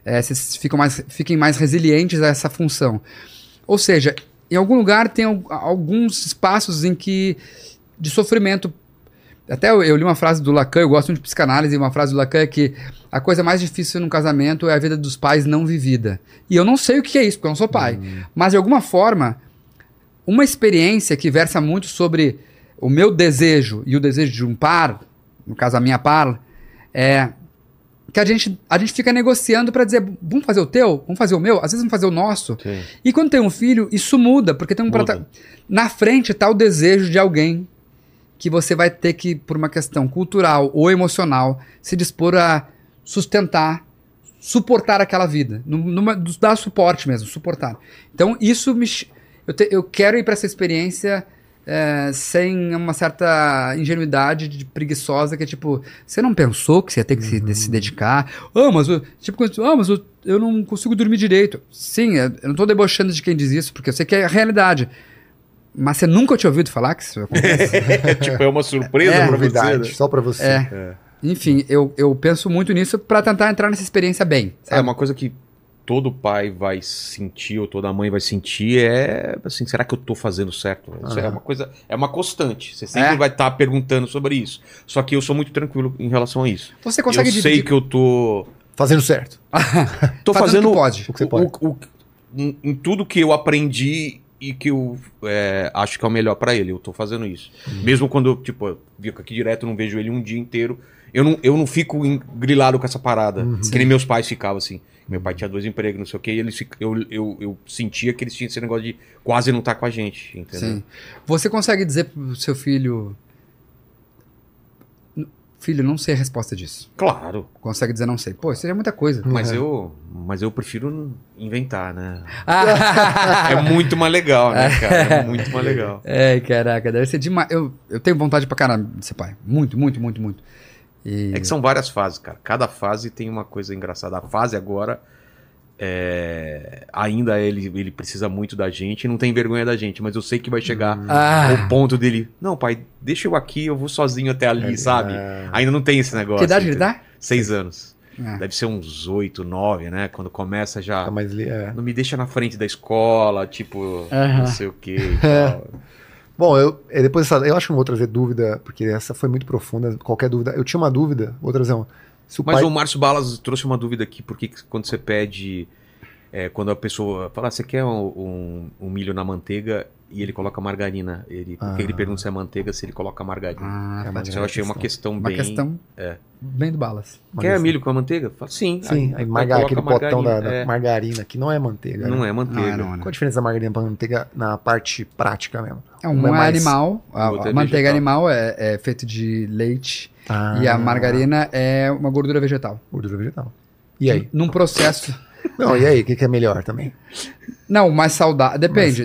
fiquem mais resilientes a essa função. Ou seja, em algum lugar tem alguns espaços em que de sofrimento. Até eu li uma frase do Lacan, eu gosto muito de psicanálise, e uma frase do Lacan é que a coisa mais difícil num casamento é a vida dos pais não vivida. E eu não sei o que é isso, porque eu não sou pai. Mas de alguma forma, uma experiência que versa muito sobre o meu desejo e o desejo de um par, no caso a minha par, que a gente fica negociando pra dizer, vamos fazer o teu? Vamos fazer o meu? Às vezes vamos fazer o nosso. Sim. E quando tem um filho, isso muda, porque tem na frente tá o desejo de alguém que você vai ter que, por uma questão cultural ou emocional, se dispor a sustentar, suportar aquela vida. Dar suporte mesmo, suportar. Então, isso eu quero ir pra essa experiência... sem uma certa ingenuidade preguiçosa, que é tipo, você não pensou que você ia ter que se dedicar? Mas eu não consigo dormir direito. Sim, eu não tô debochando de quem diz isso, porque eu sei que é a realidade. Mas você nunca tinha ouvido falar que isso acontece? É uma surpresa pra você, né? Só pra você. Enfim, eu penso muito nisso pra tentar entrar nessa experiência bem. Sabe? É uma coisa que todo pai vai sentir, ou toda mãe vai sentir, assim, será que eu tô fazendo certo? Isso é uma coisa, é uma constante. Você sempre vai estar perguntando sobre isso. Só que eu sou muito tranquilo em relação a isso. Você consegue dividir... sei que eu tô... Fazendo certo. Tô fazendo o que você pode. Em tudo que eu aprendi e que eu acho que é o melhor pra ele. Eu tô fazendo isso. Mesmo quando eu, eu fico aqui direto, não vejo ele um dia inteiro. Eu não fico grilado com essa parada. Que nem meus pais ficavam assim. Meu pai tinha 2 empregos, não sei o que, e eu sentia que eles tinham esse negócio de quase não estar com a gente, entendeu? Sim. Você consegue dizer pro seu filho... Filho, não sei a resposta disso. Claro. Consegue dizer não sei. Pô, isso é muita coisa. Mas eu prefiro inventar, né? É muito mais legal, né, cara? É muito mais legal. Caraca, deve ser demais. Eu tenho vontade pra caramba de ser pai. Muito, muito, muito, muito. É que são várias fases, cara. Cada fase tem uma coisa engraçada. A fase agora, ainda ele precisa muito da gente, não tem vergonha da gente, mas eu sei que vai chegar o ponto dele, não, pai, deixa eu aqui, eu vou sozinho até ali, sabe? Ainda não tem esse negócio. Que idade ele dá? 6 anos. Deve ser uns 8, 9, né? Quando começa já... Não me deixa na frente da escola, não sei o que e tal. Bom, depois eu acho que não vou trazer dúvida, porque essa foi muito profunda. Qualquer dúvida. Eu tinha uma dúvida, vou trazer uma. Mas o Márcio Balas trouxe uma dúvida aqui, porque quando você pede. Quando a pessoa fala, você quer um milho na manteiga e ele coloca margarina. Porque ele pergunta se é manteiga, se ele coloca margarina. Mas eu achei uma questão bem. Uma questão bem do Balas. Quer milho com a manteiga? Fala, sim. Sim, aí aquele potão da margarina, que não é manteiga. Não é manteiga. Qual a diferença da margarina para manteiga na parte prática mesmo? Um é animal, a manteiga animal é feita de leite e a margarina é uma gordura vegetal. Gordura vegetal. E aí? Num processo... Não, e aí? O que é melhor também? Não, mais saudável. Depende.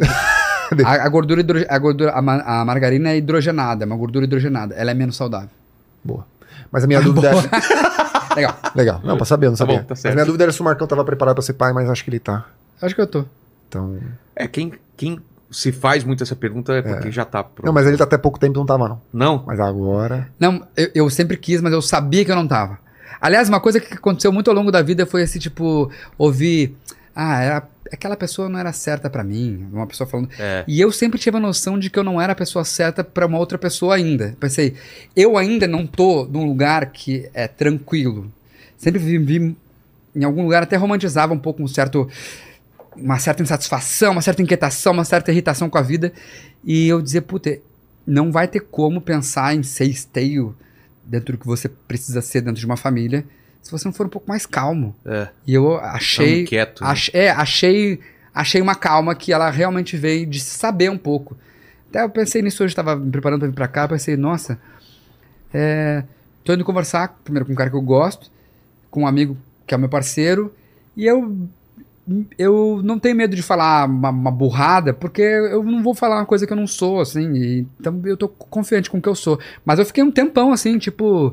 A margarina é hidrogenada, é uma gordura hidrogenada. Ela é menos saudável. Boa. Mas a minha dúvida é... Legal. Não, pra saber, eu não sabia. Tá bom, tá mas a minha dúvida era se o Marcão tava preparado pra ser pai, mas acho que ele tá. Acho que eu tô. Então... Quem se faz muito essa pergunta é porque já tá pronto. Não, mas ele tá até pouco tempo não tava, não. Não? Mas agora... Não, eu sempre quis, mas eu sabia que eu não tava. Aliás, uma coisa que aconteceu muito ao longo da vida foi assim, tipo, ouvir... aquela pessoa não era certa pra mim. Uma pessoa falando... E eu sempre tive a noção de que eu não era a pessoa certa pra uma outra pessoa ainda. Pensei, eu ainda não tô num lugar que é tranquilo. Sempre vivi em algum lugar, até romantizava um pouco uma certa insatisfação, uma certa inquietação, uma certa irritação com a vida. E eu dizia, puta, não vai ter como pensar em ser esteio dentro do que você precisa ser dentro de uma família, se você não for um pouco mais calmo. E eu achei... Inquieto, né? Achei uma calma que ela realmente veio de saber um pouco. Até eu pensei nisso hoje, estava me preparando para vir para cá, pensei, nossa, tô indo conversar primeiro com um cara que eu gosto, com um amigo que é meu parceiro, e eu não tenho medo de falar uma burrada, porque eu não vou falar uma coisa que eu não sou, assim, então eu tô confiante com o que eu sou. Mas eu fiquei um tempão, assim, tipo,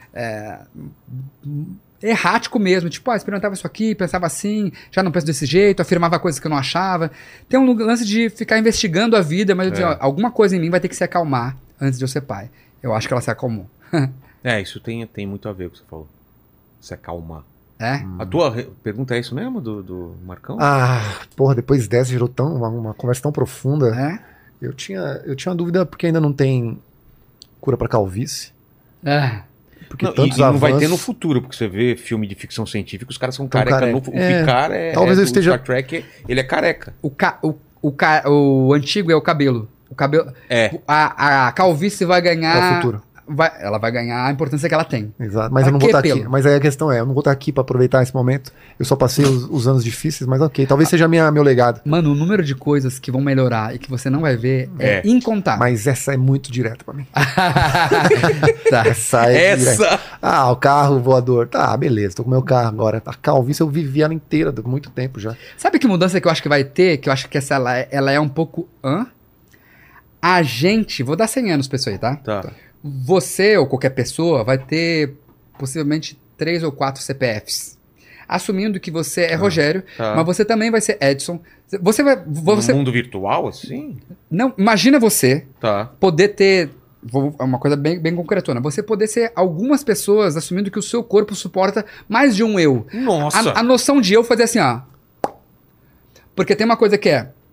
errático mesmo, tipo, experimentava isso aqui, pensava assim, já não penso desse jeito, afirmava coisas que eu não achava. Tem um lance de ficar investigando a vida, mas eu dizia, alguma coisa em mim vai ter que se acalmar antes de eu ser pai. Eu acho que ela se acalmou. Isso tem muito a ver com o que você falou. Se acalmar. A tua pergunta é isso mesmo, do Marcão? Porra, depois dessa virou uma conversa tão profunda. Eu tinha uma dúvida porque ainda não tem cura pra calvície. Porque tantos avanços... não vai ter no futuro, porque você vê filme de ficção científica, os caras são careca. O Picard talvez eu esteja... Star Trek, ele é careca. O antigo é o cabelo. A calvície vai ganhar... É o futuro. Ela vai ganhar a importância que ela tem. Exato, mas eu não vou estar aqui. Mas aí a questão eu não vou estar aqui pra aproveitar esse momento. Eu só passei os anos difíceis, mas ok. Talvez seja meu legado. Mano, o número de coisas que vão melhorar e que você não vai ver é incontável. Mas essa é muito direta pra mim. Essa direta. O carro voador. Tá, beleza, tô com meu carro agora. A calvície eu vivi ela inteira, há muito tempo já. Sabe que mudança que eu acho que vai ter? Que eu acho que ela é um pouco... A gente... Vou dar 100 anos pra isso aí, tá? Tá. Você ou qualquer pessoa vai ter possivelmente 3 ou 4 CPFs. Assumindo que você é Rogério, mas você também vai ser Edson. No mundo virtual, assim? Não, imagina você poder ter... Uma coisa bem concretona. Você poder ser algumas pessoas assumindo que o seu corpo suporta mais de um eu. Nossa! A noção de eu fazer assim, Porque tem uma coisa que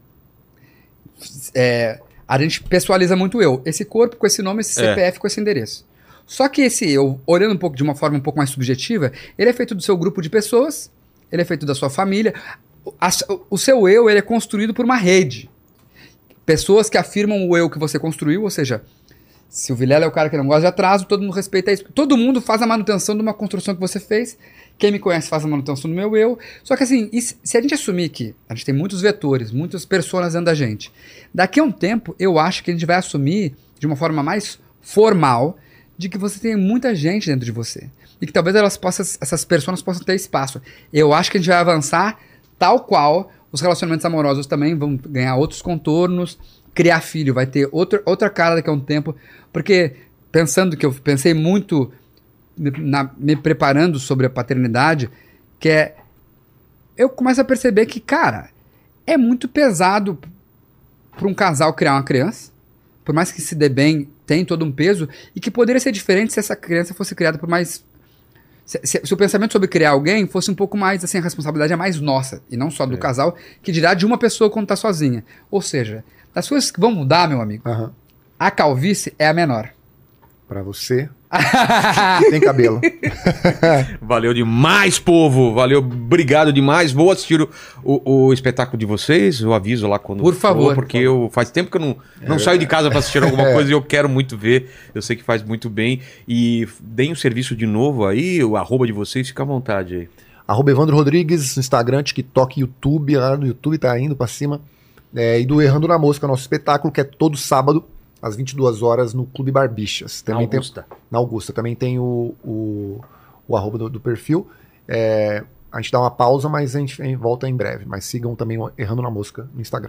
a gente pessoaliza muito o eu. Esse corpo com esse nome, esse CPF com esse endereço. Só que esse eu, olhando um pouco de uma forma um pouco mais subjetiva, ele é feito do seu grupo de pessoas, ele é feito da sua família. O seu eu, ele é construído por uma rede. Pessoas que afirmam o eu que você construiu, ou seja, se o Vilela é o cara que não gosta de atraso, todo mundo respeita isso. Todo mundo faz a manutenção de uma construção que você fez. Quem me conhece faz a manutenção do meu eu. Só que assim, se a gente assumir que a gente tem muitos vetores, muitas personas dentro da gente, daqui a um tempo, eu acho que a gente vai assumir de uma forma mais formal de que você tem muita gente dentro de você. E que talvez essas pessoas possam ter espaço. Eu acho que a gente vai avançar tal qual os relacionamentos amorosos também vão ganhar outros contornos. Criar filho vai ter outra cara daqui a um tempo. Porque pensando que eu pensei muito... me preparando sobre a paternidade, que eu começo a perceber que, cara, é muito pesado para um casal criar uma criança, por mais que se dê bem, tem todo um peso, e que poderia ser diferente se essa criança fosse criada por mais... Se o pensamento sobre criar alguém fosse um pouco mais, assim, a responsabilidade é mais nossa, e não só do casal, que dirá de uma pessoa quando tá sozinha. Ou seja, Das coisas que vão mudar, meu amigo, Aham. a calvície é a menor. Pra você, tem cabelo. Valeu demais, povo. Valeu, obrigado demais. Vou assistir o espetáculo de vocês. Eu aviso lá quando Por favor. porque faz tempo que eu não saio de casa para assistir alguma coisa e eu quero muito ver. Eu sei que faz muito bem. E deem o serviço de novo aí, o arroba de vocês, fica à vontade aí. @Evandro Rodrigues, no Instagram, TikTok, YouTube. Lá no YouTube tá indo pra cima. E do Errando na Mosca, nosso espetáculo, que é todo sábado, às 22 horas, no Clube Barbixas. Também Augusta. Na Augusta. Também tem o arroba do perfil. A gente dá uma pausa, mas a gente volta em breve. Mas sigam também o Errando na Mosca no Instagram.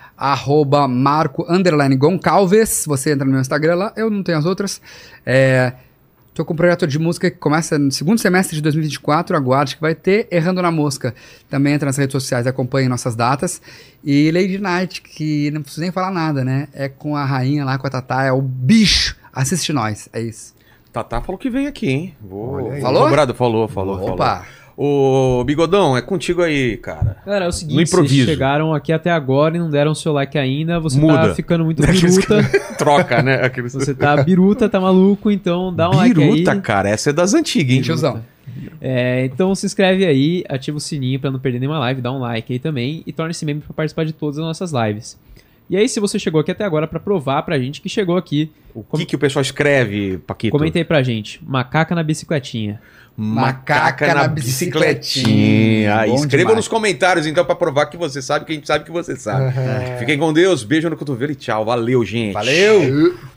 @Marco_Goncalves. Você entra no meu Instagram lá, eu não tenho as outras. Tô com um projeto de música que começa no segundo semestre de 2024, aguarde que vai ter Errando na Mosca. Também entra nas redes sociais, acompanhe nossas datas. E Lady Night, que não preciso nem falar nada, né? É com a rainha lá, com a Tatá, é o bicho. Assiste nós, é isso. Tatá falou que vem aqui, hein? Olha aí. Falou? Falou. Opa! Ô, Bigodão, é contigo aí, cara. Galera, é o No seguinte, improviso. vocês chegaram aqui até agora e não deram o seu like ainda, você Muda. tá ficando muito biruta. Troca, né? Você tá biruta, tá maluco, então dá um like aí. Biruta, cara, essa é das antigas, hein? Tiozão. Então se inscreve aí, ativa o sininho pra não perder nenhuma live, dá um like aí também e torne-se membro pra participar de todas as nossas lives. E aí, se você chegou aqui até agora pra provar pra gente que chegou aqui, O que o pessoal escreve, Paquito? comenta aí pra gente. Macaca na bicicletinha. Macaca na bicicletinha. bicicletinha. Bom Escreva demais. nos comentários, então, pra provar que você sabe, que a gente sabe que você sabe. Fiquem com Deus, beijo no cotovelo e tchau. Valeu, gente. Valeu!